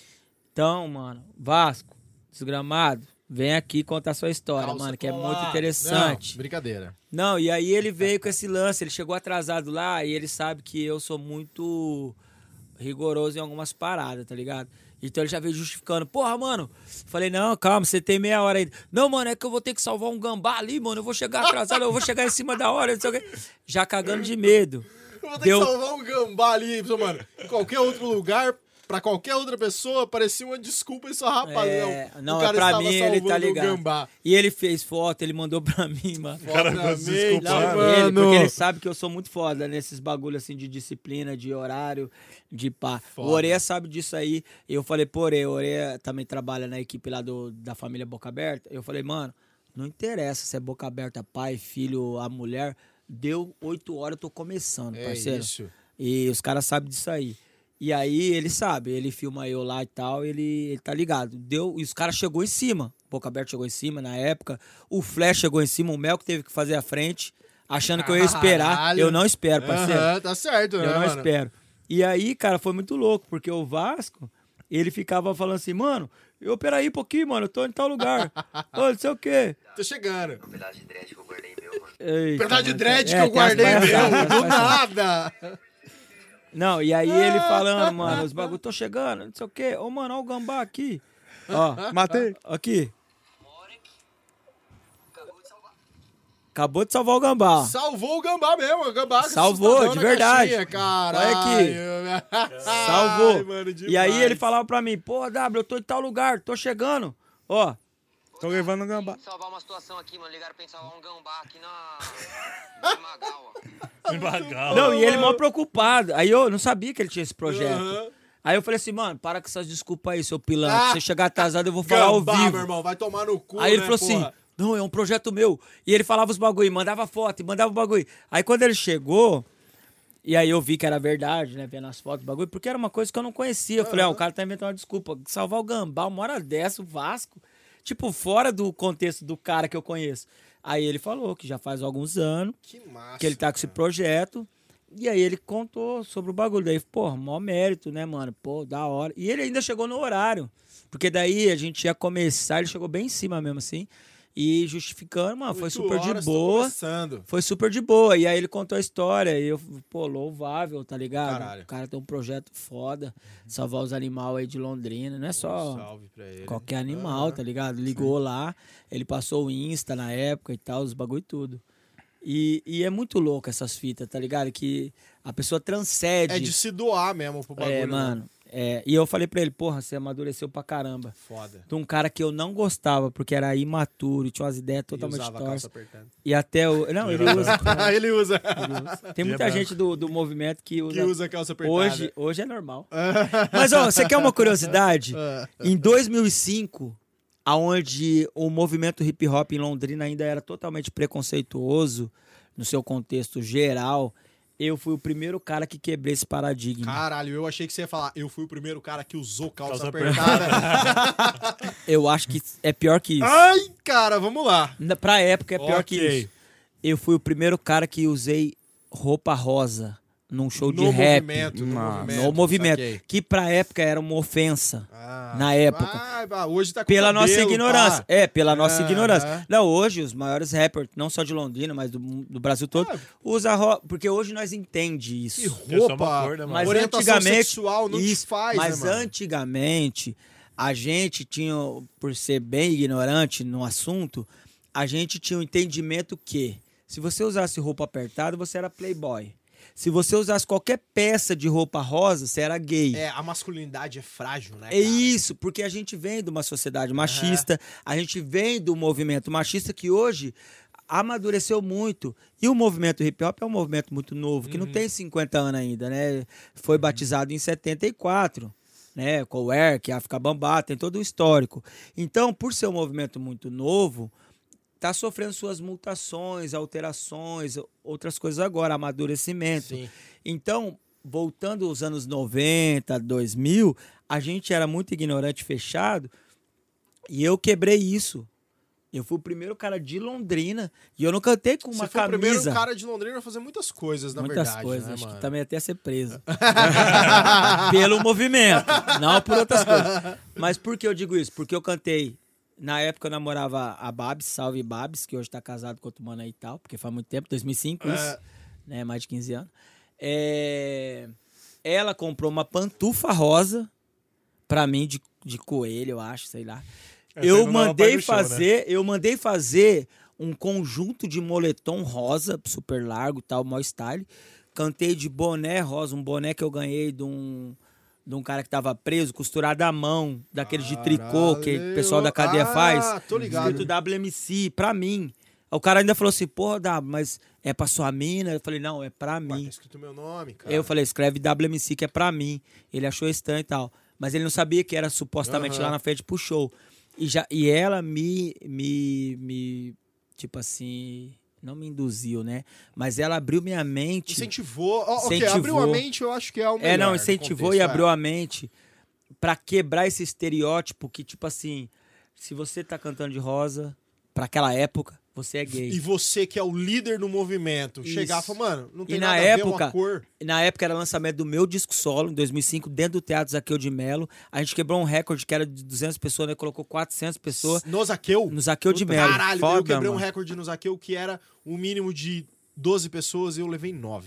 Então, mano, Vasco, Desgramado, vem aqui contar sua história, Calça mano, que é colada. muito interessante. Não, brincadeira. Não, e aí ele veio com esse lance, ele chegou atrasado lá e ele sabe que eu sou muito rigoroso em algumas paradas, tá ligado? Então ele já veio justificando. Porra, mano. Falei, não, calma, você tem meia hora ainda. Não, mano, é que eu vou ter que salvar um gambá ali, mano. Eu vou chegar atrasado, eu vou chegar em cima da hora, não sei o quê. Já cagando de medo. Eu vou ter que salvar um gambá ali, mano. Em qualquer outro lugar, pra qualquer outra pessoa, parecia uma desculpa e só, rapaz. Não, o cara pra estava mim ele tá salvando o ligado. gambá. E ele fez foto, ele mandou pra mim, mano. Obviamente, desculpa, Não, porque ele sabe que eu sou muito foda nesses bagulho assim de disciplina, de horário, de pá. Foda. O Oreia sabe disso aí. Eu falei, pô, o Oreia também trabalha na equipe lá da família Boca Aberta. Eu falei, mano, não interessa se é Boca Aberta, pai, filho, a mulher. Deu 8 horas, eu tô começando, parceiro. Isso. E os caras sabem disso aí. E aí ele sabe, ele filma eu lá e tal, ele tá ligado. E os caras chegou em cima. O Boca Aberta chegou em cima na época. O Flash chegou em cima, o Mel que teve que fazer a frente, achando que eu ia esperar. Caralho. Eu não espero, parceiro. Tá certo, né, Eu não mano? espero. E aí, cara, foi muito louco, porque o Vasco, ele ficava falando assim, mano, Eu, peraí um pouquinho, mano, eu tô em tal lugar. Ô, não sei o quê. Tô chegando. Um pedaço de dread que eu guardei meu, mano. Eita, Pedaço de mano, dread que é, eu tem guardei as palhaçadas, mesmo, tem as do palhaçadas. nada. Não, e aí ele falando, mano, os bagulho, tô chegando, não sei o quê. Ô, mano, ó o gambá aqui. Ó, Matei. aqui. Acabou de salvar o gambá. Salvou o gambá mesmo, o gambá. Salvou, assustadão de na verdade. caixinha, caralho. Olha aqui. Salvou. Ai, mano, E aí demais. ele falava pra mim, pô, W, eu tô em tal lugar, tô chegando. Ó, Tô levando um gambá. Salvar uma situação aqui, mano. Ligaram pra gente salvar um gambá aqui na Magawa. Legal. não, e ele mó preocupado. Aí eu não sabia que ele tinha esse projeto. Aham. Aí eu falei assim, mano, para com essas desculpas aí, seu pilantra. Se você chegar atrasado, eu vou falar ao Gambá, vivo. meu irmão, vai tomar no cu, Aí ele né, falou porra? assim, não, é um projeto meu. E ele falava os bagulho, mandava foto, e mandava o bagulho. Aí quando ele chegou, e aí eu vi que era verdade, né, vendo as fotos do bagulho, porque era uma coisa que eu não conhecia. Eu falei, o cara tá inventando uma desculpa. Salvar o gambá, uma hora dessa, o Vasco, tipo, fora do contexto do cara que eu conheço. Aí ele falou que já faz alguns anos, Que massa. que ele tá com esse projeto. E aí ele contou sobre o bagulho. Daí, pô, maior mérito, né, mano? Pô, da hora. E ele ainda chegou no horário. Porque daí a gente ia começar, ele chegou bem em cima mesmo, assim. E justificando, mano, foi 8 super de horas, tô boa. começando. Foi super de boa. E aí ele contou a história. E eu, pô, louvável, tá ligado? Caralho. O cara tem um projeto foda. Salvar os animais aí de Londrina. Não é só Salve pra ele. qualquer animal, tá ligado? Ligou lá, ele passou o Insta na época e tal, os bagulho e tudo. E é muito louco essas fitas, tá ligado? Que a pessoa transcende. É de se doar mesmo pro bagulho. É, né? mano. E eu falei pra ele, porra, você amadureceu pra caramba. Foda. De um cara que eu não gostava, porque era imaturo, tinha umas ideias E totalmente usava a calça tortas. apertando. E até o. Não, ele usa. Ele usa. Tem muita gente do movimento que usa. Que usa a calça apertada. Hoje é normal. Mas, ó, você quer uma curiosidade? Em 2005, aonde o movimento hip hop em Londrina ainda era totalmente preconceituoso, no seu contexto geral, eu fui o primeiro cara que quebrei esse paradigma. Caralho, eu achei que você ia falar, eu fui o primeiro cara que usou calça Calça apertada. Eu acho que é pior que isso. Ai, cara, vamos lá. Pra época é pior que Ok. isso. Eu fui o primeiro cara que usei roupa rosa num show de No rap. movimento, no Não, movimento. No movimento. saquei. Que pra época era uma ofensa. Ah, Na época. Hoje tá com Pela cabelo, nossa ignorância. pá. Pela nossa Aham. ignorância. Não, hoje os maiores rappers, não só de Londrina, mas do Brasil todo, usa roupa. Porque hoje nós entende isso. Que É só uma roupa, cor, né, mano? Mas orientação antigamente sexual não isso, te faz, mas né, mano? antigamente a gente tinha, por ser bem ignorante no assunto, a gente tinha um entendimento que se você usasse roupa apertada, você era playboy. Se você usasse qualquer peça de roupa rosa, você era gay. É, a masculinidade é frágil, né, É isso, porque a gente vem de uma sociedade machista, a gente vem do movimento machista que hoje amadureceu muito. E o movimento hip hop é um movimento muito novo, que não tem 50 anos ainda, né? Foi batizado em 74, né? Com o Erk, África Bambá, tem todo o histórico. Então, por ser um movimento muito novo, tá sofrendo suas mutações, alterações, outras coisas agora, amadurecimento. Sim. Então, voltando aos anos 90, 2000, a gente era muito ignorante, fechado, e eu quebrei isso. Eu fui o primeiro cara de Londrina e eu não cantei com uma Você foi o primeiro camisa. cara de Londrina a fazer muitas coisas, na Muitas verdade, coisas, né, acho mano? que também até ser preso. Pelo movimento, não por outras coisas. Mas por que eu digo isso? Porque eu cantei. Na época eu namorava a Babs, salve Babs, que hoje tá casado com outro mano aí e tal, porque faz muito tempo, 2005 isso, né, mais de 15 anos. Ela comprou uma pantufa rosa pra mim, de coelho, eu acho, sei lá. Essa aí Eu não dava pra ir mandei no show, fazer, eu mandei fazer um conjunto de moletom rosa, super largo, tal, mó style. Cantei de boné rosa, um boné que eu ganhei de um cara que tava preso, costurado à mão, daqueles de tricô que o pessoal da cadeia faz. Tô ligado. Escrito WMC, pra mim. O cara ainda falou assim, porra, W, mas é pra sua mina? Eu falei, não, é pra Ué, mim. tá escrito meu nome, cara. Eu falei, escreve WMC que é pra mim. Ele achou estranho e tal. Mas ele não sabia que era supostamente lá na frente pro show. E ela me tipo assim, não me induziu, né? Mas ela abriu minha mente. Incentivou. Ok, Incentivou. abriu a mente, eu acho que é o melhor. Não, no incentivou contexto, e abriu a mente pra quebrar esse estereótipo que, tipo assim, se você tá cantando de rosa, pra aquela época, você é gay. E você que é o líder no movimento, Isso. chegar e falar, mano, não tem E nada na a ver época, uma cor. na época era o lançamento do meu disco solo, em 2005, dentro do Teatro Zaqueu de Melo. A gente quebrou um recorde que era de 200 pessoas, né? Colocou 400 pessoas No Zaqueu? no Zaqueu de Melo. Caralho, Foda, eu quebrei um mano. recorde no Zaqueu que era um mínimo de 12 pessoas e eu levei 9.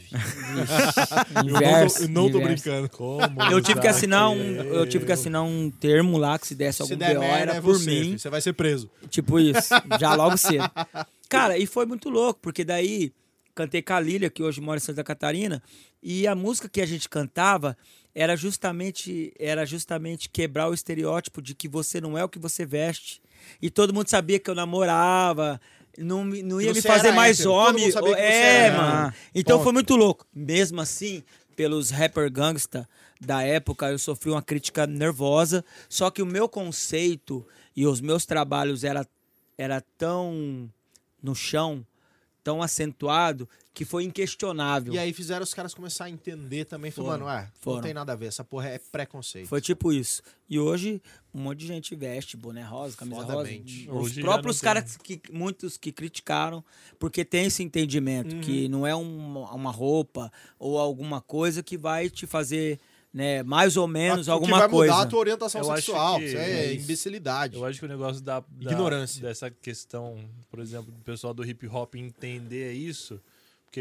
Inverso, eu não tô inverso. brincando. Como Eu tive que assinar Zaqueu? eu tive que assinar um termo lá que se desse algum Se der BO merda, era é por você, mim. filho, você vai ser preso. Tipo isso, já logo cedo. Cara, e foi muito louco, porque daí cantei com a Lília, que hoje mora em Santa Catarina, e a música que a gente cantava era justamente quebrar o estereótipo de que você não é o que você veste. E todo mundo sabia que eu namorava, não ia me você fazer era mais hétero, todo homem. mundo sabia que você É, era. mano. Então Ponto. foi muito louco. Mesmo assim, pelos rapper gangsta da época, eu sofri uma crítica nervosa, só que o meu conceito e os meus trabalhos era tão no chão, tão acentuado, que foi inquestionável. E aí fizeram os caras começar a entender também. Falei, Foram. mano, não Foram. tem nada a ver, essa porra é preconceito. Foi tipo isso. E hoje, um monte de gente veste boné rosa, camisa Fodamente. rosa. Os Hoje já próprios não tem. caras, muitos que criticaram, porque tem esse entendimento, que não é uma roupa ou alguma coisa que vai te fazer, né, mais ou menos O alguma que vai coisa. mudar a tua orientação Eu acho sexual. que Isso é é isso. imbecilidade. Eu acho que o negócio Ignorância. dessa questão, por exemplo, do pessoal do hip hop entender isso, porque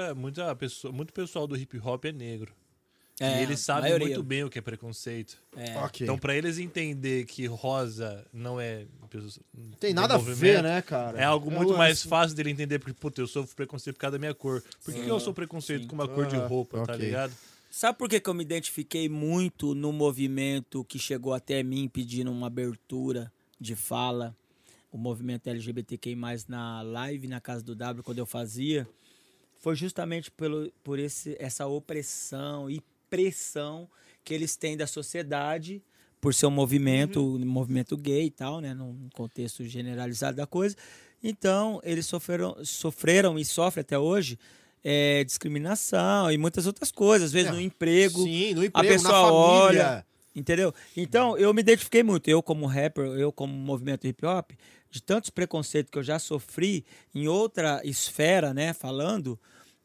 muito pessoal do hip hop é negro. É, e eles a sabem maioria. muito bem o que é preconceito. É. Ok. Então, pra eles entender que rosa não é. Tem do nada a movimento, ver, né, cara? É algo muito o mais lance. fácil dele entender, porque, puta, eu sofro preconceito por causa da minha cor. Por que eu sou preconceito com uma cor de roupa, tá ok. ligado? Sabe por que eu me identifiquei muito no movimento que chegou até mim pedindo uma abertura de fala? O movimento LGBTQI+, na live, na Casa do W, quando eu fazia, foi justamente por essa opressão e pressão que eles têm da sociedade, por ser um movimento gay e tal, né, num contexto generalizado da coisa. Então, eles sofreram e sofrem até hoje discriminação e muitas outras coisas. Às vezes no emprego, Sim, no a emprego, pessoa na família. olha, entendeu? Então, eu me identifiquei muito, eu como rapper, eu como movimento hip hop, de tantos preconceitos que eu já sofri em outra esfera, né, falando,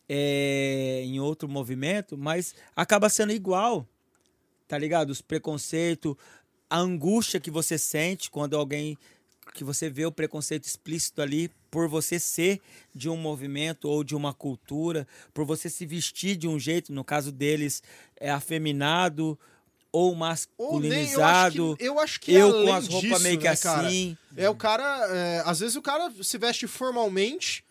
em outro movimento, mas acaba sendo igual, tá ligado? Os preconceitos, a angústia que você sente quando que você vê o preconceito explícito ali por você ser de um movimento ou de uma cultura, por você se vestir de um jeito, no caso deles é afeminado ou masculinizado, eu acho que eu além com as roupas disso, meio que né, cara, assim. o cara, às vezes o cara se veste formalmente,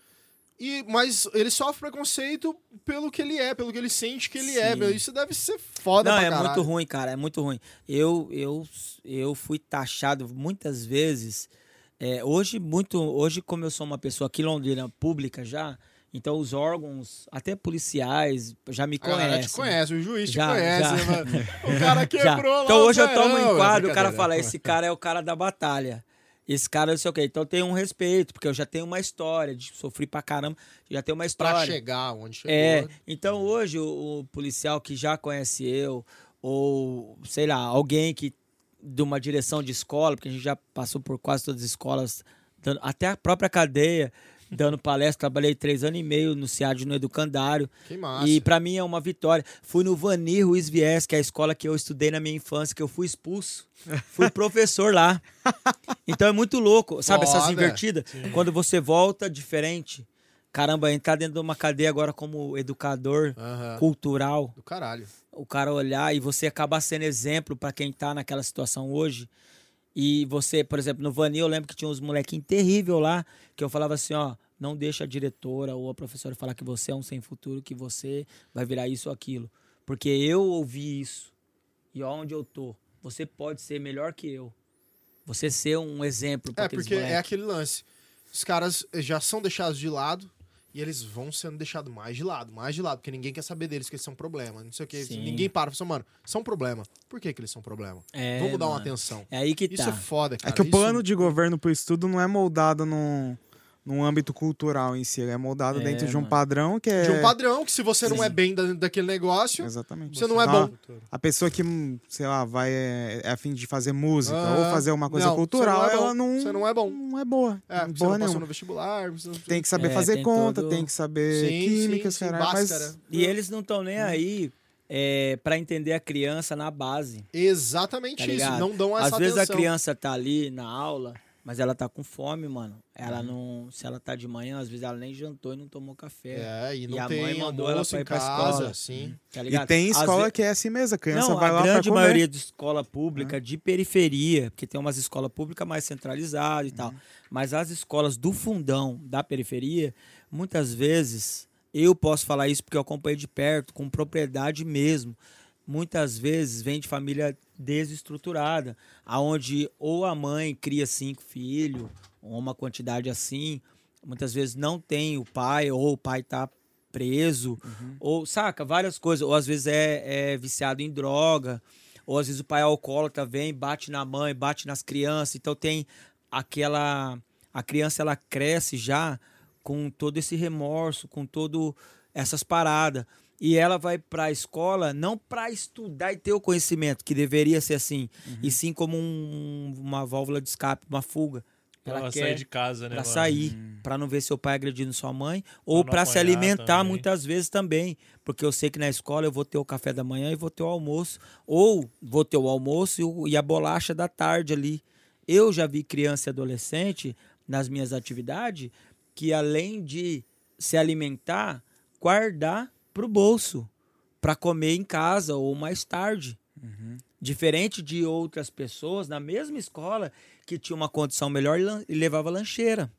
mas ele sofre preconceito pelo que ele é, pelo que ele sente que ele é, Sim. meu. Isso deve ser foda Não, pra é caralho. muito ruim, cara, é muito ruim. Eu fui taxado muitas vezes. Hoje, como eu sou uma pessoa aqui em Londrina pública já, então os órgãos, até policiais, já me A galera conhecem. te conhece, o juiz Já, te conhece, já. né, mano? O cara Já. quebrou lá. Então hoje eu Verão, tomo em quadro, o cara brincadeira. fala, esse cara é o cara da batalha. Esse cara não sei o quê. Então tem um respeito, porque eu já tenho uma história, sofri pra caramba, já tenho uma história. Pra chegar onde chegou. Então hoje o policial que já conhece eu, ou sei lá, alguém que de uma direção de escola, porque a gente já passou por quase todas as escolas, até a própria cadeia, dando palestra, trabalhei 3 anos e meio no CIAD, no Educandário. Que massa. E pra mim é uma vitória. Fui no Vani Ruiz Viés, que é a escola que eu estudei na minha infância, que eu fui expulso. Fui professor lá. Então é muito louco. Sabe essas Foda. invertidas? Quando você volta diferente. Caramba, entrar dentro de uma cadeia agora como educador Aham. cultural. Do caralho. O cara olhar e você acabar sendo exemplo pra quem tá naquela situação hoje. E você, por exemplo, no Vani eu lembro que tinha uns molequinhos terríveis lá, que eu falava assim, ó, não deixa a diretora ou a professora falar que você é um sem futuro, que você vai virar isso ou aquilo. Porque eu ouvi isso. E ó onde eu tô. Você pode ser melhor que eu. Você ser um exemplo pra aqueles Porque moleques. é aquele lance. Os caras já são deixados de lado e eles vão sendo deixados mais de lado, porque ninguém quer saber deles, que eles são problema, não sei o que. Sim. Ninguém para e fala, mano, são problema. Por que eles são problema? Vamos dar uma mano. atenção. É aí que Isso tá. é foda, cara. É que o Isso- plano de governo pro estudo não é moldado num âmbito cultural em si. Ele é moldado dentro de um mano. padrão que é... De um padrão, que se você não é bem daquele negócio, Exatamente. você não é Então, bom. A pessoa que, sei lá, é a fim de fazer música Ah, ou fazer uma coisa não, cultural, você não é bom. ela não... Você não é bom. Não é boa. É, não você boa não passou nenhuma. no vestibular. Você não... Tem que saber É, fazer tem conta, todo- tem que saber química, sim, caralho, mas... báscara. E eles não estão nem aí pra entender a criança na base. Exatamente Tá isso. ligado? Não dão essa Às vezes atenção. a criança tá ali na aula, mas ela tá com fome, mano. Ela não... Se ela tá de manhã, às vezes ela nem jantou e não tomou café. É, e não E a tem mãe mandou ela almoço pra em ir pra casa, escola. sim. Tá E ligado? tem Às escola ve- que é assim mesmo, a criança Não, vai a lá pra grande comer. maioria de escola pública de periferia, porque tem umas escolas públicas mais centralizadas e tal. Mas as escolas do fundão, da periferia, muitas vezes, eu posso falar isso porque eu acompanhei de perto, com propriedade mesmo. Muitas vezes vem de família desestruturada, aonde ou a mãe cria 5 filhos, ou uma quantidade assim, muitas vezes não tem o pai, ou o pai tá preso, ou, saca, várias coisas, ou às vezes é viciado em droga, ou às vezes o pai é alcoólatra, vem, bate na mãe, bate nas crianças, então tem a criança ela cresce já com todo esse remorso, com todo essas paradas, e ela vai para a escola não para estudar e ter o conhecimento, que deveria ser assim, e sim como uma válvula de escape, uma fuga. Ela sair de casa, né, Pra mano? sair, pra não ver seu pai agredindo sua mãe, ou não pra se apanhar alimentar também. muitas vezes também, porque eu sei que na escola eu vou ter o café da manhã e vou ter o almoço, ou vou ter o almoço e a bolacha da tarde ali. Eu já vi criança e adolescente nas minhas atividades que além de se alimentar, guardar pro bolso pra comer em casa ou mais tarde. Diferente de outras pessoas na mesma escola que tinha uma condição melhor e levava lancheira.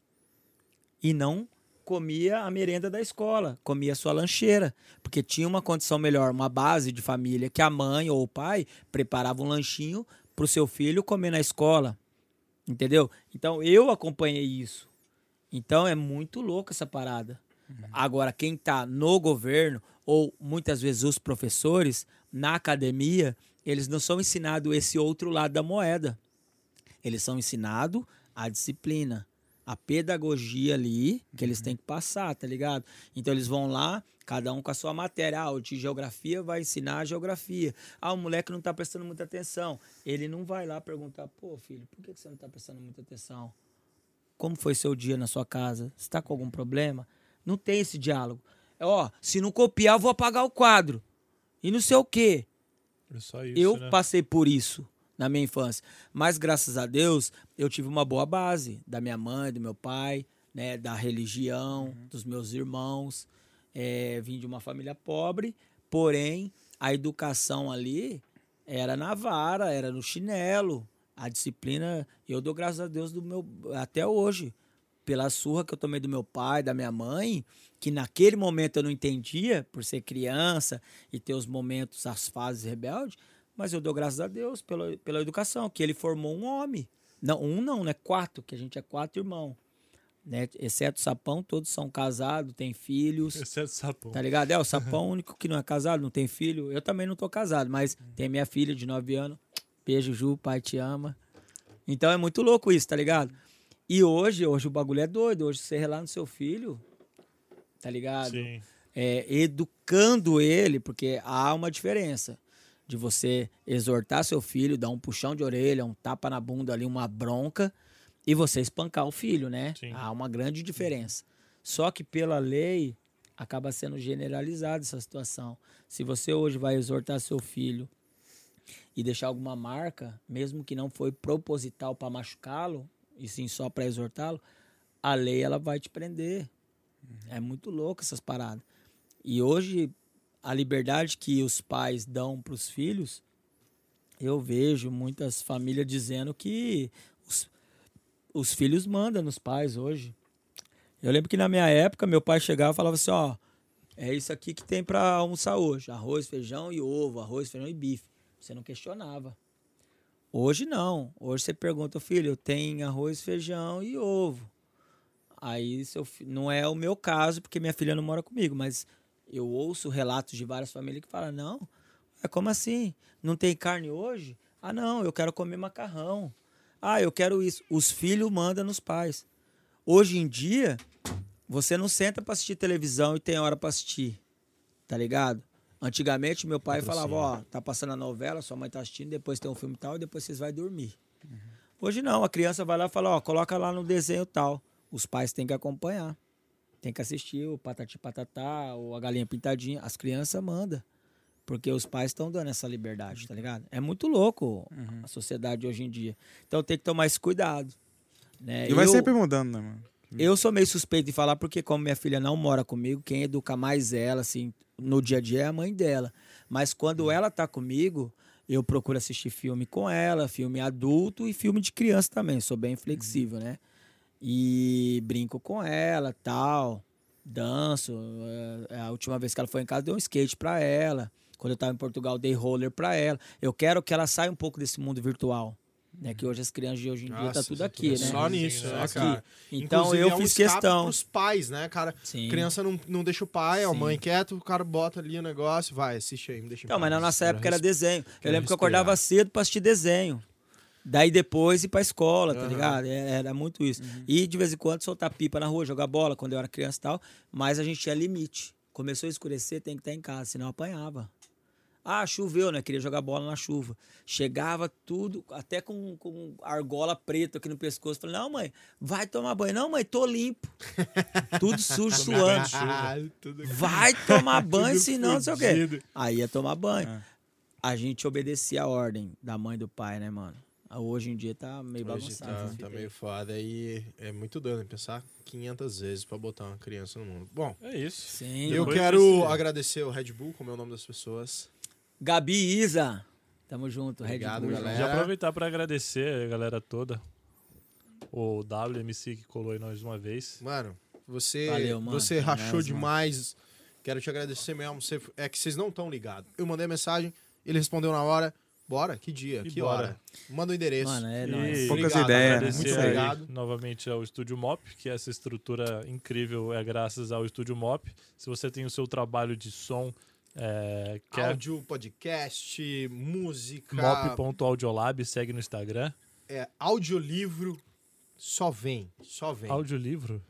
E não comia a merenda da escola, comia a sua lancheira. Porque tinha uma condição melhor, uma base de família, que a mãe ou o pai preparava um lanchinho pro seu filho comer na escola. Entendeu? Então eu acompanhei isso. Então é muito louco essa parada. Agora, quem tá no governo, ou muitas vezes os professores, na academia, eles não são ensinados esse outro lado da moeda. Eles são ensinados a disciplina, a pedagogia ali que eles têm que passar, tá ligado? Então eles vão lá, cada um com a sua matéria. Ah, o de geografia vai ensinar a geografia. Ah, o moleque não tá prestando muita atenção. Ele não vai lá perguntar, pô, filho, por que você não tá prestando muita atenção? Como foi seu dia na sua casa? Você tá com algum problema? Não tem esse diálogo. Ó, se não copiar, eu vou apagar o quadro. E não sei o quê. É só isso, Eu né? passei por isso na minha infância. Mas, graças a Deus, eu tive uma boa base da minha mãe, do meu pai, né, da religião, dos meus irmãos. Vim de uma família pobre, porém, a educação ali era na vara, era no chinelo. A disciplina, eu dou graças a Deus até hoje, pela surra que eu tomei do meu pai, da minha mãe, que naquele momento eu não entendia, por ser criança e ter os momentos, as fases rebeldes, mas eu dou graças a Deus pela educação, que ele formou um homem. Não, né? 4, que a gente é 4 irmãos. Né? Exceto o Sapão, todos são casados, têm filhos. Exceto Sapão. Tá ligado? O Sapão, o único que não é casado, não tem filho. Eu também não tô casado, mas tem minha filha de 9 anos. Beijo, Ju, pai te ama. Então é muito louco isso, tá ligado? E hoje o bagulho é doido. Hoje você relar no seu filho, tá ligado? Sim. Educando ele, porque há uma diferença de você exortar seu filho, dar um puxão de orelha, um tapa na bunda ali, uma bronca, e você espancar o filho, né? Sim. Há uma grande diferença. Só que pela lei acaba sendo generalizada essa situação. Se você hoje vai exortar seu filho e deixar alguma marca, mesmo que não foi proposital para machucá-lo, e sim só para exortá-lo, a lei ela vai te prender. É muito louco essas paradas. E hoje, a liberdade que os pais dão para os filhos, eu vejo muitas famílias dizendo que os filhos mandam nos pais hoje. Eu lembro que na minha época, meu pai chegava e falava assim, ó, é isso aqui que tem para almoçar hoje, arroz, feijão e ovo, arroz, feijão e bife. Você não questionava. Hoje não. Hoje você pergunta, filho, tem arroz, feijão e ovo. Aí não é o meu caso, porque minha filha não mora comigo, mas eu ouço relatos de várias famílias que falam, não, como assim? Não tem carne hoje? Ah, não, eu quero comer macarrão. Ah, eu quero isso. Os filhos mandam nos pais. Hoje em dia, você não senta pra assistir televisão e tem hora pra assistir, tá ligado? Antigamente, meu pai falava, ó, tá passando a novela, sua mãe tá assistindo, depois tem um filme tal e depois vocês vão dormir. Hoje não, a criança vai lá e fala, ó, coloca lá no desenho tal. Os pais têm que acompanhar. Tem que assistir o Patati Patatá, ou a Galinha Pintadinha. As crianças mandam. Porque os pais estão dando essa liberdade, tá ligado? É muito louco a sociedade hoje em dia. Então tem que tomar esse cuidado. Né? E vai sempre mudando, né, mano? Eu sou meio suspeito de falar porque como minha filha não mora comigo, quem educa mais ela, assim, no dia a dia é a mãe dela. Mas quando ela tá comigo, eu procuro assistir filme com ela, filme adulto e filme de criança também. Sou bem flexível, né? E brinco com ela, tal, danço. A última vez que ela foi em casa, dei um skate pra ela. Quando eu tava em Portugal, dei roller pra ela. Eu quero que ela saia um pouco desse mundo virtual. Né, que hoje as crianças de hoje em dia tá tudo aqui, né? Só nisso, né, aqui. cara? Então Inclusive, eu fiz um escape questão. Pros pais, né, cara? Sim. Criança não deixa o pai, a Sim. mãe quieto, o cara bota ali o negócio, vai, assiste aí, me deixa em Então, paz. mas na nossa época era desenho. Eu quero lembro que eu respirar. acordava cedo pra assistir desenho. Daí depois ir pra escola, tá ligado? Era muito isso. E de vez em quando soltar pipa na rua, jogar bola quando eu era criança e tal. Mas a gente tinha limite. Começou a escurecer, tem que estar em casa, senão eu apanhava. Ah, choveu, né? Queria jogar bola na chuva. Chegava tudo, até com argola preta aqui no pescoço. Falei, não, mãe, vai tomar banho. Não, mãe, tô limpo. Tudo sujo, suando. Vai tomar banho, senão não sei o quê. Aí ia tomar banho. A gente obedecia a ordem da mãe e do pai, né, mano? Hoje em dia tá meio Hoje bagunçado. tá meio foda e é muito dano pensar 500 vezes pra botar uma criança no mundo. Bom, É isso. Sim. eu Depois quero desse- agradecer o Red Bull, como é o nome das pessoas. Gabi e Isa. Tamo junto, Obrigado, Red Bull. galera. Já aproveitar para agradecer a galera toda. O WMC que colou em nós uma vez. Mano, você, Valeu, mano. você rachou Nossa, demais. Quero te agradecer mesmo. É que vocês não estão ligados. Eu mandei mensagem, ele respondeu na hora. Bora? Que dia? E Que bora. hora? Manda o endereço. Mano, é E nóis. Poucas Obrigado, ideias, né? agradecer Muito aí obrigado. novamente ao Estúdio Mop, que essa estrutura incrível é graças ao Estúdio Mop. Se você tem o seu trabalho de som, quer Áudio, podcast, música, mop.audiolab, segue no Instagram. audiolivro, só vem. Audiolivro?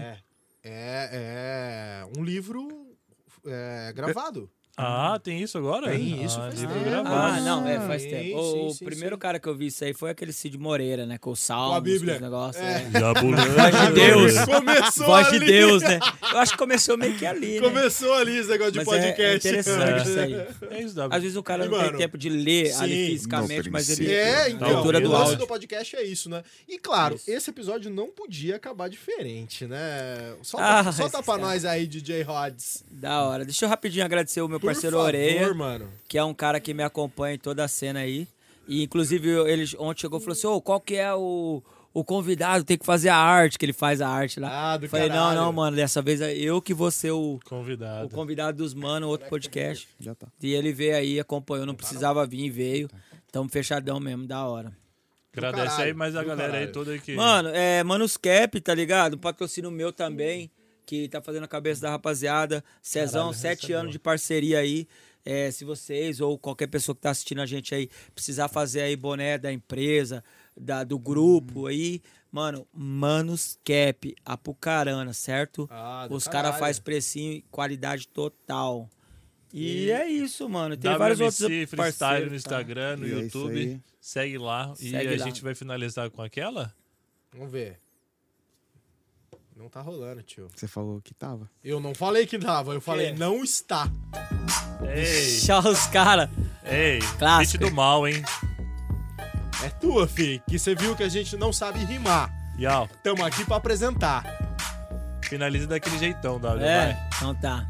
É um livro gravado. Tem isso agora? Tem isso, faz livro tempo. gravado. Faz Sim, tempo. sim, O sim, primeiro sim. cara que eu vi isso aí foi aquele Cid Moreira, né? Com o Salmos, Com a Bíblia. com os negócios. Jabulani. Voz de Deus. Começou Voz de ali. Deus, né? Eu acho que começou meio que ali, né? Começou ali esse negócio de Mas podcast. é interessante isso aí. É isso, Às vezes o cara E, não mano, tem tempo de ler ali sim, fisicamente, no mas ele... Então, a leitura o do lance áudio. do podcast é isso, né? E claro, esse episódio não podia acabar diferente, né? Solta esses pra caras. nós aí, DJ Rods. Da hora. Deixa eu rapidinho agradecer o meu Por parceiro favor, Oreia, mano. que é um cara que me acompanha em toda a cena aí. E inclusive ele ontem chegou e falou assim, qual que é o convidado? Tem que fazer a arte, que ele faz a arte lá. Ah, do Falei, caralho. não, mano, dessa vez é eu que vou ser o Convidado. convidado dos mano, outro podcast. Já tá. E ele veio aí, acompanhou, não precisava vir, veio. Tamo fechadão mesmo, da hora. Agradece caralho, aí mais a do galera aí caralho. toda que... Mano, Manuscap, tá ligado? Um patrocínio meu também, que tá fazendo a cabeça da rapaziada. Cezão, Caralho, 7 recebeu. anos de parceria aí. Se vocês ou qualquer pessoa que tá assistindo a gente aí precisar fazer aí boné da empresa, do grupo aí, mano, Manuscap, Apucarana, certo? Do Os caras caralho. fazem precinho e qualidade total. E é isso, mano. Tem vários outros WMC Freestyle parceiros, no tá? Instagram, no E é isso YouTube. aí. Segue lá. E Segue a lá. gente vai finalizar com aquela? Vamos ver. Não tá rolando, tio. Você falou que tava. Eu não falei que tava, eu falei não está. Ei, Tchau, os caras. ei. Clássico. Beat do mal, hein? É tua, fi, que você viu que a gente não sabe rimar. Yau. Tamo aqui pra apresentar. Finaliza daquele jeitão, W. É, Vai. então tá.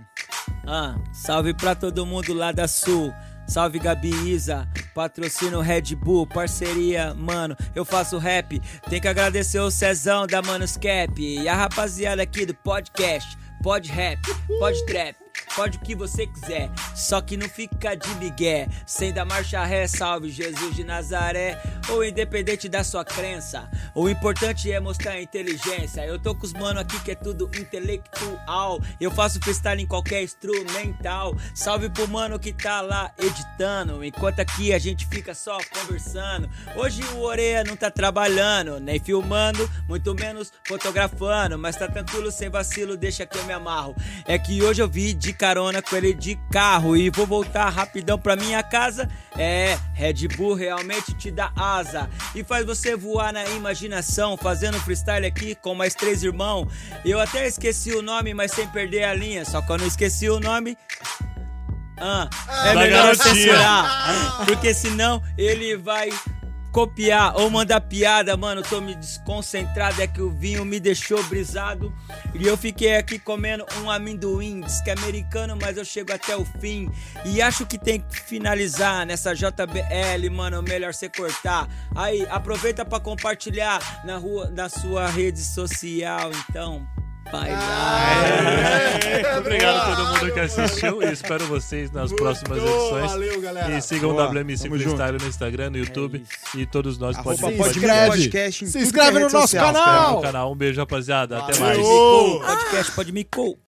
Salve pra todo mundo lá da Sul. Salve Gabi e Isa, patrocínio Red Bull, parceria, mano, eu faço rap. Tem que agradecer o Cezão da Manuscap e a rapaziada aqui do podcast, Pod Rap, Pod Trap. pode o que você quiser, só que não fica de migué. Sem dar marcha ré, salve Jesus de Nazaré. Ou independente da sua crença, o importante é mostrar inteligência. Eu tô com os mano aqui que é tudo intelectual. Eu faço freestyle em qualquer instrumental. Salve pro mano que tá lá editando, enquanto aqui a gente fica só conversando. Hoje o Oreia não tá trabalhando, nem filmando, muito menos fotografando. Mas tá tranquilo, sem vacilo, deixa que eu me amarro. É que hoje eu vi de carona com ele de carro e vou voltar rapidão pra minha casa. Red Bull realmente te dá asa e faz você voar na imaginação. Fazendo freestyle aqui com mais 3 irmãos. Eu até esqueci o nome, mas sem perder a linha. Só que eu não esqueci o nome. É melhor censurar, porque senão ele vai copiar ou mandar piada. Mano, tô me desconcentrado, é que o vinho me deixou brisado e eu fiquei aqui comendo um amendoim. Diz que é americano, mas eu chego até o fim e acho que tem que finalizar nessa JBL, mano, melhor cê cortar. Aí, aproveita pra compartilhar na sua rede social, então... Obrigado a todo mundo que assistiu e espero vocês nas próximas edições. Valeu, galera. E sigam o WMC Freestyle no Instagram, no YouTube e todos nós Se inscreve no nosso canal. Um beijo, rapaziada. Até Valeu. mais. Podcast Pode Me